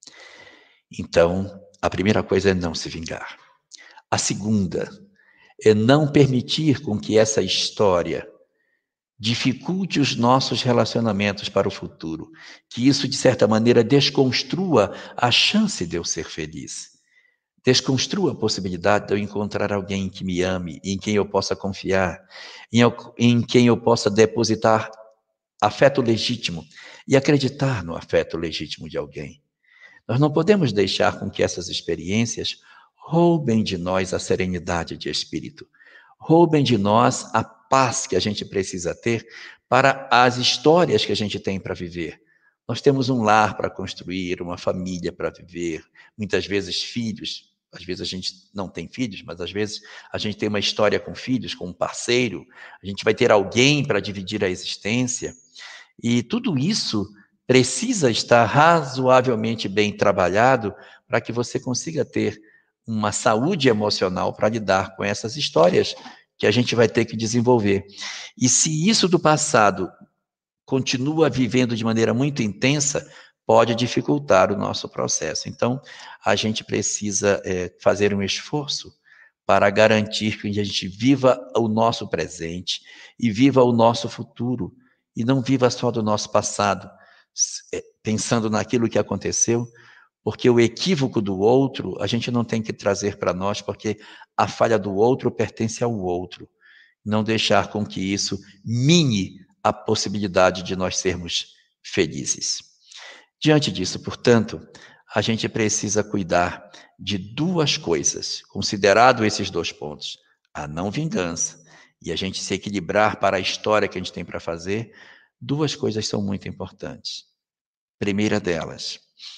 Então, a primeira coisa é não se vingar. A segunda é não permitir com que essa história dificulte os nossos relacionamentos para o futuro, que isso, de certa maneira, desconstrua a chance de eu ser feliz. Desconstrua a possibilidade de eu encontrar alguém que me ame, em quem eu possa confiar, em quem eu possa depositar afeto legítimo e acreditar no afeto legítimo de alguém. Nós não podemos deixar com que essas experiências roubem de nós a serenidade de espírito, roubem de nós a paz que a gente precisa ter para as histórias que a gente tem para viver. Nós temos um lar para construir, uma família para viver, muitas vezes filhos. Às vezes a gente não tem filhos, mas às vezes a gente tem uma história com filhos, com um parceiro. A gente vai ter alguém para dividir a existência. E tudo isso precisa estar razoavelmente bem trabalhado para que você consiga ter uma saúde emocional para lidar com essas histórias que a gente vai ter que desenvolver. E se isso do passado continua vivendo de maneira muito intensa, pode dificultar o nosso processo. Então, a gente precisa fazer um esforço para garantir que a gente viva o nosso presente e viva o nosso futuro, e não viva só do nosso passado, pensando naquilo que aconteceu, porque o equívoco do outro a gente não tem que trazer para nós, porque a falha do outro pertence ao outro. Não deixar com que isso mine a possibilidade de nós sermos felizes. Diante disso, portanto, a gente precisa cuidar de duas coisas, considerado esses dois pontos: a não vingança e a gente se equilibrar para a história que a gente tem para fazer. Duas coisas são muito importantes. Primeira delas,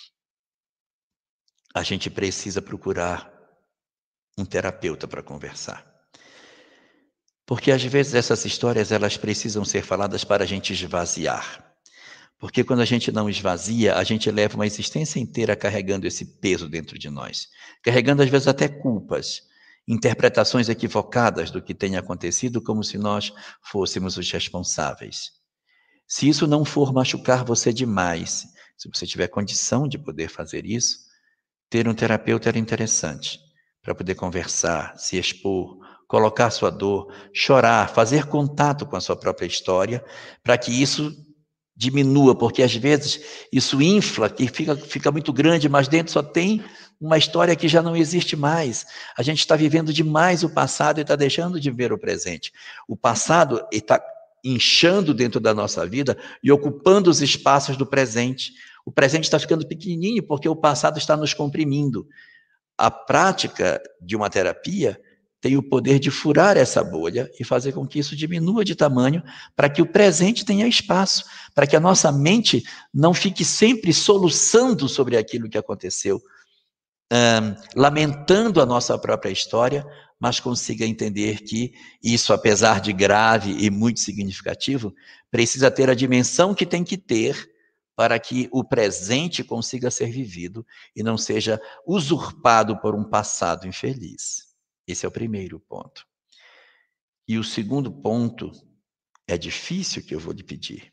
a gente precisa procurar um terapeuta para conversar. Porque às vezes essas histórias elas precisam ser faladas para a gente esvaziar. Porque quando a gente não esvazia, a gente leva uma existência inteira carregando esse peso dentro de nós. Carregando às vezes até culpas, interpretações equivocadas do que tem acontecido, como se nós fôssemos os responsáveis. Se isso não for machucar você demais, se você tiver condição de poder fazer isso, ter um terapeuta era interessante, para poder conversar, se expor, colocar sua dor, chorar, fazer contato com a sua própria história, para que isso diminua, porque às vezes isso infla, que fica muito grande, mas dentro só tem uma história que já não existe mais. A gente está vivendo demais o passado e está deixando de ver o presente. O passado está inchando dentro da nossa vida e ocupando os espaços do presente. O presente está ficando pequenininho porque o passado está nos comprimindo. A prática de uma terapia tem o poder de furar essa bolha e fazer com que isso diminua de tamanho, para que o presente tenha espaço, para que a nossa mente não fique sempre soluçando sobre aquilo que aconteceu, lamentando a nossa própria história, mas consiga entender que isso, apesar de grave e muito significativo, precisa ter a dimensão que tem que ter para que o presente consiga ser vivido e não seja usurpado por um passado infeliz. Esse é o primeiro ponto. E o segundo ponto é difícil, que eu vou lhe pedir,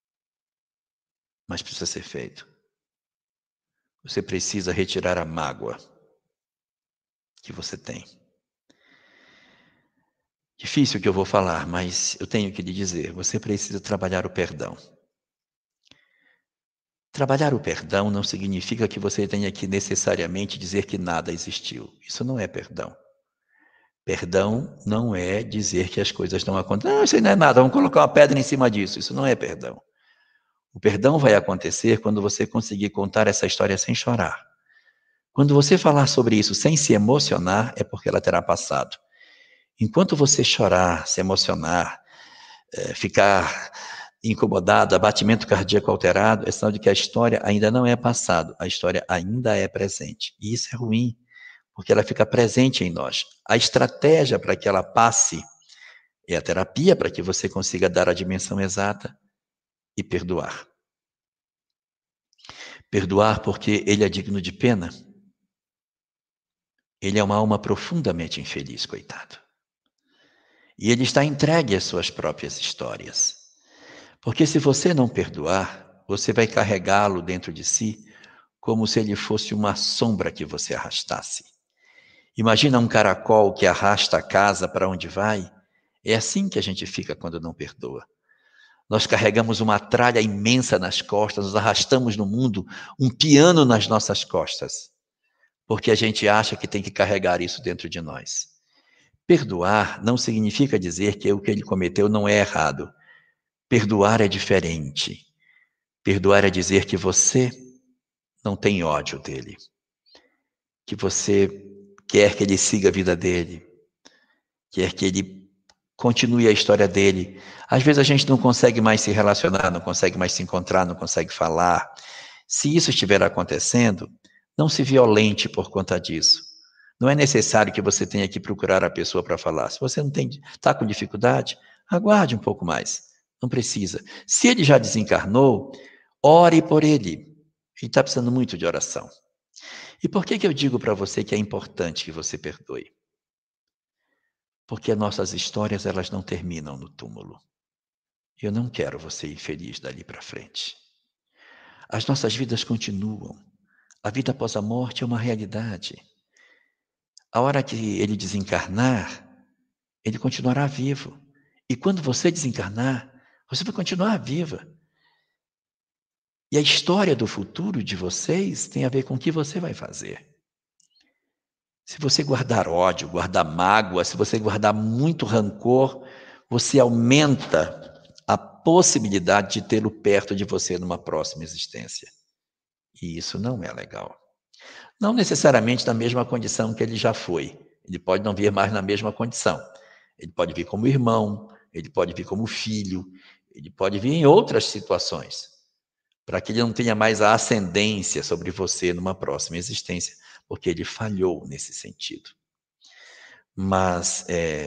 mas precisa ser feito. Você precisa retirar a mágoa. que você tem. Difícil o que eu vou falar, mas eu tenho que lhe dizer, você precisa trabalhar o perdão. Trabalhar o perdão não significa que você tenha que necessariamente dizer que nada existiu. Isso não é perdão. Perdão não é dizer que as coisas não acontecem. Não, isso aí não é nada, vamos colocar uma pedra em cima disso. Isso não é perdão. O perdão vai acontecer quando você conseguir contar essa história sem chorar. Quando você falar sobre isso sem se emocionar, é porque ela terá passado. Enquanto você chorar, se emocionar, ficar incomodado, abatimento cardíaco alterado, é sinal de que a história ainda não é passado, a história ainda é presente. E isso é ruim, porque ela fica presente em nós. A estratégia para que ela passe é a terapia, para que você consiga dar a dimensão exata e perdoar. Perdoar porque ele é digno de pena. Ele é uma alma profundamente infeliz, coitado. E ele está entregue às suas próprias histórias. Porque se você não perdoar, você vai carregá-lo dentro de si como se ele fosse uma sombra que você arrastasse. Imagina um caracol que arrasta a casa para onde vai. É assim que a gente fica quando não perdoa. Nós carregamos uma tralha imensa nas costas, nos arrastamos no mundo, um piano nas nossas costas, porque a gente acha que tem que carregar isso dentro de nós. Perdoar não significa dizer que o que ele cometeu não é errado. Perdoar é diferente. Perdoar é dizer que você não tem ódio dele, que você quer que ele siga a vida dele, quer que ele continue a história dele. Às vezes a gente não consegue mais se relacionar, não consegue mais se encontrar, não consegue falar. Se isso estiver acontecendo, não se violente por conta disso. Não é necessário que você tenha que procurar a pessoa para falar. Se você não está com dificuldade, aguarde um pouco mais. Não precisa. Se ele já desencarnou, ore por ele. Ele está precisando muito de oração. E por que eu digo para você que é importante que você perdoe? Porque as nossas histórias, elas não terminam no túmulo. Eu não quero você infeliz dali para frente. As nossas vidas continuam. A vida após a morte é uma realidade. A hora que ele desencarnar, ele continuará vivo. E quando você desencarnar, você vai continuar viva. E a história do futuro de vocês tem a ver com o que você vai fazer. Se você guardar ódio, guardar mágoa, se você guardar muito rancor, você aumenta a possibilidade de tê-lo perto de você numa próxima existência. E isso não é legal. Não necessariamente na mesma condição que ele já foi. Ele pode não vir mais na mesma condição. Ele pode vir como irmão, ele pode vir como filho, ele pode vir em outras situações, para que ele não tenha mais a ascendência sobre você numa próxima existência, porque ele falhou nesse sentido. Mas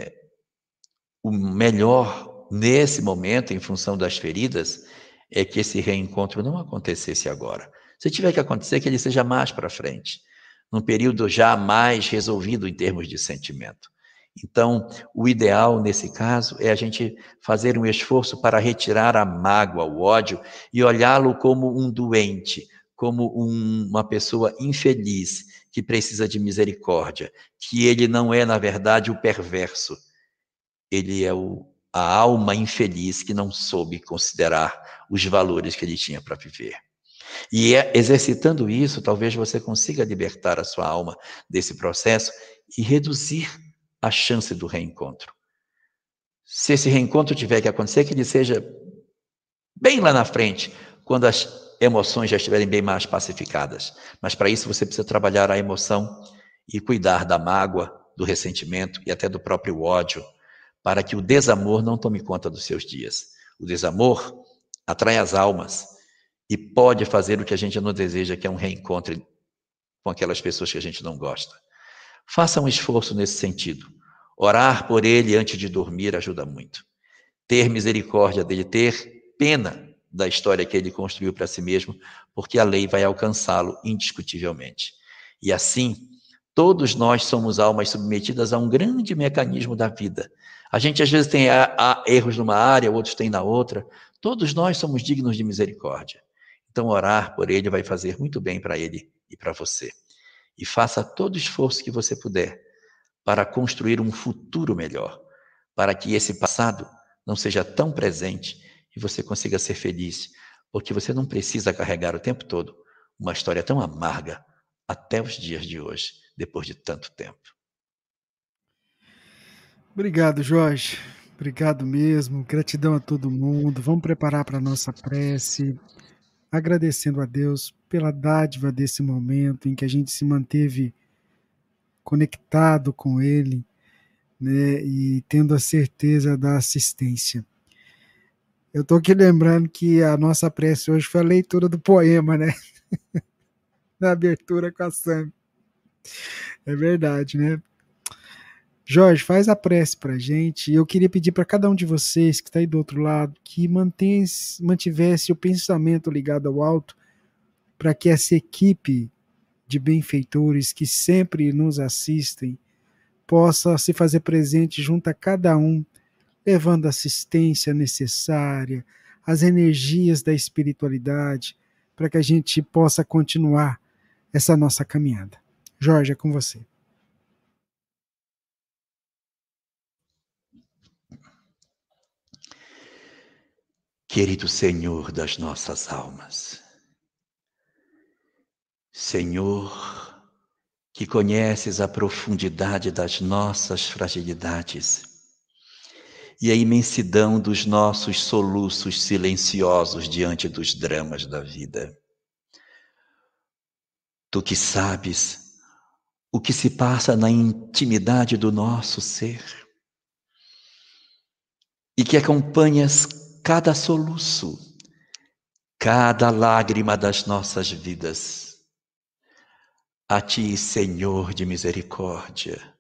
o melhor nesse momento, em função das feridas, é que esse reencontro não acontecesse agora. Se tiver que acontecer, que ele seja mais para frente, num período já mais resolvido em termos de sentimento. Então, o ideal nesse caso é a gente fazer um esforço para retirar a mágoa, o ódio, e olhá-lo como um doente, como uma pessoa infeliz, que precisa de misericórdia, que ele não é, na verdade, o perverso. Ele é a alma infeliz que não soube considerar os valores que ele tinha para viver. E exercitando isso, talvez você consiga libertar a sua alma desse processo e reduzir a chance do reencontro. Se esse reencontro tiver que acontecer, que ele seja bem lá na frente, quando as emoções já estiverem bem mais pacificadas. Mas para isso você precisa trabalhar a emoção e cuidar da mágoa, do ressentimento e até do próprio ódio, para que o desamor não tome conta dos seus dias. O desamor atrai as almas e pode fazer o que a gente não deseja, que é um reencontro com aquelas pessoas que a gente não gosta. Faça um esforço nesse sentido. Orar por ele antes de dormir ajuda muito. Ter misericórdia dele, ter pena da história que ele construiu para si mesmo, porque a lei vai alcançá-lo indiscutivelmente. E assim, todos nós somos almas submetidas a um grande mecanismo da vida. A gente às vezes tem erros numa área, outros tem na outra. Todos nós somos dignos de misericórdia. Então orar por ele vai fazer muito bem para ele e para você. e faça todo o esforço que você puder para construir um futuro melhor, para que esse passado não seja tão presente e você consiga ser feliz, porque você não precisa carregar o tempo todo uma história tão amarga até os dias de hoje, depois de tanto tempo. Obrigado, Jorge. Obrigado mesmo. Gratidão a todo mundo. Vamos preparar para a nossa prece, agradecendo a Deus pela dádiva desse momento em que a gente se manteve conectado com Ele, né, e tendo a certeza da assistência. Eu estou aqui lembrando que a nossa prece hoje foi a leitura do poema, né? Na abertura com a Sam. É verdade, né? Jorge, faz a prece para a gente. E eu queria pedir para cada um de vocês que está aí do outro lado que mantivesse o pensamento ligado ao alto, para que essa equipe de benfeitores que sempre nos assistem possa se fazer presente junto a cada um, levando a assistência necessária, as energias da espiritualidade, para que a gente possa continuar essa nossa caminhada. Jorge, é com você. Querido Senhor das nossas almas, Senhor, que conheces a profundidade das nossas fragilidades e a imensidão dos nossos soluços silenciosos diante dos dramas da vida. Tu que sabes o que se passa na intimidade do nosso ser e que acompanhas cada soluço, cada lágrima das nossas vidas. A Ti, Senhor de misericórdia,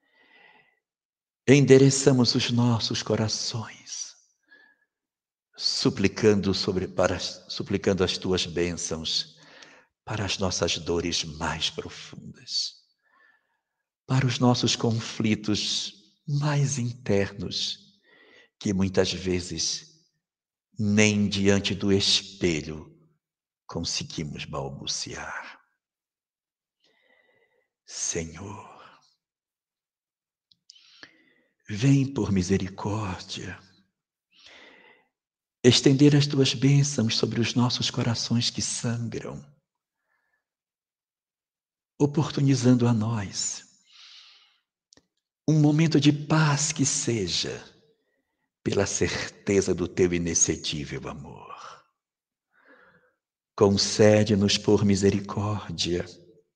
endereçamos os nossos corações, suplicando as Tuas bênçãos para as nossas dores mais profundas, para os nossos conflitos mais internos, que muitas vezes nem diante do espelho conseguimos balbuciar. Senhor, vem por misericórdia estender as Tuas bênçãos sobre os nossos corações que sangram, oportunizando a nós um momento de paz que seja pela certeza do Teu inexcedível amor. Concede-nos por misericórdia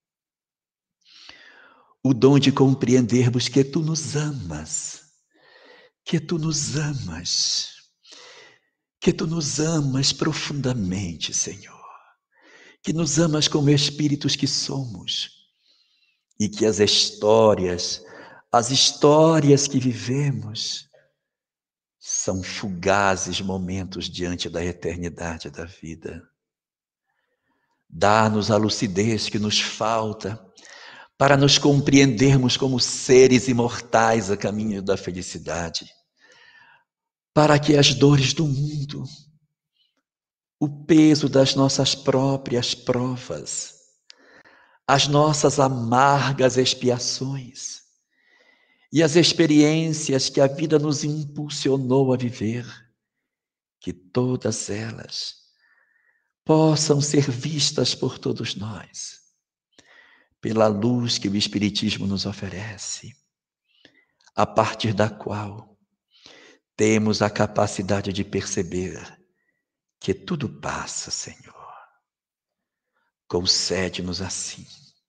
o dom de compreendermos que Tu nos amas, que Tu nos amas, que Tu nos amas profundamente, Senhor, que nos amas como espíritos que somos e que as histórias que vivemos são fugazes momentos diante da eternidade da vida. Dá-nos a lucidez que nos falta para nos compreendermos como seres imortais a caminho da felicidade, para que as dores do mundo, o peso das nossas próprias provas, as nossas amargas expiações e as experiências que a vida nos impulsionou a viver, que todas elas possam ser vistas por todos nós, pela luz que o Espiritismo nos oferece, a partir da qual temos a capacidade de perceber que tudo passa, Senhor. Concede-nos assim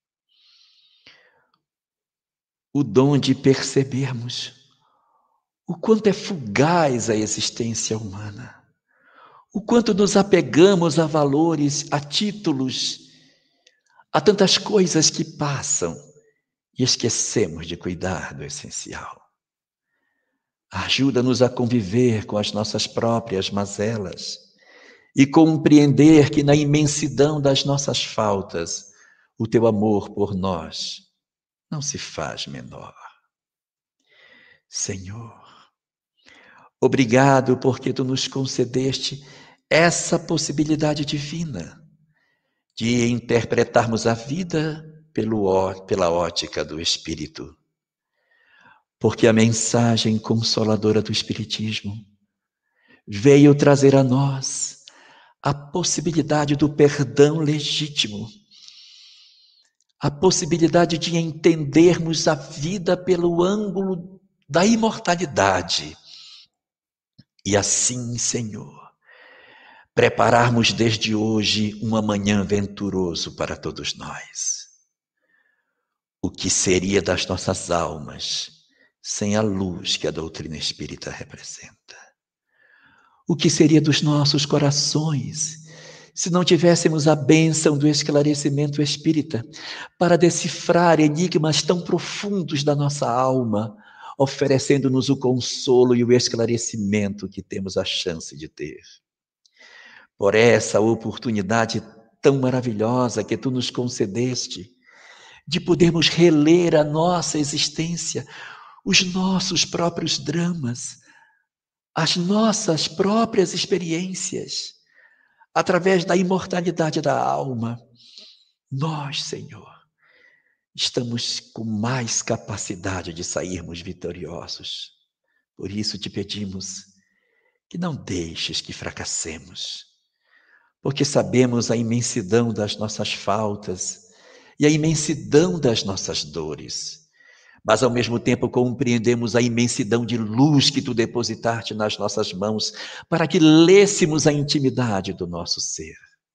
o dom de percebermos o quanto é fugaz a existência humana, o quanto nos apegamos a valores, a títulos, a tantas coisas que passam e esquecemos de cuidar do essencial. Ajuda-nos a conviver com as nossas próprias mazelas e compreender que na imensidão das nossas faltas, o Teu amor por nós não se faz menor. Senhor, obrigado porque Tu nos concedeste essa possibilidade divina de interpretarmos a vida pela ótica do Espírito. Porque a mensagem consoladora do Espiritismo veio trazer a nós a possibilidade do perdão legítimo, a possibilidade de entendermos a vida pelo ângulo da imortalidade. E assim, Senhor, prepararmos desde hoje um amanhã venturoso para todos nós. O que seria das nossas almas sem a luz que a doutrina espírita representa? O que seria dos nossos corações se não tivéssemos a bênção do esclarecimento espírita para decifrar enigmas tão profundos da nossa alma, oferecendo-nos o consolo e o esclarecimento que temos a chance de ter? Por essa oportunidade tão maravilhosa que tu nos concedeste, de podermos reler a nossa existência, os nossos próprios dramas, as nossas próprias experiências, através da imortalidade da alma, nós, Senhor, estamos com mais capacidade de sairmos vitoriosos. Por isso te pedimos que não deixes que fracassemos, porque sabemos a imensidão das nossas faltas e a imensidão das nossas dores, mas ao mesmo tempo compreendemos a imensidão de luz que tu depositaste nas nossas mãos para que lêssemos a intimidade do nosso ser.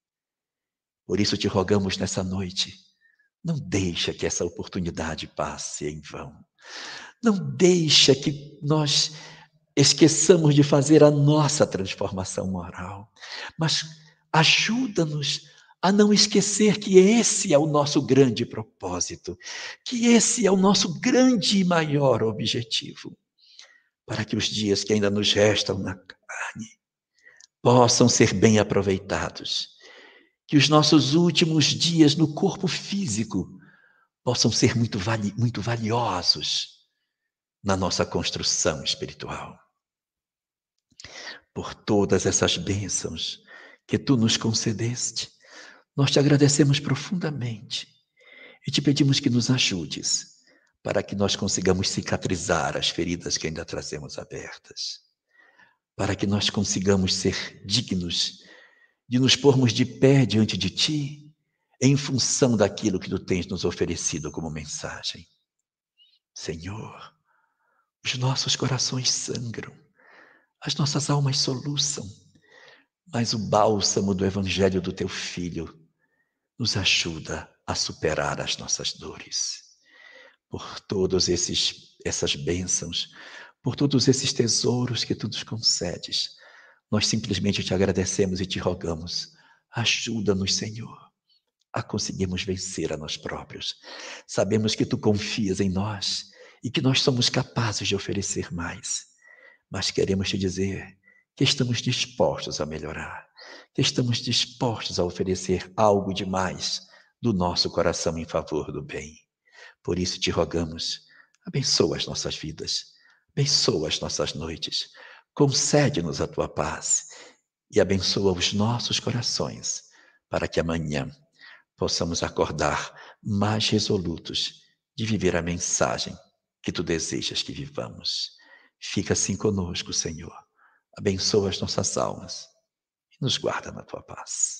Por isso te rogamos nessa noite, não deixa que essa oportunidade passe em vão. Não deixa que nós esqueçamos de fazer a nossa transformação moral, mas ajuda-nos a não esquecer que esse é o nosso grande propósito, que esse é o nosso grande e maior objetivo, para que os dias que ainda nos restam na carne possam ser bem aproveitados, que os nossos últimos dias no corpo físico possam ser muito valiosos na nossa construção espiritual. Por todas essas bênçãos que tu nos concedeste, nós te agradecemos profundamente e te pedimos que nos ajudes para que nós consigamos cicatrizar as feridas que ainda trazemos abertas, para que nós consigamos ser dignos de nos pormos de pé diante de ti em função daquilo que tu tens nos oferecido como mensagem. Senhor, os nossos corações sangram, as nossas almas soluçam, mas o bálsamo do Evangelho do teu Filho nos ajuda a superar as nossas dores. Por todas essas bênçãos, por todos esses tesouros que tu nos concedes, nós simplesmente te agradecemos e te rogamos, ajuda-nos, Senhor, a conseguirmos vencer a nós próprios. Sabemos que tu confias em nós e que nós somos capazes de oferecer mais, mas queremos te dizer que estamos dispostos a melhorar, que estamos dispostos a oferecer algo de mais do nosso coração em favor do bem. Por isso te rogamos, abençoa as nossas vidas, abençoa as nossas noites, concede-nos a tua paz e abençoa os nossos corações, para que amanhã possamos acordar mais resolutos de viver a mensagem que tu desejas que vivamos. Fica assim conosco, Senhor. Abençoa as nossas almas e nos guarda na tua paz.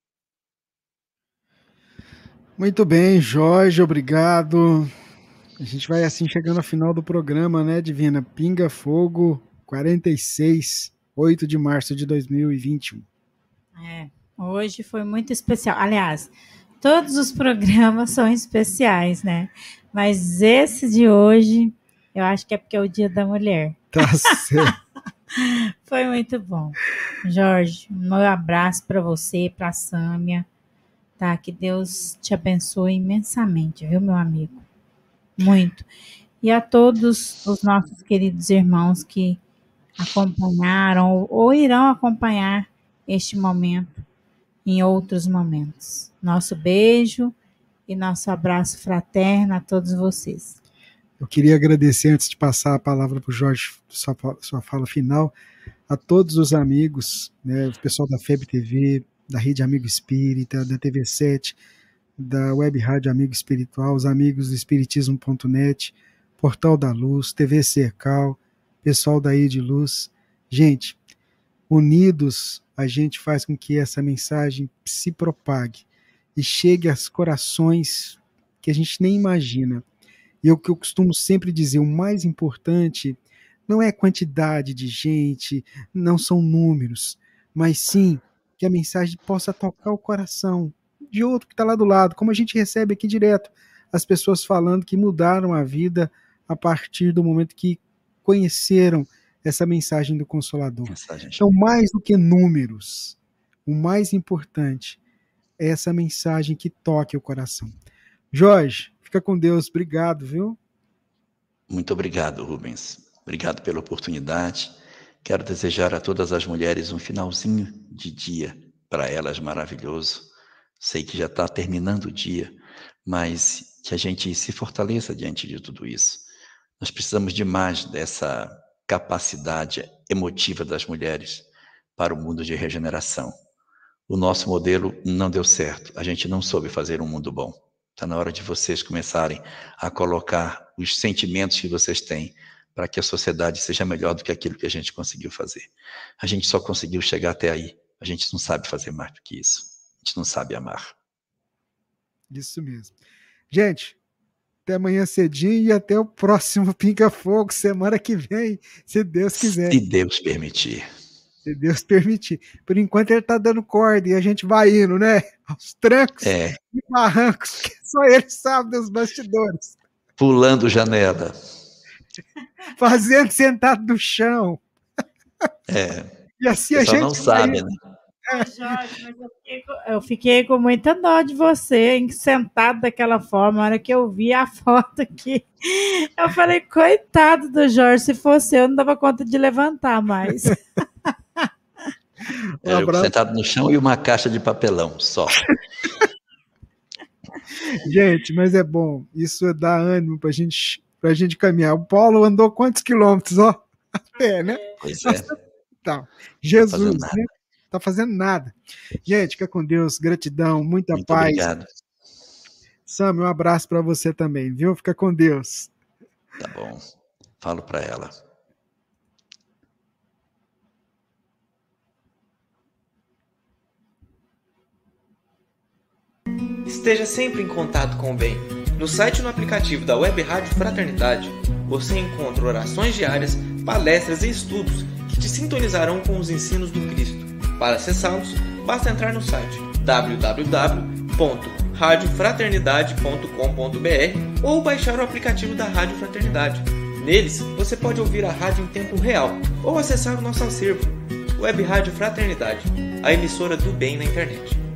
Muito bem, Jorge, obrigado. A gente vai assim chegando ao final do programa, né, Divina? Pinga Fogo 46, 8 de março de 2021. Hoje foi muito especial. Aliás, todos os programas são especiais, né? Mas esse de hoje, eu acho que é porque é o Dia da Mulher. Tá certo. Foi muito bom. Jorge, um meu abraço para você, para a Sâmia. Tá? Que Deus te abençoe imensamente, viu, meu amigo? Muito. E a todos os nossos queridos irmãos que acompanharam ou irão acompanhar este momento em outros momentos. Nosso beijo e nosso abraço fraterno a todos vocês. Eu queria agradecer, antes de passar a palavra para o Jorge, sua fala final, a todos os amigos, né, o pessoal da FEB TV, da Rede Amigo Espírita, da TV7, da Web Rádio Amigo Espiritual, os amigos do Espiritismo.net, Portal da Luz, TV Cercal, pessoal daí de Luz. Gente, unidos a gente faz com que essa mensagem se propague e chegue aos corações que a gente nem imagina. E o que eu costumo sempre dizer, o mais importante não é a quantidade de gente, não são números, mas sim que a mensagem possa tocar o coração de outro que está lá do lado, como a gente recebe aqui direto, as pessoas falando que mudaram a vida a partir do momento que conheceram essa mensagem do Consolador. Então, mais do que números, o mais importante é essa mensagem que toque o coração. Jorge, fica com Deus, obrigado, viu? Muito obrigado, Rubens. Obrigado pela oportunidade. Quero desejar a todas as mulheres um finalzinho de dia para elas maravilhoso. Sei que já está terminando o dia, mas que a gente se fortaleça diante de tudo isso. Nós precisamos de mais dessa capacidade emotiva das mulheres para o mundo de regeneração. O nosso modelo não deu certo, a gente não soube fazer um mundo bom. Está na hora de vocês começarem a colocar os sentimentos que vocês têm para que a sociedade seja melhor do que aquilo que a gente conseguiu fazer. A gente só conseguiu chegar até aí, a gente não sabe fazer mais do que isso. A gente não sabe amar. Isso mesmo. Gente, até amanhã cedinho e até o próximo Pinga Fogo, semana que vem, se Deus quiser. Se Deus permitir. Se Deus permitir. Por enquanto ele está dando corda e a gente vai indo, né? Aos trancos e barrancos, que só ele sabe dos bastidores. Pulando janela. Fazendo sentado no chão. E assim a gente não sabe, né? Jorge, mas eu fiquei com muita dó de você, hein, sentado daquela forma. Na hora que eu vi a foto aqui, eu falei, coitado do Jorge, se fosse eu, não dava conta de levantar mais. Eu sentado no chão e uma caixa de papelão, só. Gente, mas é bom, isso dá ânimo pra gente caminhar. O Paulo andou quantos quilômetros, ó? A pé, né? Pois é. Então, Jesus, né? Tá fazendo nada. Gente, fica com Deus, gratidão, muita Muito paz. Obrigado. Sam, um abraço para você também, viu? Fica com Deus. Tá bom. Falo para ela. Esteja sempre em contato com o bem. No site e no aplicativo da Web Rádio Fraternidade, você encontra orações diárias, palestras e estudos que te sintonizarão com os ensinos do Cristo. Para acessá-los, basta entrar no site www.radiofraternidade.com.br ou baixar o aplicativo da Rádio Fraternidade. Neles, você pode ouvir a rádio em tempo real ou acessar o nosso acervo, Web Rádio Fraternidade, a emissora do bem na internet.